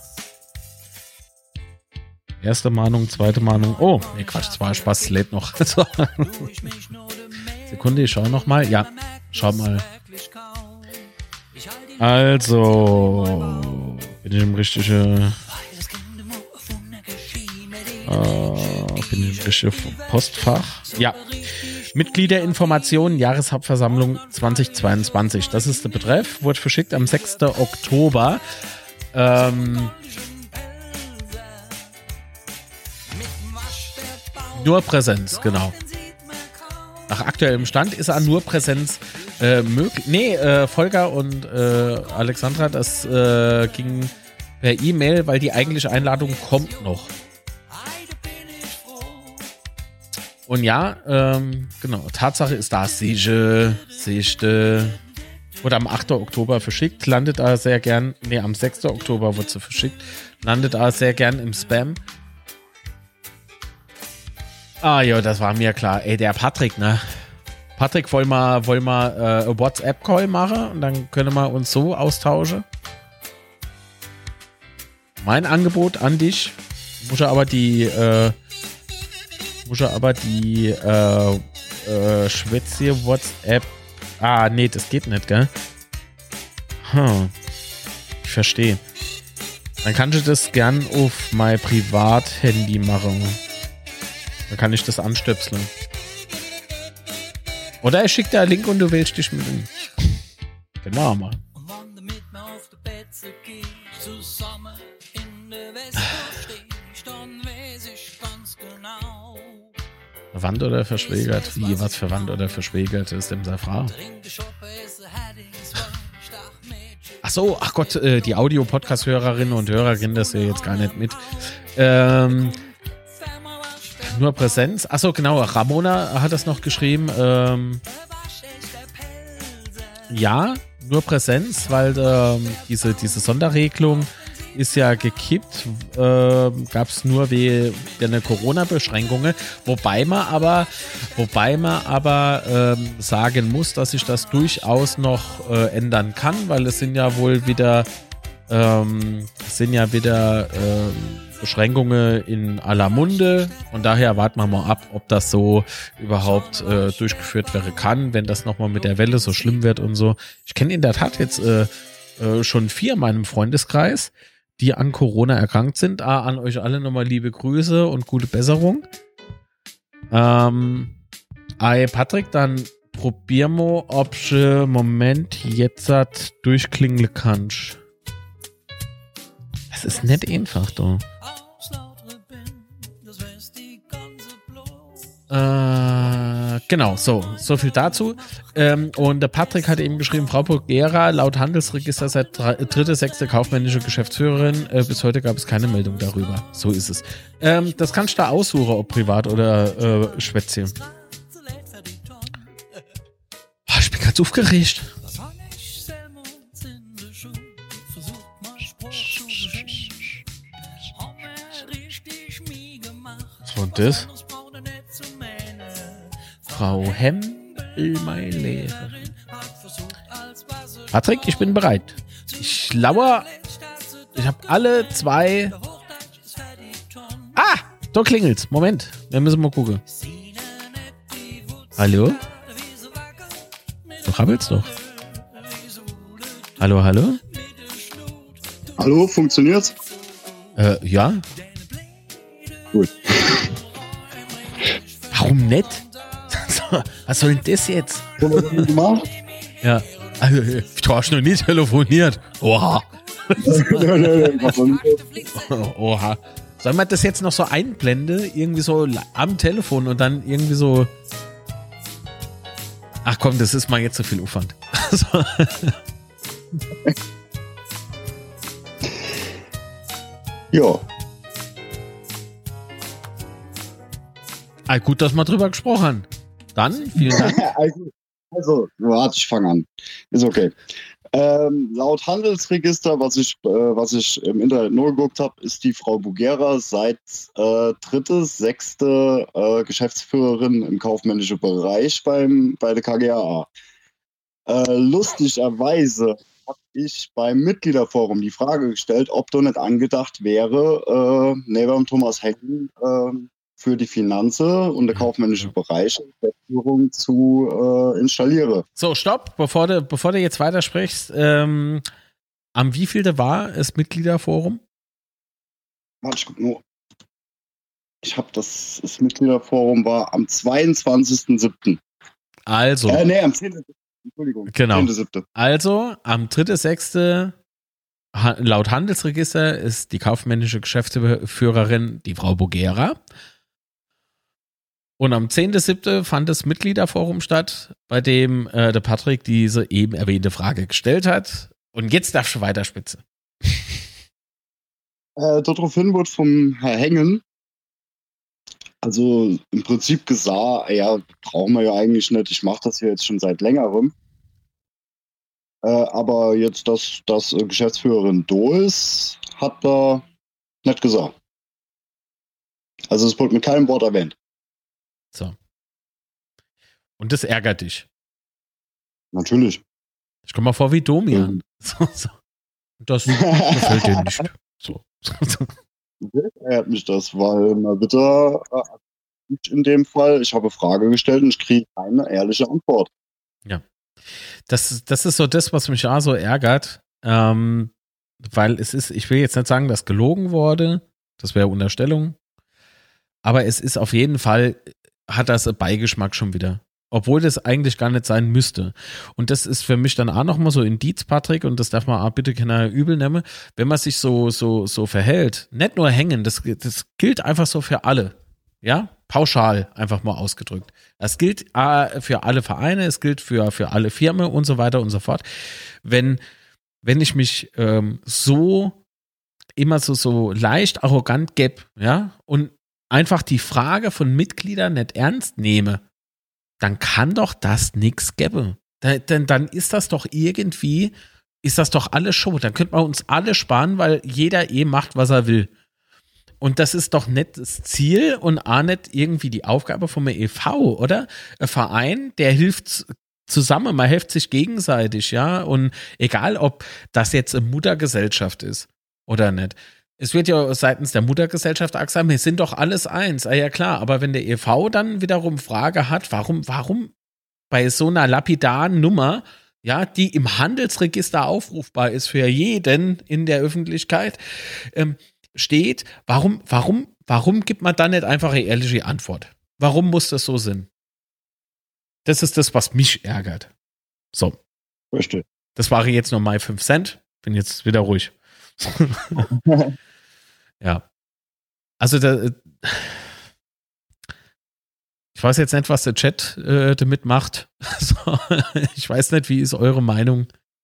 [SPEAKER 2] Erste Mahnung, zweite Mahnung. Oh, nee, Quatsch, zwar Spaß, es lädt noch. Sekunde, ich schau noch mal. Ja, schau mal. Also, bin ich im richtigen äh, bin ich im richtigen Postfach? Ja. Mitgliederinformationen, Jahreshauptversammlung zweitausendzweiundzwanzig. Das ist der Betreff. Wurde verschickt am sechsten Oktober. Ähm, Nur Präsenz, genau. Nach aktuellem Stand ist er nur Präsenz äh, möglich. Nee, äh, Volker und äh, Alexandra, das äh, ging per E-Mail, weil die eigentliche Einladung kommt noch. Und ja, ähm, genau, Tatsache ist da, sehe ich, wurde am achten Oktober verschickt, landet da sehr gern, nee, am sechsten Oktober wurde sie verschickt, landet da sehr gern im Spam. Ah ja, das war mir klar. Ey, der Patrick, ne? Patrick, wollen wir, wollen wir äh, WhatsApp-Call machen und dann können wir uns so austauschen? Mein Angebot an dich, muss ja aber die, äh, muss ja aber die, äh, äh, Schwätze WhatsApp, ah, nee, das geht nicht, gell? Hm. Ich verstehe. Dann kannst du das gern auf mein Privat-Handy machen. Dann kann ich das anstöpseln. Oder ich schicke dir einen Link und du wählst dich mit ihm. Genau, mal. Verwandt oder verschwägert? Wie, was verwandt oder verschwägert ist dem Safra? Ach so, ach Gott, äh, die Audio-Podcast-Hörerinnen und Hörer kennen das ja jetzt gar nicht mit. Ähm, nur Präsenz. Ach so, genau, Ramona hat das noch geschrieben. Ähm, ja, nur Präsenz, weil ähm, diese, diese Sonderregelung ist ja gekippt, äh, gab es nur wegen der Corona-Beschränkungen, wobei man aber, wobei man aber ähm, sagen muss, dass sich das durchaus noch äh, ändern kann, weil es sind ja wohl wieder, ähm, es sind ja wieder ähm, Beschränkungen in aller Munde und daher warten wir mal ab, ob das so überhaupt äh, durchgeführt werden kann, wenn das nochmal mit der Welle so schlimm wird und so. Ich kenne in der Tat jetzt äh, äh, schon vier in meinem Freundeskreis, die an Corona erkrankt sind. Ah, an euch alle nochmal liebe Grüße und gute Besserung. Ähm, ey, Patrick, dann probier mal, ob ich Moment jetzt hat durchklingeln kannst. Das ist nicht einfach, du. Äh, genau, so, so viel dazu. Ähm, und der Patrick hat eben geschrieben, Frau Burgera, laut Handelsregister seit dritte sechste kaufmännische Geschäftsführerin. Äh, bis heute gab es keine Meldung darüber. So ist es. Ähm, das kannst du da aussuchen, ob privat oder äh, Schwätzchen. Oh, ich bin ganz aufgeregt. Was war das? Frau Hempel, meine Lehrerin. Patrick, ich bin bereit. Ich lauere. Ich habe alle zwei. Ah, da klingelt's. Moment, wir müssen mal gucken. Hallo? Du rabbelst doch. Hallo, hallo?
[SPEAKER 1] Hallo, funktioniert's?
[SPEAKER 2] Äh, ja.
[SPEAKER 1] Gut.
[SPEAKER 2] Warum nicht? Was soll denn das jetzt?
[SPEAKER 1] Gemacht?
[SPEAKER 2] Ja. Also, du hast noch nie telefoniert. Oha. Oha. Sollen wir das jetzt noch so einblenden? Irgendwie so am Telefon und dann irgendwie so. Ach komm, das ist mal jetzt so viel Aufwand. So.
[SPEAKER 1] Ja.
[SPEAKER 2] Ah, gut, dass wir drüber gesprochen haben. Dann, vielen Dank.
[SPEAKER 1] also, also, warte, ich fange an. Ist okay. Ähm, laut Handelsregister, was ich, äh, was ich im Internet nur geguckt habe, ist die Frau Bugera seit äh, dritte, sechste äh, Geschäftsführerin im kaufmännischen Bereich beim, bei der K G A A. Äh, lustigerweise habe ich beim Mitgliederforum die Frage gestellt, ob da nicht angedacht wäre, äh, neben Thomas Hecken äh, für die Finanzen und der kaufmännische Bereich der Führung zu äh, installieren.
[SPEAKER 2] So, stopp, bevor du, bevor du jetzt weitersprichst. Ähm, am wievielten war das Mitgliederforum?
[SPEAKER 1] Warte, ich guck nur. Ich habe das, das Mitgliederforum war am zweiundzwanzigsten siebten
[SPEAKER 2] Also.
[SPEAKER 1] Äh, nee, am zehnten siebten Entschuldigung.
[SPEAKER 2] Genau.
[SPEAKER 1] zehnten siebten
[SPEAKER 2] Also, am dritten sechsten ha- laut Handelsregister ist die kaufmännische Geschäftsführerin die Frau Bugera. Und am zehnten siebten fand das Mitgliederforum statt, bei dem äh, der Patrick diese eben erwähnte Frage gestellt hat. Und jetzt darfst du weiterspitzen.
[SPEAKER 1] Äh, daraufhin wurde vom Herr Hengen, also im Prinzip gesagt, ja, brauchen wir ja eigentlich nicht, ich mache das hier jetzt schon seit längerem. Äh, aber jetzt, dass, dass äh, Geschäftsführerin do ist, hat er nicht gesagt. Also es wurde mit keinem Wort erwähnt.
[SPEAKER 2] So. Und das ärgert dich.
[SPEAKER 1] Natürlich.
[SPEAKER 2] Ich komme mal vor wie Domian.
[SPEAKER 1] Mhm.
[SPEAKER 2] So, so. Das gefällt dir nicht. So.
[SPEAKER 1] Sehr ärgert mich das, weil mal bitte äh, in dem Fall, ich habe eine Frage gestellt und ich kriege keine ehrliche Antwort.
[SPEAKER 2] Ja. Das, das ist so das, was mich auch so ärgert. Ähm, weil es ist, ich will jetzt nicht sagen, dass gelogen wurde. Das wäre Unterstellung. Aber es ist auf jeden Fall, hat das einen Beigeschmack schon wieder. Obwohl das eigentlich gar nicht sein müsste. Und das ist für mich dann auch nochmal so Indiz, Patrick, und das darf man auch bitte keiner übel nehmen, wenn man sich so, so, so verhält, nicht nur hängen, das, das gilt einfach so für alle. Ja, pauschal einfach mal ausgedrückt. Das gilt äh, für alle Vereine, es gilt für, für alle Firmen und so weiter und so fort. Wenn, wenn ich mich ähm, so immer so, so leicht arrogant gebe, ja, und einfach die Frage von Mitgliedern nicht ernst nehme, dann kann doch das nichts geben. Da, denn dann ist das doch irgendwie, ist das doch alles Show. Dann könnte man uns alle sparen, weil jeder eh macht, was er will. Und das ist doch nicht das Ziel und auch nicht irgendwie die Aufgabe vom E V, oder? Ein Verein, der hilft zusammen, man hilft sich gegenseitig, ja. Und egal, ob das jetzt eine Muttergesellschaft ist oder nicht. Es wird ja seitens der Muttergesellschaft auch gesagt, wir sind doch alles eins. Ah ja klar, aber wenn der E V dann wiederum Frage hat, warum, warum bei so einer lapidaren Nummer, ja, die im Handelsregister aufrufbar ist für jeden in der Öffentlichkeit, ähm, steht, warum, warum, warum gibt man da nicht einfach eine ehrliche Antwort? Warum muss das so sein? Das ist das, was mich ärgert. So.
[SPEAKER 1] Richtig.
[SPEAKER 2] Das waren jetzt nur mal fünf Cent. Bin jetzt wieder ruhig. Ja. Also da, ich weiß jetzt nicht, was der Chat äh, damit macht. Also, ich weiß nicht, wie ist eure Meinung?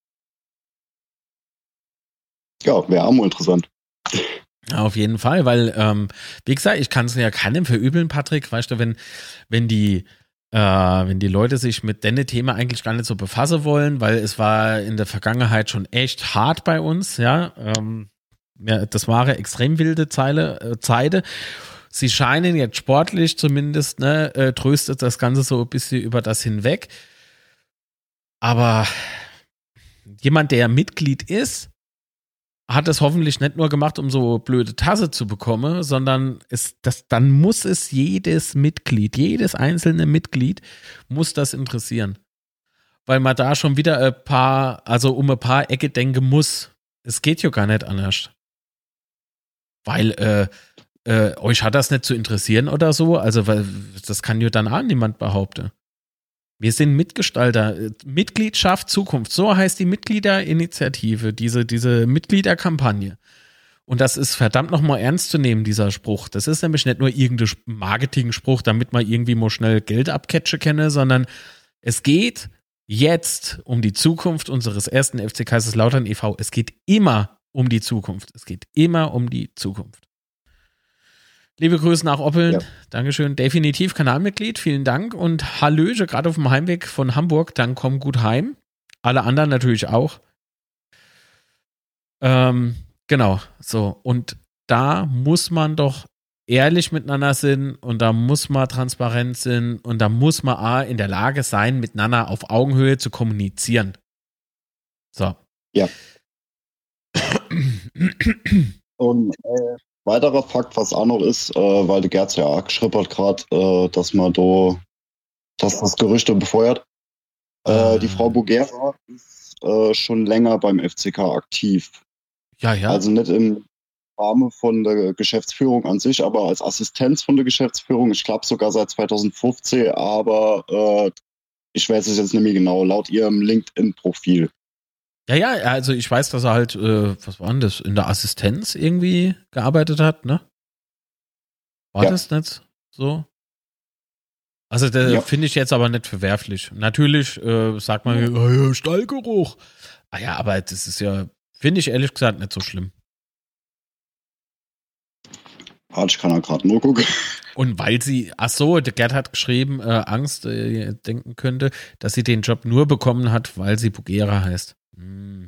[SPEAKER 1] Ja, wäre auch mal interessant.
[SPEAKER 2] Ja, auf jeden Fall, weil, ähm, wie gesagt, ich kann es ja keinem verübeln, Patrick, weißt du, wenn, wenn die äh, wenn die Leute sich mit dem Thema eigentlich gar nicht so befassen wollen, weil es war in der Vergangenheit schon echt hart bei uns, ja, ähm, ja, das war eine extrem wilde Zeile, äh, Zeite. Sie scheinen jetzt sportlich zumindest, ne, äh, tröstet das Ganze so ein bisschen über das hinweg. Aber jemand, der Mitglied ist, hat es hoffentlich nicht nur gemacht, um so blöde Tasse zu bekommen, sondern es, das, dann muss es jedes Mitglied, jedes einzelne Mitglied muss das interessieren. Weil man da schon wieder ein paar, also um ein paar Ecke denken muss. Es geht ja gar nicht anders. Weil, äh, äh, euch hat das nicht zu interessieren oder so, also weil das kann ja dann auch niemand behaupten. Wir sind Mitgestalter. Mitgliedschaft Zukunft. So heißt die Mitgliederinitiative, diese, diese Mitgliederkampagne. Und das ist verdammt nochmal ernst zu nehmen, dieser Spruch. Das ist nämlich nicht nur irgendein Marketing-Spruch, damit man irgendwie mal schnell Geld abcatchen kann, sondern es geht jetzt um die Zukunft unseres ersten F C Kaiserslautern e V. Es geht immer um die Zukunft. Es geht immer um die Zukunft. Liebe Grüße nach Oppeln. Ja. Dankeschön. Definitiv Kanalmitglied. Vielen Dank. Und Hallöche, gerade auf dem Heimweg von Hamburg. Dann komm gut heim. Alle anderen natürlich auch. Ähm, genau. So. Und da muss man doch ehrlich miteinander sein und da muss man transparent sein und da muss man auch in der Lage sein, miteinander auf Augenhöhe zu kommunizieren. So.
[SPEAKER 1] Ja. Und äh, weiterer Fakt, was auch noch ist, äh, weil der Gerz ja auch geschrieben hat gerade, äh, dass man da, dass das Gerüchte befeuert. Äh, äh. Die Frau Bugera ist äh, schon länger beim F C K aktiv.
[SPEAKER 2] Ja, ja.
[SPEAKER 1] Also nicht im Rahmen von der Geschäftsführung an sich, aber als Assistenz von der Geschäftsführung. Ich glaube sogar seit zweitausendfünfzehn, aber äh, ich weiß es jetzt nicht mehr genau, laut ihrem LinkedIn-Profil.
[SPEAKER 2] Ja, ja, also ich weiß, dass er halt, äh, was war denn das, in der Assistenz irgendwie gearbeitet hat, ne? War ja. das nicht so? Also das ja. finde ich jetzt aber nicht verwerflich. Natürlich äh, sagt man, ja. oh ja, Stallgeruch. Ah ja, aber das ist ja, finde ich ehrlich gesagt nicht so schlimm.
[SPEAKER 1] Ich kann ja gerade nur gucken.
[SPEAKER 2] Und weil sie, ach so, der Gerd hat geschrieben, äh, Angst äh, denken könnte, dass sie den Job nur bekommen hat, weil sie Bugera heißt. Hm.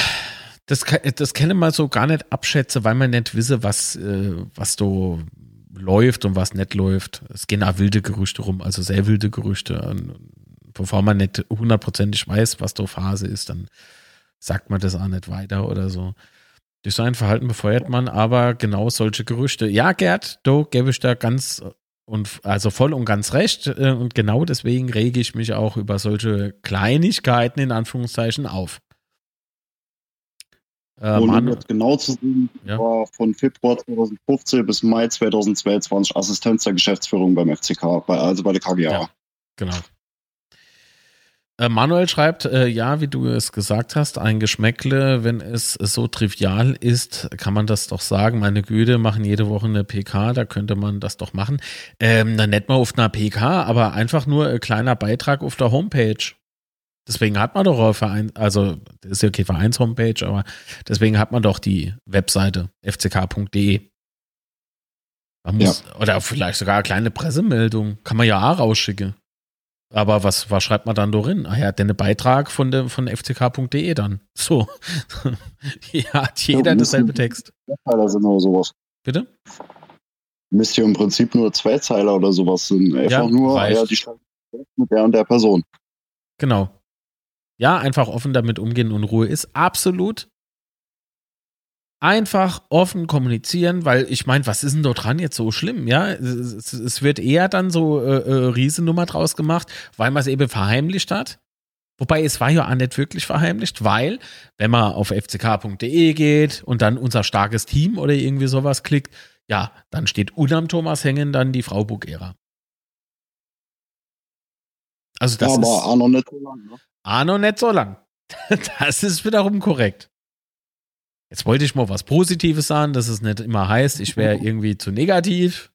[SPEAKER 2] Das, das kann man so gar nicht abschätzen, weil man nicht wisse, was, äh, was du, läuft und was nicht läuft. Es gehen auch wilde Gerüchte rum, also sehr wilde Gerüchte. Und bevor man nicht hundertprozentig weiß, was da Phase ist, dann sagt man das auch nicht weiter oder so. Durch sein Verhalten befeuert man aber genau solche Gerüchte. Ja, Gerd, da gebe ich da ganz und also voll und ganz recht. Und genau deswegen rege ich mich auch über solche Kleinigkeiten in Anführungszeichen auf.
[SPEAKER 6] Äh, um jetzt genau zu sehen, ja. war von Februar zweitausendfünfzehn bis Mai zweitausendzweiundzwanzig Assistenz der Geschäftsführung beim F C K, bei, also bei der K G A.
[SPEAKER 2] Ja, genau. Äh, Manuel schreibt, äh, ja, wie du es gesagt hast, ein Geschmäckle, wenn es so trivial ist, kann man das doch sagen. Meine Güte, machen jede Woche eine P K, da könnte man das doch machen. Ähm, dann nicht mal auf einer P K, aber einfach nur ein kleiner Beitrag auf der Homepage. Deswegen hat man doch auch Verein, also das ist ja okay, Vereins-Homepage, aber deswegen hat man doch die Webseite f c k punkt d e. Man muss, ja. Oder vielleicht sogar eine kleine Pressemeldung, kann man ja auch rausschicken. Aber was, was schreibt man dann drin? Ah ja, den Beitrag von, de, von f c k punkt d e dann. So. Hier hat jeder ja, dasselbe Text.
[SPEAKER 6] Zweizeiler sind oder sowas.
[SPEAKER 2] Bitte?
[SPEAKER 6] Müsste ja im Prinzip nur Zweizeiler oder sowas sind. Einfach ja, nur, ah ja, die schreiben mit der und der Person.
[SPEAKER 2] Genau. Ja, einfach offen damit umgehen und Ruhe ist absolut. Einfach offen kommunizieren, weil ich meine, was ist denn dort dran jetzt so schlimm, ja? Es, es wird eher dann so äh, äh, Riesennummer draus gemacht, weil man es eben verheimlicht hat. Wobei, es war ja auch nicht wirklich verheimlicht, weil, wenn man auf f c k punkt d e geht und dann unser starkes Team oder irgendwie sowas klickt, ja, dann steht unterm Thomas hängen dann die Frau Bugera. Also das
[SPEAKER 6] ja, aber
[SPEAKER 2] ist
[SPEAKER 6] auch noch nicht so lang, ne?
[SPEAKER 2] Ah, noch nicht so lang. Das ist wiederum korrekt. Jetzt wollte ich mal was Positives sagen, dass es nicht immer heißt, ich wäre irgendwie zu negativ.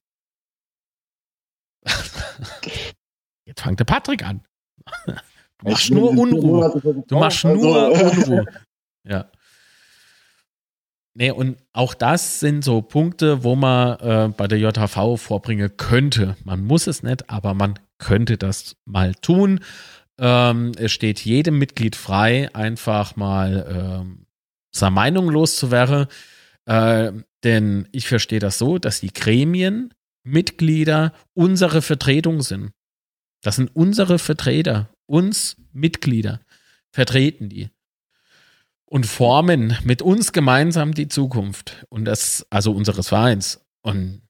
[SPEAKER 2] Jetzt fängt der Patrick an. Du machst nur Unruhe. Du machst nur Unruhe. Ja. Nee, und auch das sind so Punkte, wo man äh, bei der J H V vorbringen könnte. Man muss es nicht, aber man könnte das mal tun. Ähm, es steht jedem Mitglied frei, einfach mal ähm, seine Meinung loszuwerden. Äh, denn ich verstehe das so, dass die Gremien, Mitglieder unsere Vertretung sind. Das sind unsere Vertreter, uns Mitglieder vertreten die und formen mit uns gemeinsam die Zukunft und das, also unseres Vereins. Und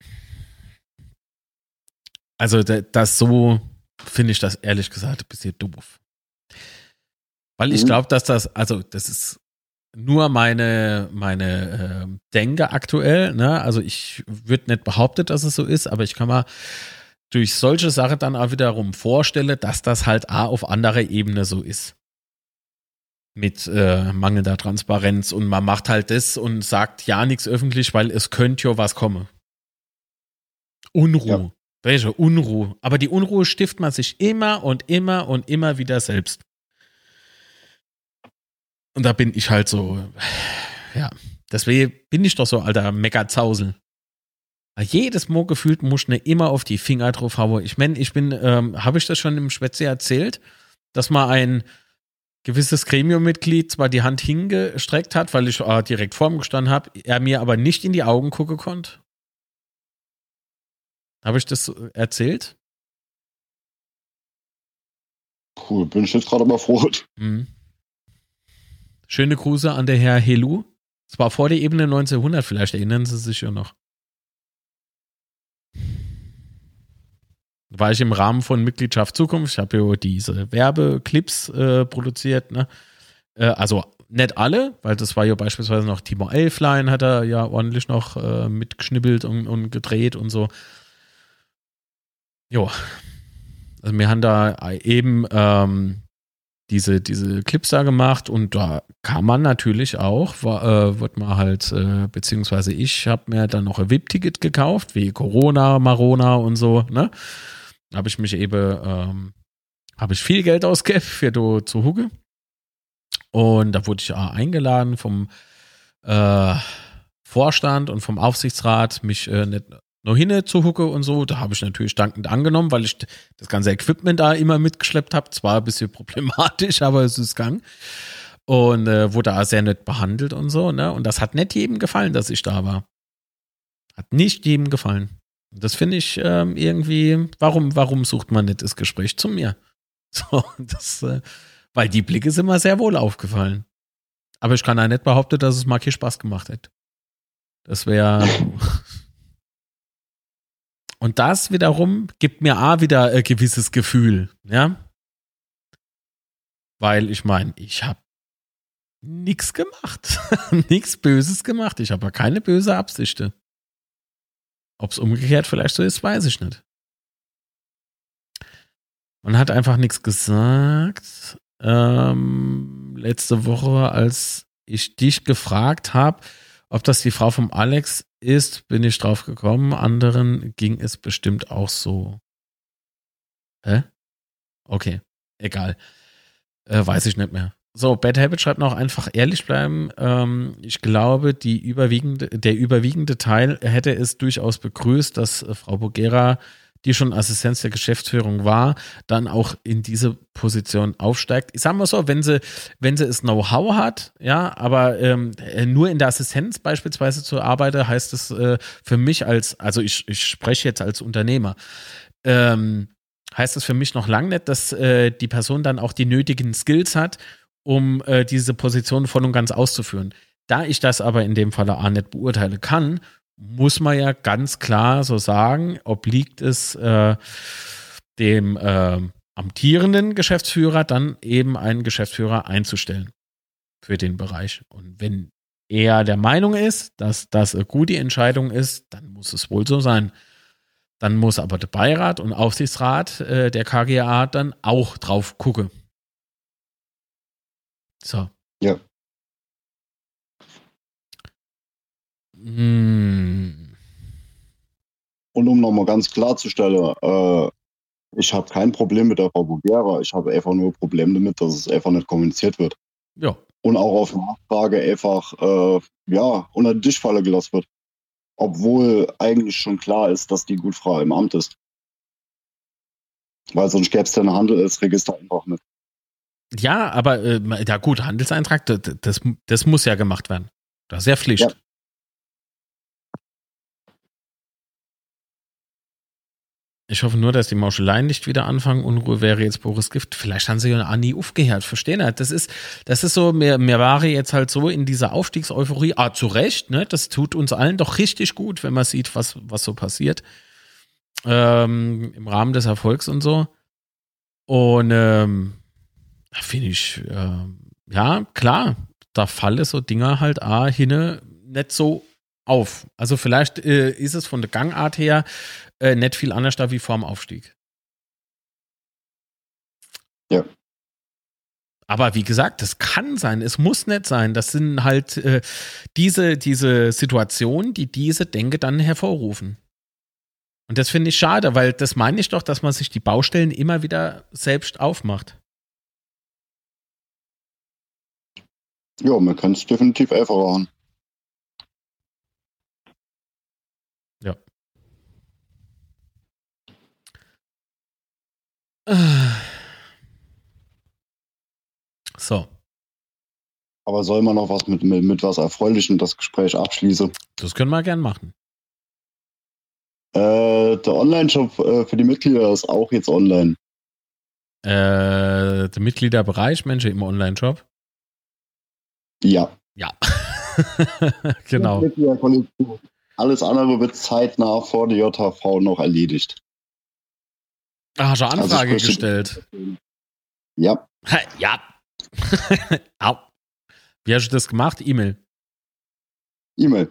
[SPEAKER 2] also das so finde ich das ehrlich gesagt ein bisschen doof. Weil ich glaube, dass das, also das ist nur meine, meine äh, Denke aktuell, ne? Also ich würde nicht behaupten, dass es so ist, aber ich kann mal durch solche Sachen dann auch wiederum vorstellen, dass das halt auch auf anderer Ebene so ist. Mit äh, mangelnder Transparenz und man macht halt das und sagt ja nichts öffentlich, weil es könnte ja was kommen. Unruhe. Ja. Welche Unruhe? Aber die Unruhe stiftet man sich immer und immer und immer wieder selbst. Und da bin ich halt so, ja, deswegen bin ich doch so alter Meckerzausel. Jedes Mal gefühlt muss ich ne immer auf die Finger drauf hauen. Ich meine, ich bin, ähm, habe ich das schon im Schwätze erzählt, dass mal ein gewisses Gremiummitglied zwar die Hand hingestreckt hat, weil ich äh, direkt vor ihm gestanden habe, er mir aber nicht in die Augen gucken konnte. Habe ich das erzählt?
[SPEAKER 6] Cool, bin ich jetzt gerade überfroht.
[SPEAKER 2] Mhm. Schöne Grüße an der Herr Helu. Es war vor der Ebene neunzehnhundert, vielleicht erinnern Sie sich ja noch. War ich im Rahmen von Mitgliedschaft Zukunft, ich habe ja diese Werbeclips äh, produziert, ne? Äh, also nicht alle, weil das war ja beispielsweise noch Timo Elflein, hat er ja ordentlich noch äh, mitgeschnibbelt und, und gedreht und so. Jo. Also wir haben da eben ähm, diese, diese Clips da gemacht und da kann man natürlich auch, war, äh, wird man halt, äh, beziehungsweise ich habe mir dann noch ein V I P-Ticket gekauft, wie Corona, Marona und so, ne? Da habe ich mich eben, ähm, habe ich viel Geld ausgegeben für do zu Huge. Und da wurde ich auch eingeladen vom äh, Vorstand und vom Aufsichtsrat, mich äh, nicht noch hin zu Hucke und so. Da habe ich natürlich dankend angenommen, weil ich das ganze Equipment da immer mitgeschleppt habe. Zwar ein bisschen problematisch, aber es ist gegangen. Und äh, wurde auch sehr nett behandelt und so, ne? Und das hat nicht jedem gefallen, dass ich da war. Hat nicht jedem gefallen. Das finde ich ähm, irgendwie, warum, warum sucht man nicht das Gespräch zu mir? So, das, äh, weil die Blicke sind mir sehr wohl aufgefallen. Aber ich kann ja nicht behaupten, dass es mal keinen Spaß gemacht hätte. Das wäre. Und das wiederum gibt mir auch wieder ein gewisses Gefühl, ja. Weil ich meine, ich habe nichts gemacht. Nichts Böses gemacht. Ich habe ja keine böse Absichten. Ob es umgekehrt vielleicht so ist, weiß ich nicht. Man hat einfach nichts gesagt. Ähm, letzte Woche, als ich dich gefragt habe, ob das die Frau vom Alex ist, bin ich drauf gekommen. Anderen ging es bestimmt auch so. Hä? Okay, egal. Äh, weiß ich nicht mehr. So, Bad Habit schreibt noch einfach ehrlich bleiben. Ähm, ich glaube, die überwiegende, der überwiegende Teil hätte es durchaus begrüßt, dass äh, Frau Bogera, die schon Assistenz der Geschäftsführung war, dann auch in diese Position aufsteigt. Ich sag mal so, wenn sie, wenn sie es Know-how hat, ja, aber ähm, nur in der Assistenz beispielsweise zu arbeiten, heißt es äh, für mich als, also ich, ich spreche jetzt als Unternehmer, ähm, heißt es für mich noch lange nicht, dass äh, die Person dann auch die nötigen Skills hat, um äh, diese Position voll und ganz auszuführen. Da ich das aber in dem Falle auch nicht beurteilen kann, muss man ja ganz klar so sagen, obliegt es äh, dem äh, amtierenden Geschäftsführer dann eben einen Geschäftsführer einzustellen für den Bereich. Und wenn er der Meinung ist, dass das eine gute Entscheidung ist, dann muss es wohl so sein. Dann muss aber der Beirat und Aufsichtsrat äh, der K G A dann auch drauf gucken. So.
[SPEAKER 6] Ja.
[SPEAKER 2] Hm.
[SPEAKER 6] Und um nochmal ganz klarzustellen, äh, ich habe kein Problem mit der Frau Bogera. Ich habe einfach nur ein Problem damit, dass es einfach nicht kommuniziert wird.
[SPEAKER 2] Ja.
[SPEAKER 6] Und auch auf Nachfrage einfach äh, ja, unter den Tisch fallen gelassen wird. Obwohl eigentlich schon klar ist, dass die Gutfrau im Amt ist. Weil sonst gäbe es den Handelsregister einfach nicht.
[SPEAKER 2] Ja, aber äh, ja gut, Handelseintrag, das, das, das muss ja gemacht werden. Das ist ja Pflicht.
[SPEAKER 6] Ja.
[SPEAKER 2] Ich hoffe nur, dass die Mauscheleien nicht wieder anfangen. Unruhe wäre jetzt pures Gift. Vielleicht haben sie ja auch nie aufgehört. Verstehen Sie? Das ist, das ist so, mir, mir war jetzt halt so in dieser Aufstiegseuphorie, ah, zu Recht, ne? Das tut uns allen doch richtig gut, wenn man sieht, was, was so passiert. Ähm, im Rahmen des Erfolgs und so. Und ähm, finde ich, äh, ja, klar, da fallen so Dinger halt auch hinne nicht so auf. Also vielleicht äh, ist es von der Gangart her äh, nicht viel anders da wie vor dem Aufstieg.
[SPEAKER 6] Ja.
[SPEAKER 2] Aber wie gesagt, das kann sein, es muss nicht sein. Das sind halt äh, diese, diese Situationen, die diese Denke dann hervorrufen. Und das finde ich schade, weil das meine ich doch, dass man sich die Baustellen immer wieder selbst aufmacht.
[SPEAKER 6] Ja, man kann es definitiv einfacher machen.
[SPEAKER 2] Ja. So.
[SPEAKER 6] Aber soll man noch was mit, mit, mit was Erfreulichem das Gespräch abschließen?
[SPEAKER 2] Das können wir gern machen.
[SPEAKER 6] Äh, der Online-Shop äh, für die Mitglieder ist auch jetzt online.
[SPEAKER 2] Äh, der Mitgliederbereich, Menschen im Online-Shop?
[SPEAKER 6] Ja.
[SPEAKER 2] Ja. Genau.
[SPEAKER 6] Alles andere wird zeitnah vor der J H V noch erledigt.
[SPEAKER 2] Ah, hast du eine Anfrage
[SPEAKER 6] Also
[SPEAKER 2] gestellt?
[SPEAKER 6] Ja.
[SPEAKER 2] Ja. Au. Wie hast du das gemacht? E-Mail?
[SPEAKER 6] E-Mail.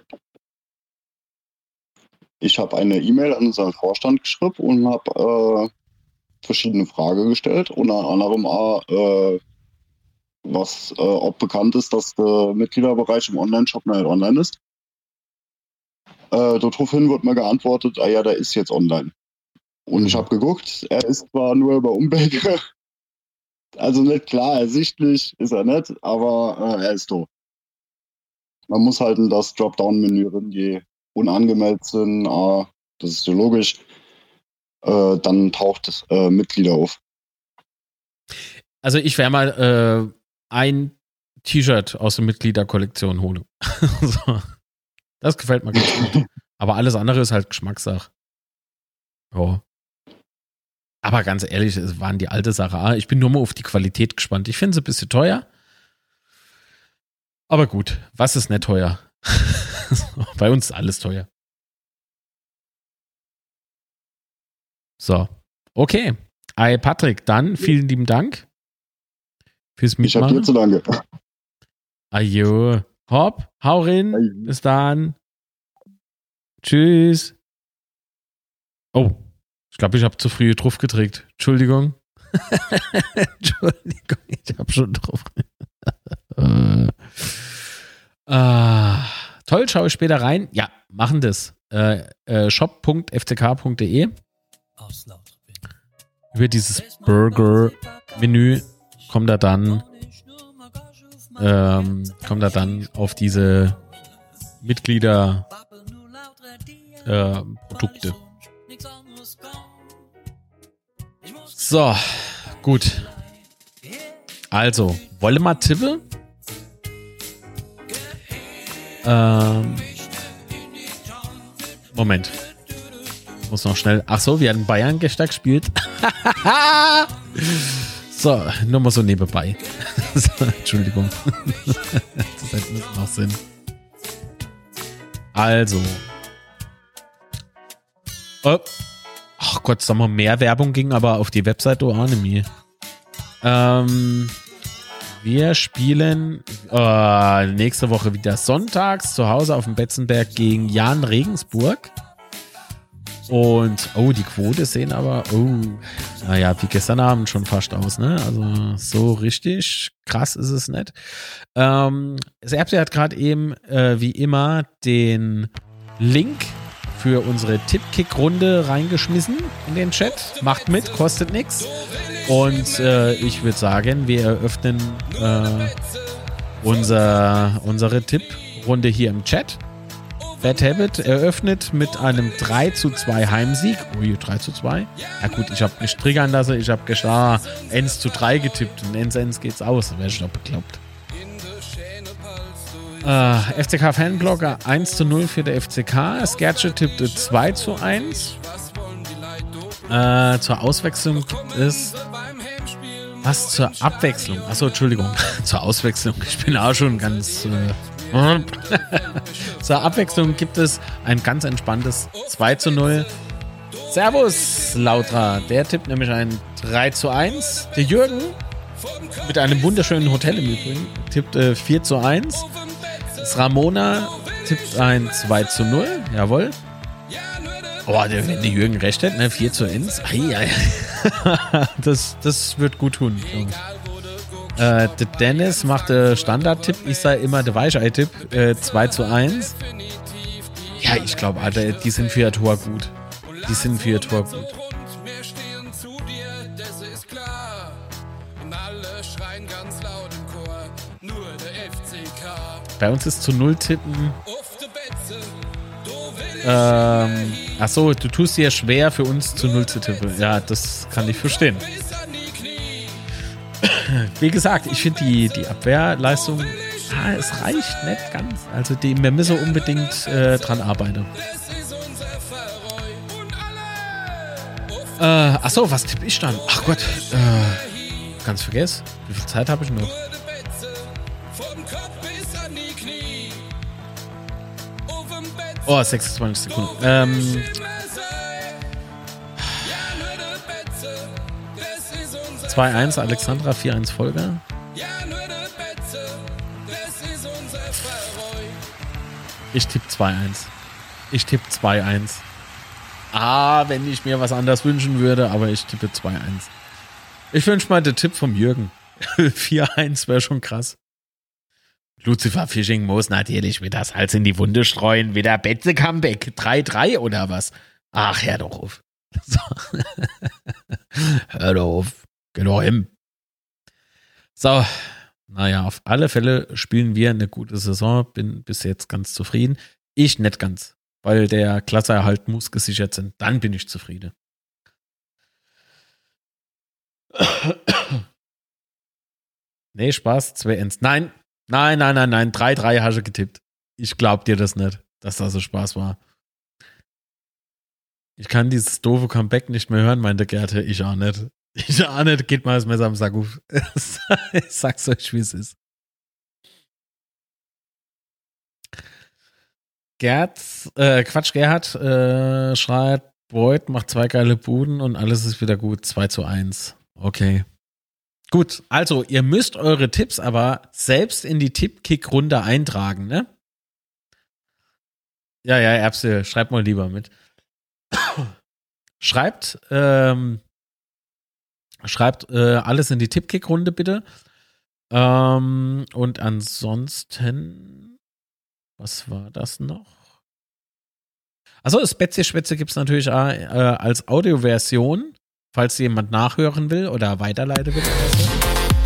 [SPEAKER 6] Ich habe eine E-Mail an unseren Vorstand geschrieben und habe äh, verschiedene Fragen gestellt. Unter anderem äh, was, äh, ob bekannt ist, dass der Mitgliederbereich im Online-Shop nicht online ist. Äh, daraufhin wird mir geantwortet, ah ja, der ist jetzt online. Und ich habe geguckt, er ist zwar nur über Umwege, also nicht klar ersichtlich ist er nicht, aber äh, er ist da. Man muss halt in das Dropdown-Menü rein, die unangemeldet sind, äh, das ist so logisch, äh, dann taucht das äh, Mitglieder auf.
[SPEAKER 2] Also ich werde mal äh, ein T-Shirt aus der Mitgliederkollektion holen. So. Das gefällt mir ganz gut. Aber alles andere ist halt Geschmackssache. Ja. Aber ganz ehrlich, es waren die alte Sache. Ah, ich bin nur mal auf die Qualität gespannt. Ich finde sie ein bisschen teuer. Aber gut, was ist nicht teuer? Bei uns ist alles teuer. So, okay. Hey Patrick, dann vielen lieben Dank fürs
[SPEAKER 6] Ich hab
[SPEAKER 2] Mitmachen.
[SPEAKER 6] dir zu danke.
[SPEAKER 2] Ajo. Hopp, hau rein.
[SPEAKER 6] Ajo.
[SPEAKER 2] Bis dann. Tschüss. Oh, ich glaube, ich habe zu früh drauf gedrückt. Entschuldigung. Entschuldigung, ich habe schon drauf. äh. ah, toll, schaue ich später rein. Ja, machen das. Äh, äh, shop punkt f c k punkt d e. Über dieses Burger-Menü kommt er dann ähm, kommt er dann auf diese Mitglieder äh, Produkte. So, gut. Also, wolle mal tippe? Ähm, Moment. Muss noch schnell. Ach so, wir hatten Bayern gestern gespielt. So, nur mal so nebenbei. So, Entschuldigung. Das hat nicht noch Sinn. Also. Oh. Ach Gott, sag mal, mehr Werbung ging aber auf die Webseite auch nicht mehr. Ähm, wir spielen äh, nächste Woche wieder sonntags zu Hause auf dem Betzenberg gegen Jan Regensburg. Und, oh, die Quote sehen aber, oh, naja, wie gestern Abend schon fast aus, ne? Also so richtig krass ist es nicht. Ähm, Serbsi hat gerade eben, äh, wie immer, den Link für unsere Tippkick-Runde reingeschmissen in den Chat. Macht mit, kostet nichts. Und äh, ich würde sagen, wir eröffnen äh, unser, unsere Tipprunde hier im Chat. Bad Habit eröffnet mit einem drei zu zwei Heimsieg. Ui, drei zu zwei. Ja gut, ich habe mich triggern lassen. Ich habe gesagt, eins zu drei getippt. Und eins eins geht's aus. Da wäre ich doch bekloppt. Äh, F C K Fanblogger eins zu null für der F C K. Skertsche tippte zwei zu eins. Äh, zur Auswechslung gibt es... Was zur Abwechslung? Achso, Entschuldigung. Zur Auswechslung. Ich bin auch schon ganz... Äh, Zur Abwechslung gibt es ein ganz entspanntes zwei zu null. Servus, Lautra. Der tippt nämlich ein drei zu eins. Der Jürgen mit einem wunderschönen Hotel im Übrigen tippt äh, vier zu eins. Das Ramona tippt ein zwei zu null. Jawohl. Oh, der, wenn der Jürgen recht hat, ne? vier zu eins. Ei, ei. das, das wird gut tun. Äh, der Dennis macht den Standard-Tipp. Ich sage immer der Weichei-Tipp. Äh, zwei zu eins. Ja, ich glaube, Alter, die sind für ihr Tor gut. Die sind für ihr Tor gut. Bei uns ist zu null tippen. Ähm, achso, du tust dir schwer für uns zu null zu tippen. Ja, das kann ich verstehen. Wie gesagt, ich finde die, die Abwehrleistung, ah, es reicht nicht ganz. Also die, wir müssen unbedingt äh, dran arbeiten. Äh, achso, was tippe ich dann? Ach Gott, äh, ganz vergessen. Wie viel Zeit habe ich noch? Oh, sechsundzwanzig Sekunden. Ähm, zwei eins Alexandra, vier eins Volker. Ich tippe zwei eins. Ich tippe zwei eins. Ah, wenn ich mir was anderes wünschen würde, aber ich tippe zwei eins. Ich wünsche mal den Tipp vom Jürgen. vier eins wäre schon krass. Lucifer Fishing muss natürlich wieder das Hals in die Wunde streuen. Wieder Betze Comeback. drei drei oder was? Ach, hör doch auf. So. Hör doch auf. Geh doch hin. So. Naja, auf alle Fälle spielen wir eine gute Saison. Bin bis jetzt ganz zufrieden. Ich nicht ganz. Weil der Klasseerhalt muss gesichert sein. Dann bin ich zufrieden. Nee, Spaß. zwei eins. Nein. Nein, nein, nein, nein. drei drei hast du getippt. Ich glaub dir das nicht, dass das so Spaß war. Ich kann dieses doofe Comeback nicht mehr hören, meinte Gerte. Ich auch nicht. Ich auch nicht. Geht mal das Messer am Sack auf. Ich sag's euch, wie es ist. Gerd, äh, Quatsch, Gerhard äh, schreibt, Boyd macht zwei geile Buden und alles ist wieder gut. zwei zu eins. Okay. Gut, also ihr müsst eure Tipps aber selbst in die Tippkick-Runde eintragen, ne? Ja, ja, Erbse, schreibt mal lieber mit. Schreibt, ähm, schreibt äh, alles in die Tippkick-Runde bitte. Ähm, und ansonsten, was war das noch? Achso, das Spätzle-Schwätze gibt es natürlich auch, äh, als Audioversion, falls jemand nachhören will oder weiterleiten will oder so.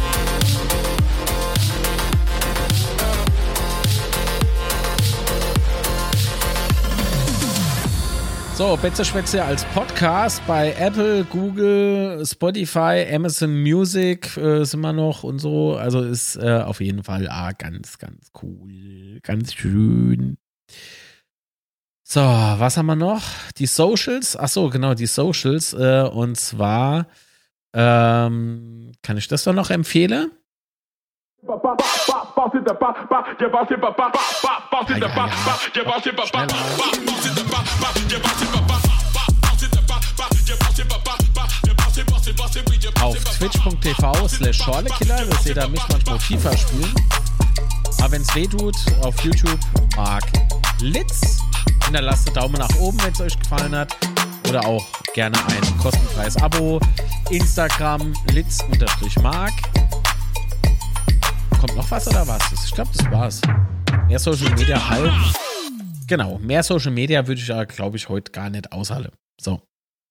[SPEAKER 2] So, Betze-Schwätze als Podcast bei Apple, Google, Spotify, Amazon Music äh, sind wir noch und so. Also ist äh, auf jeden Fall ah, ganz, ganz cool. Ganz schön. So, was haben wir noch? Die Socials. Ach so, genau, die Socials. Äh, und zwar ähm, kann ich das doch noch empfehlen? Ja, ja, ja. Auf twitch.tv slash Schorlekiller, das seht ihr mich manchmal FIFA spielen. Aber wenn es weh tut, auf YouTube Mark Litz. Hinterlasst einen Daumen nach oben, wenn es euch gefallen hat. Oder auch gerne ein kostenfreies Abo. Instagram Litz-Mark. Kommt noch was oder was? Ich glaube, das war's. Mehr Social Media halt. Genau, mehr Social Media würde ich ja, glaube ich, heute gar nicht aushalten. So.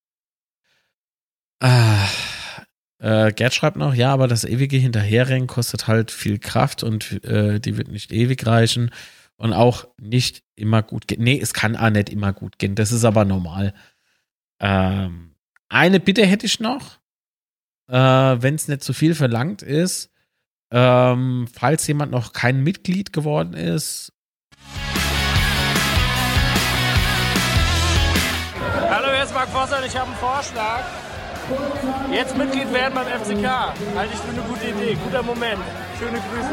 [SPEAKER 2] Ah, äh, Gerd schreibt noch, ja, aber das ewige Hinterherrennen kostet halt viel Kraft und äh, die wird nicht ewig reichen und auch nicht immer gut gehen. Nee, es kann auch nicht immer gut gehen. Das ist aber normal. Ähm, eine Bitte hätte ich noch, äh, wenn es nicht zu viel verlangt ist. Ähm, falls jemand noch kein Mitglied geworden ist.
[SPEAKER 7] Hallo, hier ist Marc Vosser und ich habe einen Vorschlag. Jetzt Mitglied werden beim F C K. Halte ich für eine gute Idee. Guter Moment. Schöne Grüße.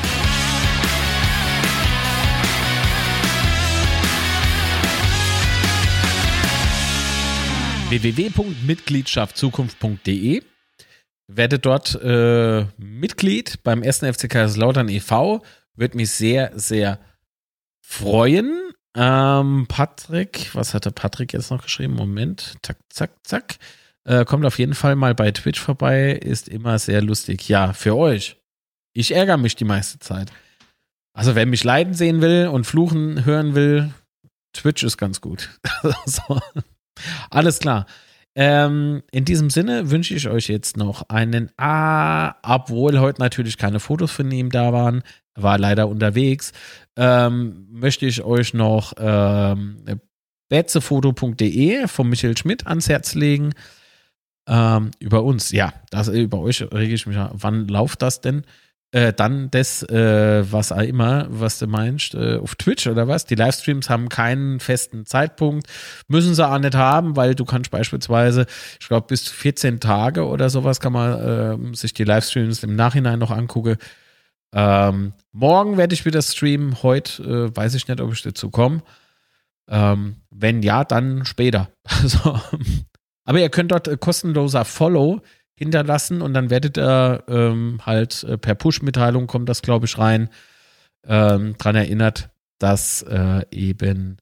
[SPEAKER 2] w w w punkt mitgliedschaft zukunft punkt d e. Werdet dort äh, Mitglied beim ersten F C Kaiserslautern e V. Würde mich sehr, sehr freuen. Ähm, Patrick, was hat der Patrick jetzt noch geschrieben? Moment, zack, zack, zack. Äh, kommt auf jeden Fall mal bei Twitch vorbei. Ist immer sehr lustig. Ja, für euch. Ich ärgere mich die meiste Zeit. Also wer mich leiden sehen will und fluchen hören will, Twitch ist ganz gut. So. Alles klar. Ähm, in diesem Sinne wünsche ich euch jetzt noch einen, ah, obwohl heute natürlich keine Fotos von ihm da waren, war leider unterwegs, ähm, möchte ich euch noch ähm, betzefoto punkt d e von Michael Schmidt ans Herz legen. Ähm, über uns, ja, das, über euch rege ich mich an. Wann läuft das denn? Äh, dann das, äh, was auch immer, was du meinst, äh, auf Twitch oder was? Die Livestreams haben keinen festen Zeitpunkt, müssen sie auch nicht haben, weil du kannst beispielsweise, ich glaube, bis zu vierzehn Tage oder sowas kann man äh, sich die Livestreams im Nachhinein noch angucken. Ähm, morgen werde ich wieder streamen, heute äh, weiß ich nicht, ob ich dazu komme. Ähm, wenn ja, dann später. Also, aber ihr könnt dort äh, kostenloser Follow hinterlassen und dann werdet ihr ähm, halt äh, per Push-Mitteilung kommt das, glaube ich, rein, ähm, dran erinnert, dass äh, eben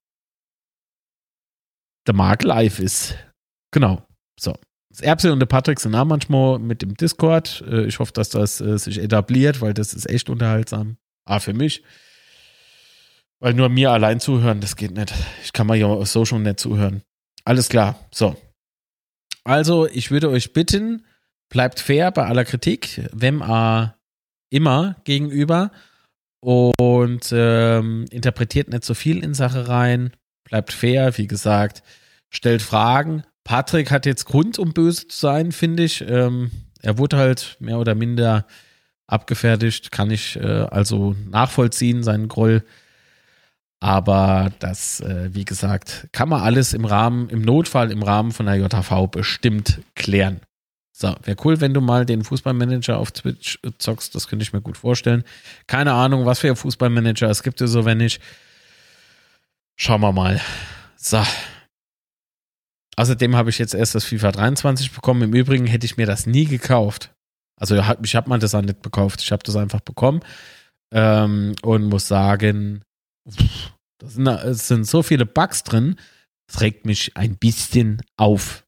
[SPEAKER 2] der Markt live ist. Genau. So. Das Erbse und der Patrick sind auch manchmal mit dem Discord. Äh, ich hoffe, dass das äh, sich etabliert, weil das ist echt unterhaltsam. Ah, für mich. Weil nur mir allein zuhören, das geht nicht. Ich kann mal ja so schon nicht zuhören. Alles klar. So. Also, ich würde euch bitten, bleibt fair bei aller Kritik, wem äh, immer gegenüber und ähm, interpretiert nicht so viel in Sache rein, bleibt fair, wie gesagt, stellt Fragen. Patrick hat jetzt Grund, um böse zu sein, finde ich. Ähm, er wurde halt mehr oder minder abgefertigt, kann ich äh, also nachvollziehen, seinen Groll. Aber das, äh, wie gesagt, kann man alles im Rahmen, im Notfall im Rahmen von der J H V bestimmt klären. So, wäre cool, wenn du mal den Fußballmanager auf Twitch zockst, das könnte ich mir gut vorstellen. Keine Ahnung, was für Fußballmanager es gibt, so wenn nicht. Schauen wir mal. So. Außerdem habe ich jetzt erst das FIFA dreiundzwanzig bekommen. Im Übrigen hätte ich mir das nie gekauft. Also ich habe mal das auch nicht gekauft. Ich habe das einfach bekommen ähm, und muss sagen, da sind, es sind so viele Bugs drin, das regt mich ein bisschen auf.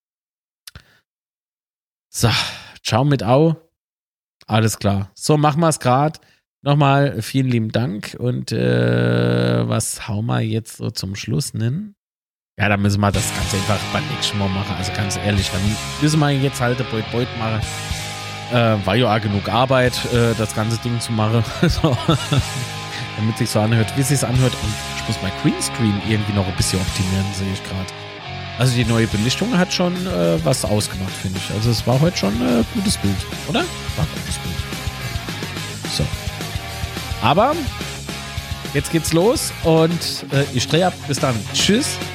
[SPEAKER 2] So, ciao mit Au. Alles klar. So, machen wir es gerade. Nochmal vielen lieben Dank. Und äh, was hauen wir jetzt so zum Schluss nennen? Ja, da müssen wir das Ganze einfach beim nächsten Mal machen. Also ganz ehrlich, dann müssen wir jetzt halt Beut Beut machen. Äh, war ja auch genug Arbeit, äh, das ganze Ding zu machen. So. Damit sich so anhört, wie es sich anhört. Und ich muss mein Greenscreen irgendwie noch ein bisschen optimieren, sehe ich gerade. Also die neue Belichtung hat schon äh, was ausgemacht, finde ich. Also es war heute schon ein äh, gutes Bild, oder? War ein gutes Bild. So. Aber jetzt geht's los und äh, ich drehe ab. Bis dann. Tschüss.